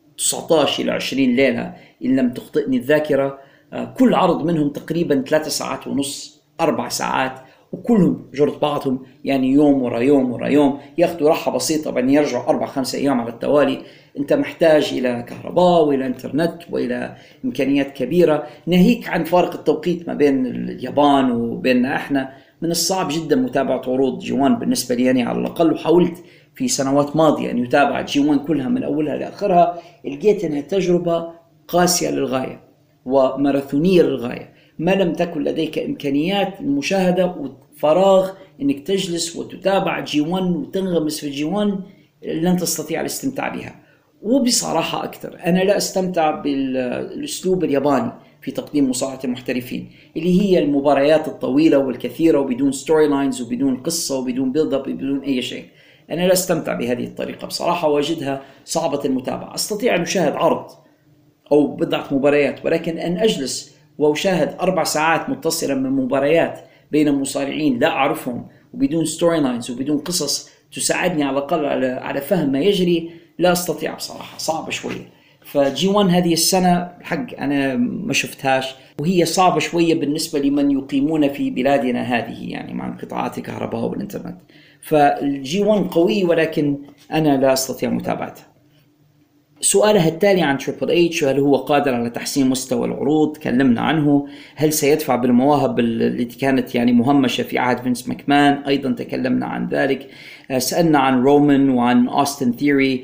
19 إلى 20 ليلة إن لم تخطئني الذاكرة. كل عرض منهم تقريبا 3 ساعات ونص 4 ساعات، وكلهم جرد بعضهم، يعني يوم ورا يوم ورا يوم، ياخدوا راحة بسيطة بعدين يرجعوا 4-5 أيام على التوالي. أنت محتاج إلى كهرباء وإلى إنترنت وإلى إمكانيات كبيرة، ناهيك عن فارق التوقيت ما بين اليابان وبيننا إحنا. من الصعب جدا متابعة عروض G1 بالنسبة لي يعني على الأقل، وحاولت في سنوات ماضية أن يتابع G1 كلها من أولها لآخرها، لقيت أنها تجربة قاسية للغاية وماراثونية للغاية. ما لم تكن لديك إمكانيات المشاهدة وفراغ أنك تجلس وتتابع G1 وتنغمس في G1 لن تستطيع الاستمتاع بها. وبصراحة أكثر أنا لا أستمتع بالأسلوب الياباني في تقديم مصارعة المحترفين، اللي هي المباريات الطويلة والكثيرة وبدون ستوري لاينز وبدون قصة وبدون بيلد اب وبدون أي شيء. أنا لا أستمتع بهذه الطريقة بصراحة، واجدها صعبة المتابعة. أستطيع أن أشاهد عرض أو بضعة مباريات، ولكن أن أجلس وأشاهد 4 ساعات متصلة من مباريات بين مصارعين لا أعرفهم وبدون ستوري لاينز وبدون قصص تساعدني على الأقل على فهم ما يجري، لا أستطيع بصراحة، صعبة شوية. فG1 هذه السنة الحق أنا ما شفتهاش، وهي صعبة شوية بالنسبة لمن يقيمون في بلادنا هذه، يعني مع انقطاعات الكهرباء والإنترنت. فالG1 قوي ولكن أنا لا أستطيع متابعتها. سؤالها التالي عن تريبل اتش، هل هو قادر على تحسين مستوى العروض؟ تكلمنا عنه. هل سيدفع بالمواهب التي كانت يعني مهمشة في عهد فينس ماكمان؟ أيضا تكلمنا عن ذلك. سألنا عن رومان وعن أوستن ثيري،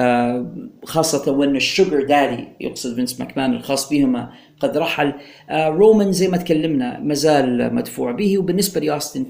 خاصة وأن الشوجر دادي يقصد فينس ماكمان الخاص بهما قد رحل. رومان زي ما تكلمنا مازال مدفوع به. وبالنسبة لأوستن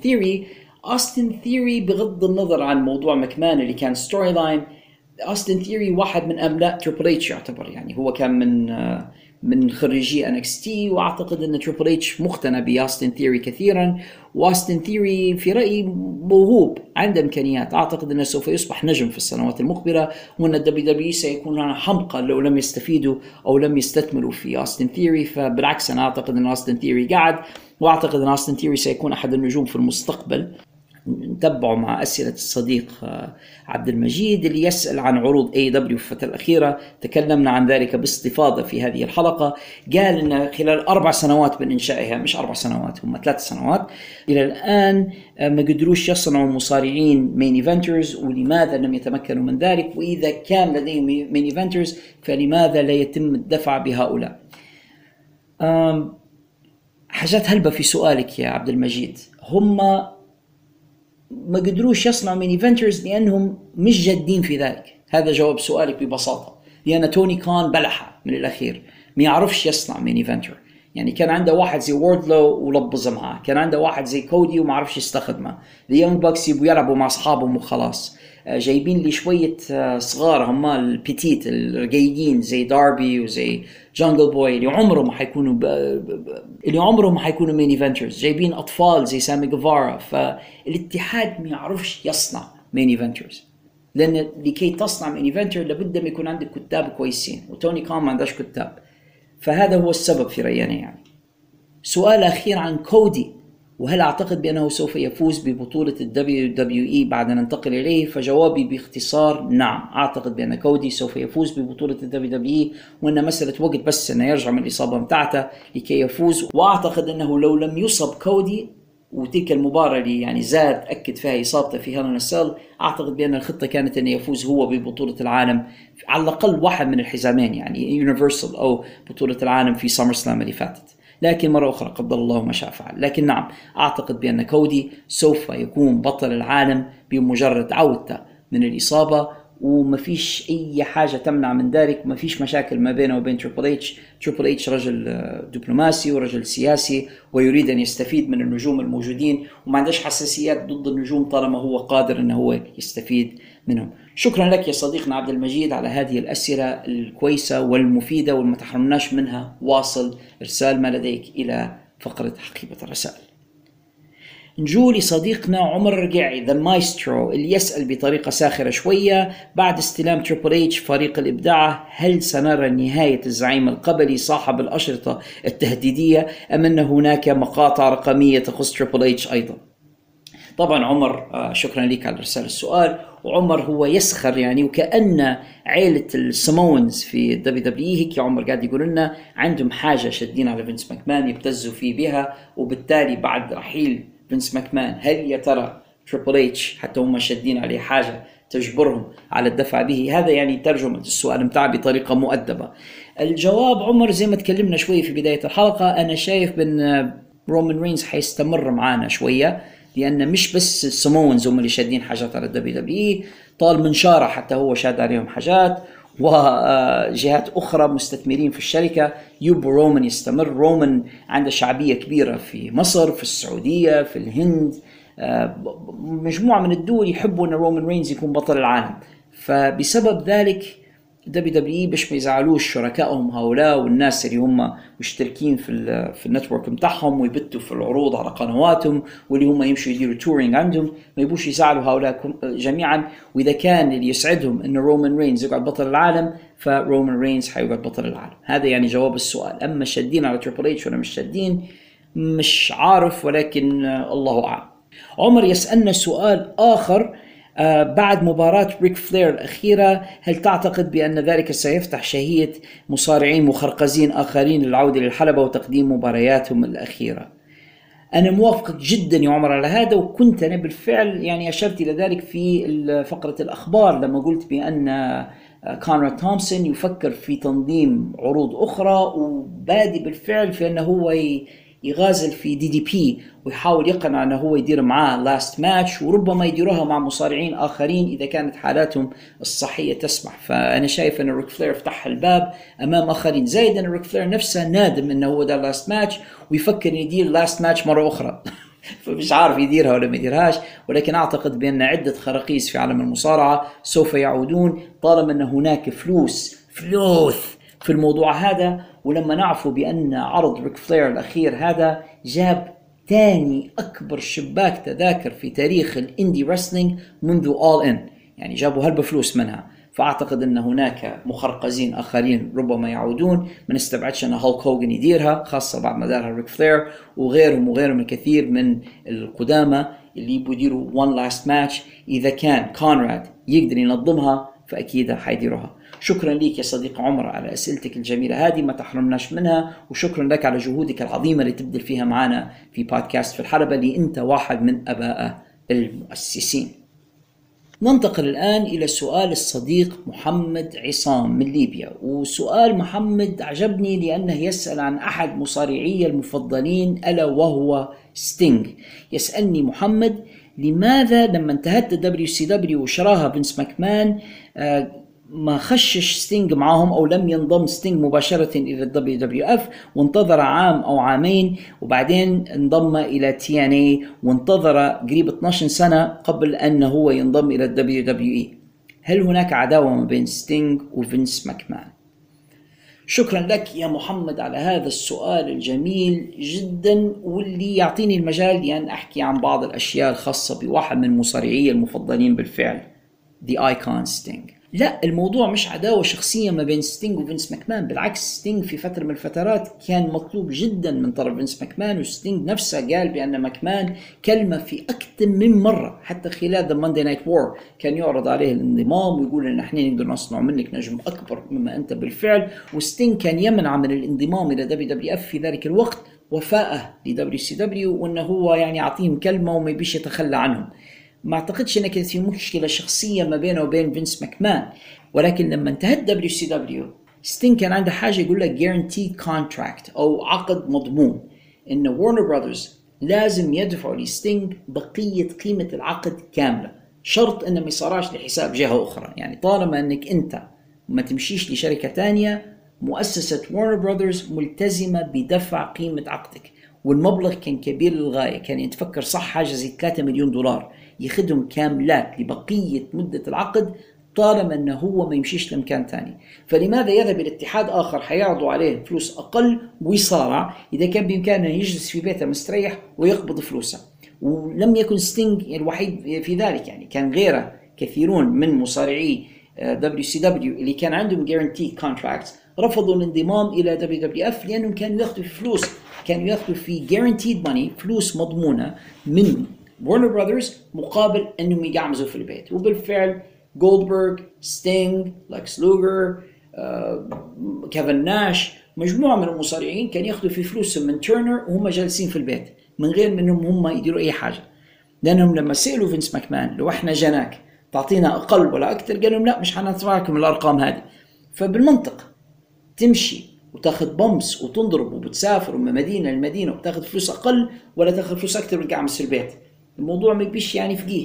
ثيري بغض النظر عن موضوع ماكمان اللي كان ستوري لاين، أوستن ثيري واحد من أبناء تريبل اتش يعتبر، يعني هو كان من خريجي NXT، وأعتقد أن تريبل اتش مقتنع بأوستن ثيري كثيرا. وأوستن ثيري في رأيي موهوب، عنده إمكانيات، أعتقد أنه سوف يصبح نجم في السنوات المقبلة، وأن WWE سيكون حمقى لو لم يستفيدوا أو لم يستثمروا في أوستن ثيري. فبالعكس أنا أعتقد أن أوستن ثيري قاعد، وأعتقد أن أوستن ثيري سيكون أحد النجوم في المستقبل. نتبعه مع أسئلة الصديق عبد المجيد اللي يسأل عن عروض AEW في الفترة الأخيرة. تكلمنا عن ذلك باستفاضة في هذه الحلقة. قال أن خلال 4 سنوات من إنشائها، مش 4 سنوات، هم 3 سنوات إلى الآن، ما قدروش يصنعوا مصارعين مين إيفنترز، ولماذا لم يتمكنوا من ذلك؟ وإذا كان لديهم مين إيفنترز فلماذا لا يتم الدفع بهؤلاء؟ حاجات هلبة في سؤالك يا عبد المجيد. هم ما قدروش يصنعوا مين إيفنترز لأنهم مش جادين في ذلك. هذا جواب سؤالك ببساطة. لأن توني كان بلحة من الأخير، ما يعرفش يصنع مين إيفنتر. يعني كان عنده واحد زي ووردلو ولبز معاه، كان عنده واحد زي كودي وما عرفش يستخدمه. اليونج باكس يبوا يلعبوا مع أصحابهم وخلاص. جايبين لي شوية صغار هم البيتيت الرقيقين زي داربي وزي جانجل بوي اللي عمرهم ما حيكونوا مين إيفنترز. جايبين أطفال زي سامي جيفارا. فالاتحاد ما يعرفش يصنع مين إيفنترز، لأن لكي تصنع مين إيفنتر لابد ما يكون عندك كتاب كويسين، وتوني كان ما عندهش كتاب. فهذا هو السبب في رأينا. يعني سؤال أخير عن كودي، وهل أعتقد بأنه سوف يفوز ببطولة WWE بعد أن ننتقل إليه؟ فجوابي باختصار نعم، أعتقد بأن كودي سوف يفوز ببطولة WWE، وأن مسألة وقت بس أنه يرجع من الإصابة متاعته لكي يفوز. وأعتقد أنه لو لم يصب كودي وتلك المباراة اللي يعني زاد أكد فيها إصابته في هيل إن سيل، أعتقد بأن الخطة كانت أن يفوز هو ببطولة العالم، على الأقل واحد من الحزامين، يعني يونيفرسال أو بطولة العالم في سامر سلام اللي فاتت. لكن مرة أخرى قدر الله ما شاء فعل. لكن نعم، أعتقد بأن كودي سوف يكون بطل العالم بمجرد عودته من الإصابة، وما فيش أي حاجة تمنع من ذلك. ما فيش مشاكل ما بينه وبين تريبل إتش. تريبل إتش رجل دبلوماسي ورجل سياسي، ويريد أن يستفيد من النجوم الموجودين، وما عندهش حساسيات ضد النجوم طالما هو قادر أنه هو يستفيد منهم. شكرا لك يا صديقنا عبد المجيد على هذه الأسئلة الكويسة والمفيدة والما تحرمناش منها. واصل إرسال ما لديك إلى فقرة حقيبة الرسائل. نجولي صديقنا عمر رقيعي ذا مايسترو اللي يسأل بطريقة ساخرة شوية: بعد استلام تريبل إتش فريق الإبداع، هل سنرى نهاية الزعيم القبلي صاحب الأشرطة التهديدية، أم أن هناك مقاطع رقمية تخص تريبل إتش أيضا؟ طبعا عمر، شكرا لك على رسالة السؤال. وعمر هو يسخر يعني، وكأن عائلة السمونز في WWE هيك عمر قاعد يقول لنا عندهم حاجة شدين على فينس ماكمان يبتزوا فيه بها، وبالتالي بعد رحيل فينس ماكمان هل يا ترى تريبل إتش حتى هم شدين عليه حاجة تجبرهم على الدفع به؟ هذا يعني ترجمة السؤال متاع بطريقة مؤدبة. الجواب عمر زي ما تكلمنا شوية في بداية الحلقة، أنا شايف بأن رومان رينز حيستمر معانا شوية، لأن مش بس السمونز هم اللي شادين حاجات على WWE، طال منشارة حتى هو شاد عليهم حاجات، وجهات أخرى مستثمرين في الشركة يبوا رومان يستمر. رومان عنده شعبية كبيرة في مصر، في السعودية، في الهند، مجموعة من الدول يحبوا أن رومان رينز يكون بطل العالم. فبسبب ذلك WWE باش ما يزعلوش شركائهم هؤلاء والناس اللي هم مشتركين في النتورك متاعهم ويبتوا في العروض على قنواتهم، واللي هم يمشوا يديروا تورينج عندهم، ما يبوش يزعلوا هؤلاء جميعا. وإذا كان اللي يسعدهم إن رومان رينز يقعد بطل العالم، فرومان رينز حيقعد بطل العالم. هذا يعني جواب السؤال. أما شادين على تريبل إتش ولا مش شادين مش عارف، ولكن الله أعلم. عمر يسألنا سؤال آخر: بعد مباراة ريك فلير الأخيرة، هل تعتقد بأن ذلك سيفتح شهية مصارعين مخرقزين آخرين للعودة للحلبة وتقديم مبارياتهم الأخيرة؟ أنا موافقك جدا يا عمر على هذا، وكنت أنا بالفعل يعني أشرت إلى ذلك في فقرة الأخبار لما قلت بأن كونراد تومسون يفكر في تنظيم عروض أخرى، وبادي بالفعل في أنه هو يغازل في DDP ويحاول يقنع أنه هو يدير معاه لاست ماتش، وربما يديروها مع مصارعين آخرين إذا كانت حالاتهم الصحية تسمح. فأنا شايف أن ريك فلير فتح الباب أمام آخرين. زائد أن ريك فلير نفسه نادم أنه هو دار لاست ماتش ويفكر يدير لاست ماتش مرة أخرى فمش عارف يديرها ولا ما يديرهاش. ولكن أعتقد بأن عدة خراقيس في عالم المصارعة سوف يعودون طالما أن هناك فلوس في الموضوع هذا. ولما نعرفوا بأن عرض ريك فلير الأخير هذا جاب تاني أكبر شباك تذاكر في تاريخ الاندي رسلينج منذ All In، يعني جابوا هلبة فلوس منها. فأعتقد أن هناك مخرقزين آخرين ربما يعودون. ما نستبعدش أن هولك هوغن يديرها، خاصة بعد ما دارها ريك فلير، وغيرهم الكثير من القدامى اللي بيديروا one last match. إذا كان كونراد يقدر ينظمها فأكيد حيديروها. شكرا لك يا صديق عمر على أسئلتك الجميلة هذه، ما تحرمناش منها، وشكرا لك على جهودك العظيمة اللي تبذل فيها معنا في بودكاست في الحلبة، اللي أنت واحد من أباء المؤسسين. ننتقل الآن إلى سؤال الصديق محمد عصام من ليبيا. وسؤال محمد عجبني لأنه يسأل عن أحد مصارعي المفضلين ألا وهو ستينغ. يسألني محمد: لماذا لما انتهت WCW وشراها فينس ماكمان ما خشش ستينغ معهم، أو لم ينضم ستينغ مباشرة إلى WWF وانتظر عام أو عامين وبعدين انضم إلى TNA وانتظر قريب 12 سنة قبل أن هو ينضم إلى WWE؟ هل هناك عداوة ما بين ستينغ وفينس ماكمان؟ شكرا لك يا محمد على هذا السؤال الجميل جدا، واللي يعطيني المجال لأن أحكي عن بعض الأشياء الخاصة بواحد من مصارعي المفضلين بالفعل، The Icon ستينغ. لا، الموضوع مش عداوة شخصية ما بين ستينغ وفينس ماكمان، بالعكس ستينغ في فترة من الفترات كان مطلوب جدا من طرف فينس ماكمان، وستينغ نفسه قال بأن ماكمان كلمة في أكثر من مرة، حتى خلال The Monday Night War كان يعرض عليه الانضمام ويقول إن احنا نقدر نصنع منك نجم أكبر مما أنت بالفعل. وستينغ كان يمنع من الانضمام إلى WWF في ذلك الوقت وفاءه ل WCW، وأنه هو يعني يعطيهم كلمة وما يبيش يتخلى عنهم. ما أعتقدش أن كانت في مشكلة شخصية ما بينه وبين فينس ماكمان، ولكن لما انتهت WCW ستينغ كان عنده حاجة يقول لك guaranteed contract أو عقد مضمون، إن وارنر براذرز لازم يدفعوا لستينغ بقية قيمة العقد كاملة، شرط إنه ما يصارعش لحساب جهة أخرى. يعني طالما إنك أنت ما تمشيش لشركة تانية، مؤسسة وارنر براذرز ملتزمة بدفع قيمة عقدك، والمبلغ كان كبير للغاية، كان يتفكر صح حاجة زي 3 مليون دولار يخدم كاملات لبقية مدة العقد طالما أنه هو ما يمشيش لمكان تاني. فلماذا يذهب إلى اتحاد آخر حيعرضوا عليه فلوس أقل ويصارع إذا كان بإمكانه يجلس في بيته مستريح ويقبض فلوسه؟ ولم يكن ستينغ الوحيد في ذلك، يعني كان غيره كثيرون من مصارعي WCW اللي كان عندهم guaranteed contracts رفضوا الانضمام إلى WWF لأنهم كانوا يأخذوا فلوس، كانوا يأخذوا في guaranteed money، فلوس مضمونة من وارنر براذرز مقابل أنهم يقعمزوا في البيت. وبالفعل جولدبرغ، ستينغ، لكس لوغر، كيفن ناش، مجموعة من المصارعين كانوا يأخذوا في فلوسهم من تيرنر وهم جالسين في البيت من غير منهم هم يديروا أي حاجة، لأنهم لما سألوا فينس ماكمان لو إحنا جناك تعطينا أقل ولا أكثر، قالوا لا مش حندفعكم الأرقام هذه. فبالمنطق تمشي وتاخذ بمس وتنضرب وبتسافر من مدينة لمدينة وبتاخذ فلوس أقل ولا تاخذ فلوس أكثر من قاعد في البيت؟ الموضوع ما يبيش يعني فقيه.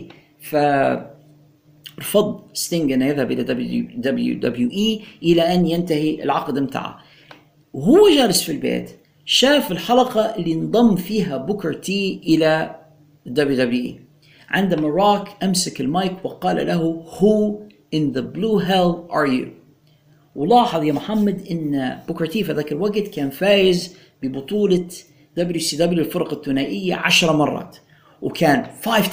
فرفض ستينغ أن يذهب إلى WWE إلى أن ينتهي العقد متاعه. وهو جالس في البيت شاف الحلقة اللي انضم فيها بوكر تي إلى WWE، عندما روك أمسك المايك وقال له Who in the blue hell are you؟ ولاحظ يا محمد إن بوكر تي في ذاك الوقت كان فايز ببطولة WCW الفرق الثنائية 10 مرات، وكان 5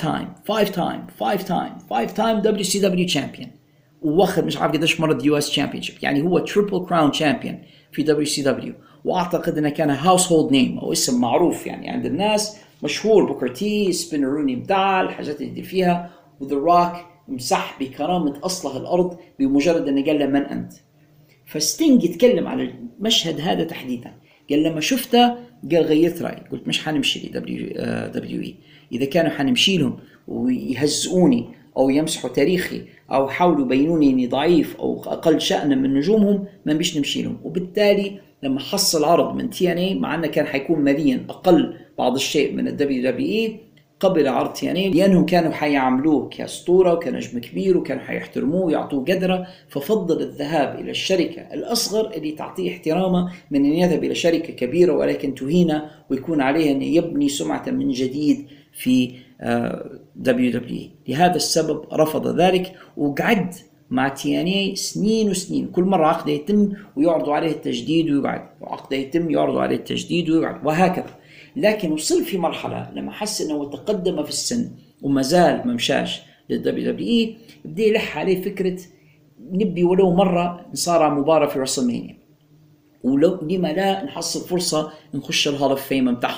time WCW champion، وواخد مش عارف قديش مرة US championship، يعني هو triple crown champion في WCW. واعتقد انه كان household name او اسم معروف يعني عند الناس، مشهور بوكر تي، سبينروني بتاع الحاجات اللي يدير فيها، وذا روك مسح بكرامة اصله الارض بمجرد انه قال له من انت. فستينغ يتكلم على المشهد هذا تحديدا، قال لما شفته قال غيرت رأيي، قلت مش حنمشي WWE، إذا كانوا حنمشي لهم ويهزئوني أو يمسحوا تاريخي أو حاولوا يبينوني إني ضعيف أو أقل شأنا من نجومهم ما بيش نمشي لهم. وبالتالي لما حصل عرض من TNA مع أنه كان حيكون ماليا أقل بعض الشيء من WWE، قبل عرض TNA لأنهم كانوا حيعملوه كأسطورة وكنجم كبير وكانوا حيحترموه ويعطوه قدره، ففضل الذهاب إلى الشركة الأصغر اللي تعطيه احترامه من أن يذهب إلى شركة كبيرة ولكن تهينه ويكون عليه أن يبني سمعة من جديد في WWE. لهذا السبب رفض ذلك وقعد مع TNA سنين وسنين، كل مرة عقده يتم ويعرضوا عليه التجديد ويقعد، وعقده يتم يعرضوا عليه التجديد ويقعد، وهكذا. لكن وصل في مرحلة لما حس أنه تقدم في السن وما زال ما مشاش للWWE، بدأ يلح عليه فكرة نبي ولو مرة نصارع مباراة في رسلمانيا، ولو لما لا نحصل فرصة نخش الهال اوف فيم متاعهم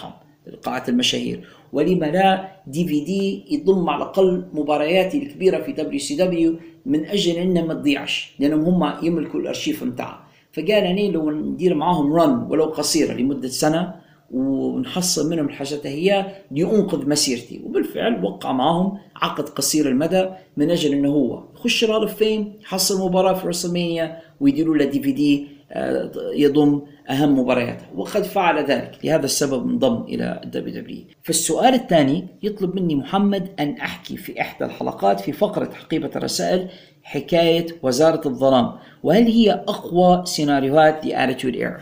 قاعة المشاهير، ولما لا DVD يضم على الأقل مبارياتي الكبيرة في WCW من أجل إنها ما تضيعش، لأنهم هم يملكوا الأرشيف متاعها. فقال يعني لو ندير معاهم رن ولو قصيرة لمدة سنة ونحصل منهم الحاجات هي لينقذ مسيرتي. وبالفعل وقع معهم عقد قصير المدى من أجل إنه هو يخش رال اوف فيم، يحصل مباراة في رسلمانيا ويديروا له DVD يضم أهم مبارياته، وقد فعل ذلك. لهذا السبب انضم إلى WWE. فالسؤال الثاني يطلب مني محمد أن أحكي في إحدى الحلقات في فقرة حقيبة الرسائل حكاية وزارة الظلام، وهل هي أقوى سيناريوهات The Attitude Era.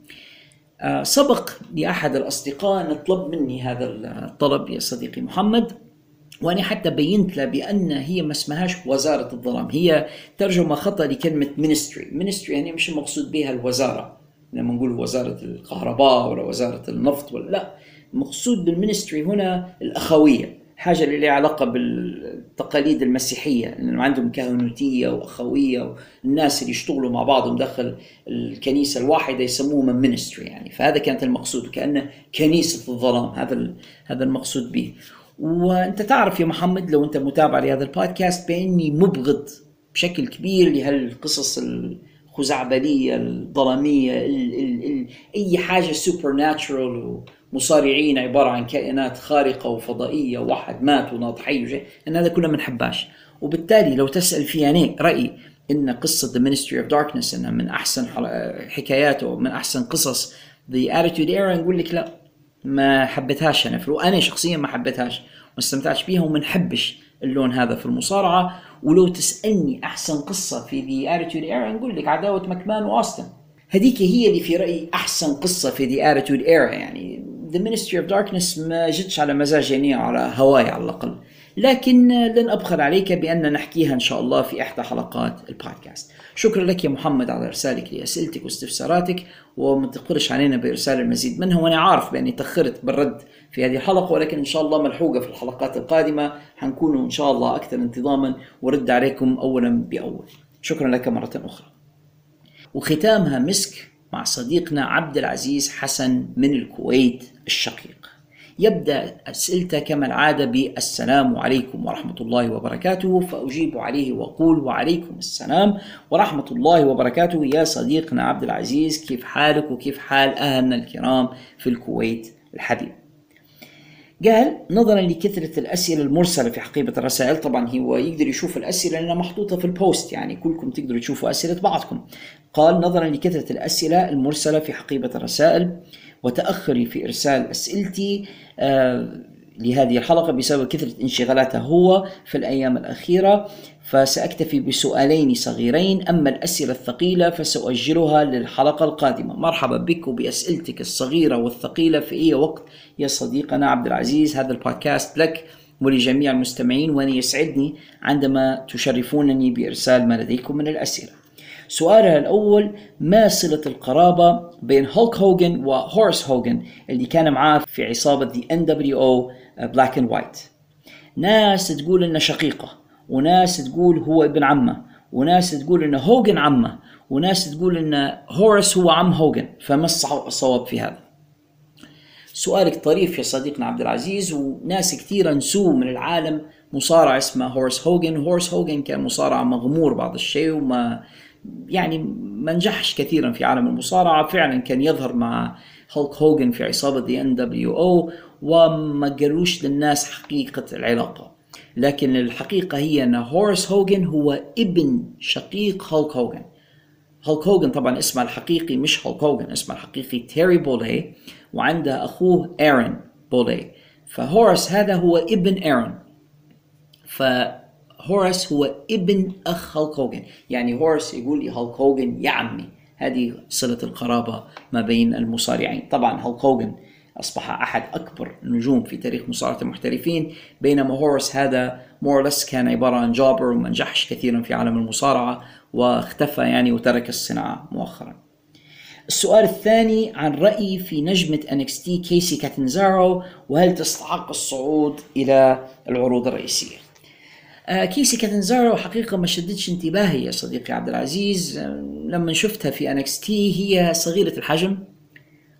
سبق لأحد الأصدقاء أن طلب مني هذا الطلب يا صديقي محمد، وأنا حتى بينت له بأن هي ما اسمهاش وزارة الظلام، هي ترجمة خطأ لكلمة ministry يعني مش المقصود بها الوزارة لما نقول وزارة الكهرباء ولا وزارة النفط ولا لا، المقصود بالمينستري هنا الأخوية، حاجة اللي لها علاقة بالتقاليد المسيحية، لأنه عندهم كهنوتية وأخوية، والناس اللي يشتغلوا مع بعضهم داخل الكنيسة الواحدة يسموهم مينستري يعني. فهذا كانت المقصود، كأنه كنيسة الظلام، هذا المقصود به. وانت تعرف يا محمد لو انت متابع لهذا البودكاست باني مبغض بشكل كبير لهالقصص الخزعبلية الظلامية، اي حاجة سوبر ناتشرال ومصارعين عبارة عن كائنات خارقة وفضائية وواحد مات وناط حي، ان هذا كله منحباش. وبالتالي لو تسأل في أنا رأيي ان قصة The Ministry of Darkness انها من احسن حكاياته ومن احسن قصص The Attitude Era، نقول لك لا، ما حبيتهاش أنا شخصيا ما حبيتهاش، ما استمتعتش بيها وما نحبش اللون هذا في المصارعة. ولو تسألني أحسن قصة في The Attitude Era نقول لك عداوة مكمان وأوستن، هذيك هي اللي في رأيي أحسن قصة في The Attitude Era. يعني The Ministry of Darkness ما جتش على مزاج يعني على هواي على الأقل، لكن لن أبخل عليك بأن نحكيها إن شاء الله في إحدى حلقات البودكاست. شكرا لك يا محمد على إرسالك لأسئلتك واستفساراتك، وما تقرش علينا بإرسال المزيد منها، وأنا عارف بأني تأخرت بالرد في هذه الحلقة، ولكن إن شاء الله ملحوقة في الحلقات القادمة، حنكونوا إن شاء الله أكثر انتظاما ورد عليكم أولا بأول. شكرا لك مرة أخرى. وختامها مسك مع صديقنا عبد العزيز حسن من الكويت الشقيق. يبدأ أسئلته كما العادة بالسلام عليكم ورحمة الله وبركاته، فأجيب عليه وأقول وعليكم السلام ورحمة الله وبركاته. يا صديقنا عبد العزيز، كيف حالك وكيف حال أهلنا الكرام في الكويت الحبيب؟ قال نظرا لكثرة الأسئلة المرسلة في حقيبة الرسائل، طبعا هو يقدر يشوف الأسئلة لأنها محطوطة في البوست، يعني كلكم تقدروا تشوفوا أسئلة بعضكم. قال نظرا لكثرة الأسئلة المرسلة في حقيبة الرسائل وتأخري في إرسال أسئلتي لهذه الحلقة بسبب كثرة انشغالاته هو في الأيام الأخيرة، فسأكتفي بسؤالين صغيرين، أما الأسئلة الثقيلة فسأؤجلها للحلقة القادمة. مرحبا بك وبأسئلتك الصغيرة والثقيلة في أي وقت يا صديقنا عبد العزيز، هذا البودكاست لك ولجميع المستمعين، وأنا يسعدني عندما تشرفونني بإرسال ما لديكم من الأسئلة. سؤالها الأول: ما صلة القرابة بين هولك هوغن وهورس هوغن اللي كان معاه في عصابة The NWO Black and White؟ ناس تقول إنه شقيقة، وناس تقول هو ابن عمه، وناس تقول إنه هوغن عمه، وناس تقول إنه هورس هو عم هوغن، فما الصواب في هذا؟ سؤالك طريف يا صديقنا عبد العزيز، وناس كثيرا نسوه من العالم مصارع اسمه هورس هوغن. هورس هوغن كان مصارع مغمور بعض الشيء، وما يعني ما نجحش كثيرا في عالم المصارعة. فعلا كان يظهر مع هولك هوغن في عصابة The NWO، وما قالوش للناس حقيقة العلاقة، لكن الحقيقة هي أن هورس هوغن هو ابن شقيق هولك هوغن. هولك هوغن طبعا اسمه الحقيقي مش هولك هوغن، اسمه الحقيقي تيري بولي، وعنده أخوه إيرون بولي، فهورس هذا هو ابن إيرون، فهورس هو ابن أخ هولك هوغن. يعني هورس يقول لي هولك هوغن يا عمي. هذه صلة القرابة ما بين المصارعين. طبعا هولك هوغن أصبح أحد أكبر النجوم في تاريخ مصارعة المحترفين، بينما هورس هذا مورلس كان عبارة عن جابر وما نجحش كثيرا في عالم المصارعة واختفى يعني وترك الصناعة مؤخرا. السؤال الثاني عن رأيي في نجمة NXT كيسي كاتنزارو، وهل تستحق الصعود إلى العروض الرئيسية؟ كيسي كاتنزارو حقيقة ما شدتش انتباهي يا صديقي عبد العزيز. لما شفتها في NXT هي صغيرة الحجم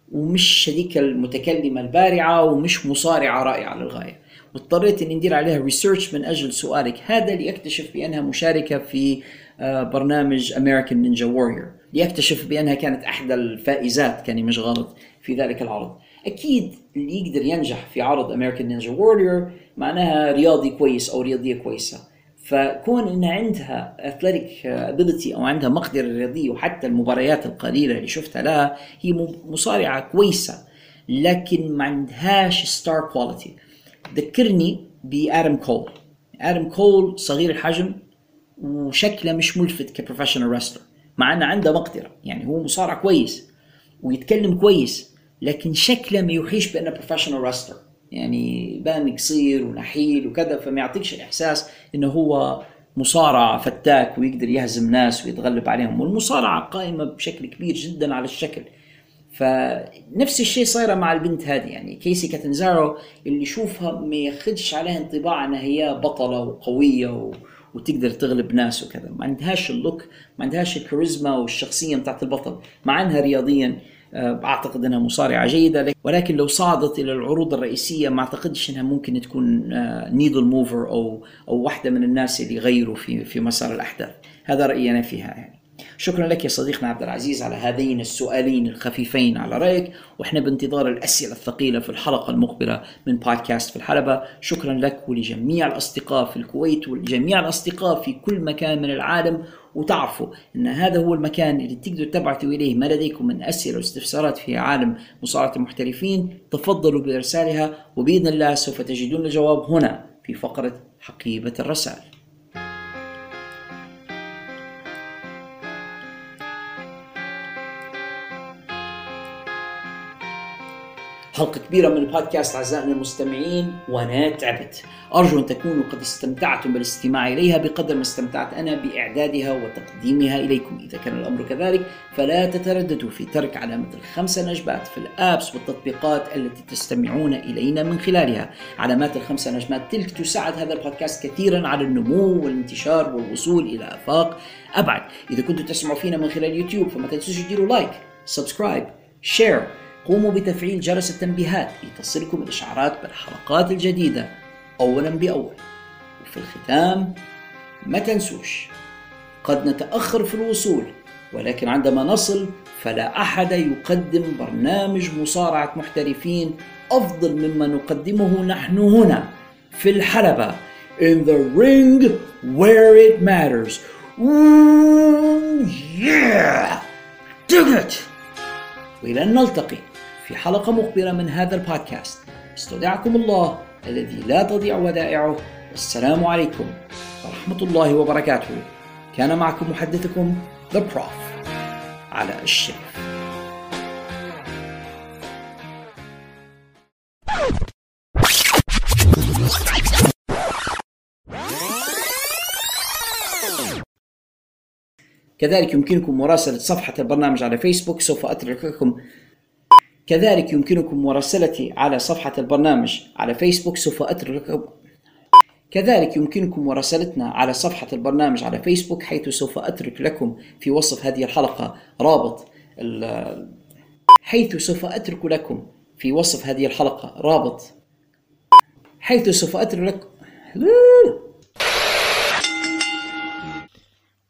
ومش هذيك المتكلمة البارعة ومش مصارعة رائعة للغاية. واضطريت اني ندير عليها ريسيرش من اجل سؤالك هذا ليكتشف بانها مشاركة في برنامج American Ninja Warrior، ليكتشف بانها كانت احدى الفائزات كان مش غلط في ذلك العرض. اكيد اللي يقدر ينجح في عرض American Ninja Warrior معناها رياضي كويس او رياضية كويسة، فكون انها عندها athletic ability او عندها مقدرة رياضية، وحتى المباريات القليلة اللي شفتها لها هي مصارعة كويسة لكن ما عندهاش ستار كواليتي. ذكرني بآدم كول. آدم كول صغير الحجم وشكله مش ملفت كبروفيشنال ريسلر، مع انه عنده مقدرة، يعني هو مصارع كويس ويتكلم كويس، لكن شكله ما يوحيش بانه بروفيشنال ريسلر، يعني بان قصير ونحيل وكذا، فما يعطيكش الاحساس انه هو مصارع فتاك ويقدر يهزم ناس ويتغلب عليهم. والمصارعة قائمة بشكل كبير جدا على الشكل. فنفس الشيء صايرة مع البنت هذه، يعني كيسي كاتنزارو اللي يشوفها ما ياخدش عليها انطباع انها هي بطلة وقوية وتقدر تغلب ناس وكذا. ما عندهاش اللوك، ما عندهاش الكاريزما والشخصية بتاعت البطل، مع انها رياضيا اعتقد انها مصارعة جيدة، ولكن لو صعدت الى العروض الرئيسية ما اعتقدش انها ممكن تكون نيدل موفر او واحدة من الناس اللي يغيروا في مسار الاحداث. هذا رأيي انا فيها يعني. شكرا لك يا صديقنا عبد العزيز على هذين السؤالين الخفيفين على رأيك، واحنا بانتظار الأسئلة الثقيلة في الحلقة المقبلة من بودكاست في الحلبة. شكرا لك ولجميع الأصدقاء في الكويت ولجميع الأصدقاء في كل مكان من العالم. وتعرفوا أن هذا هو المكان اللي تقدروا تبعثوا إليه ما لديكم من أسئلة واستفسارات في عالم مصارعة المحترفين. تفضلوا بإرسالها، وبإذن الله سوف تجدون الجواب هنا في فقرة حقيبة الرسائل. حلقة كبيرة من البودكاست أعزائنا المستمعين، وأنا تعبت. أرجو أن تكونوا قد استمتعتم بالاستماع إليها بقدر ما استمتعت أنا بإعدادها وتقديمها إليكم. إذا كان الأمر كذلك فلا تترددوا في ترك علامة ال5 نجمات في الآبس والتطبيقات التي تستمعون إلينا من خلالها. علامات ال5 نجمات تلك تساعد هذا البودكاست كثيرا على النمو والانتشار والوصول إلى آفاق أبعد. إذا كنتوا تسمعوا فينا من خلال يوتيوب فما تنسوش تديروا لايك، سبسكرايب، شير. قوموا بتفعيل جرس التنبيهات لتصلكم الإشعارات بالحلقات الجديدة أولا بأول. وفي الختام ما تنسوش، قد نتأخر في الوصول، ولكن عندما نصل فلا أحد يقدم برنامج مصارعة محترفين أفضل مما نقدمه نحن هنا في الحلبة. In the ring where it matters. Ooh, yeah! Dig it! وإلى أن نلتقي في حلقة مقبلة من هذا البودكاست، استودعكم الله الذي لا تضيع ودائعه، والسلام عليكم ورحمة الله وبركاته. كان معكم محدثكم The Prof على الشريف. كذلك يمكنكم مراسلة صفحة البرنامج على فيسبوك، سوف أترك لكم كذلك يمكنكم مراسلتي على صفحة البرنامج على فيسبوك، سوف أترك لكم كذلك يمكنكم مراسلتنا على صفحة البرنامج على فيسبوك، حيث سوف أترك لكم في وصف هذه الحلقة رابط حيث سوف أترك لكم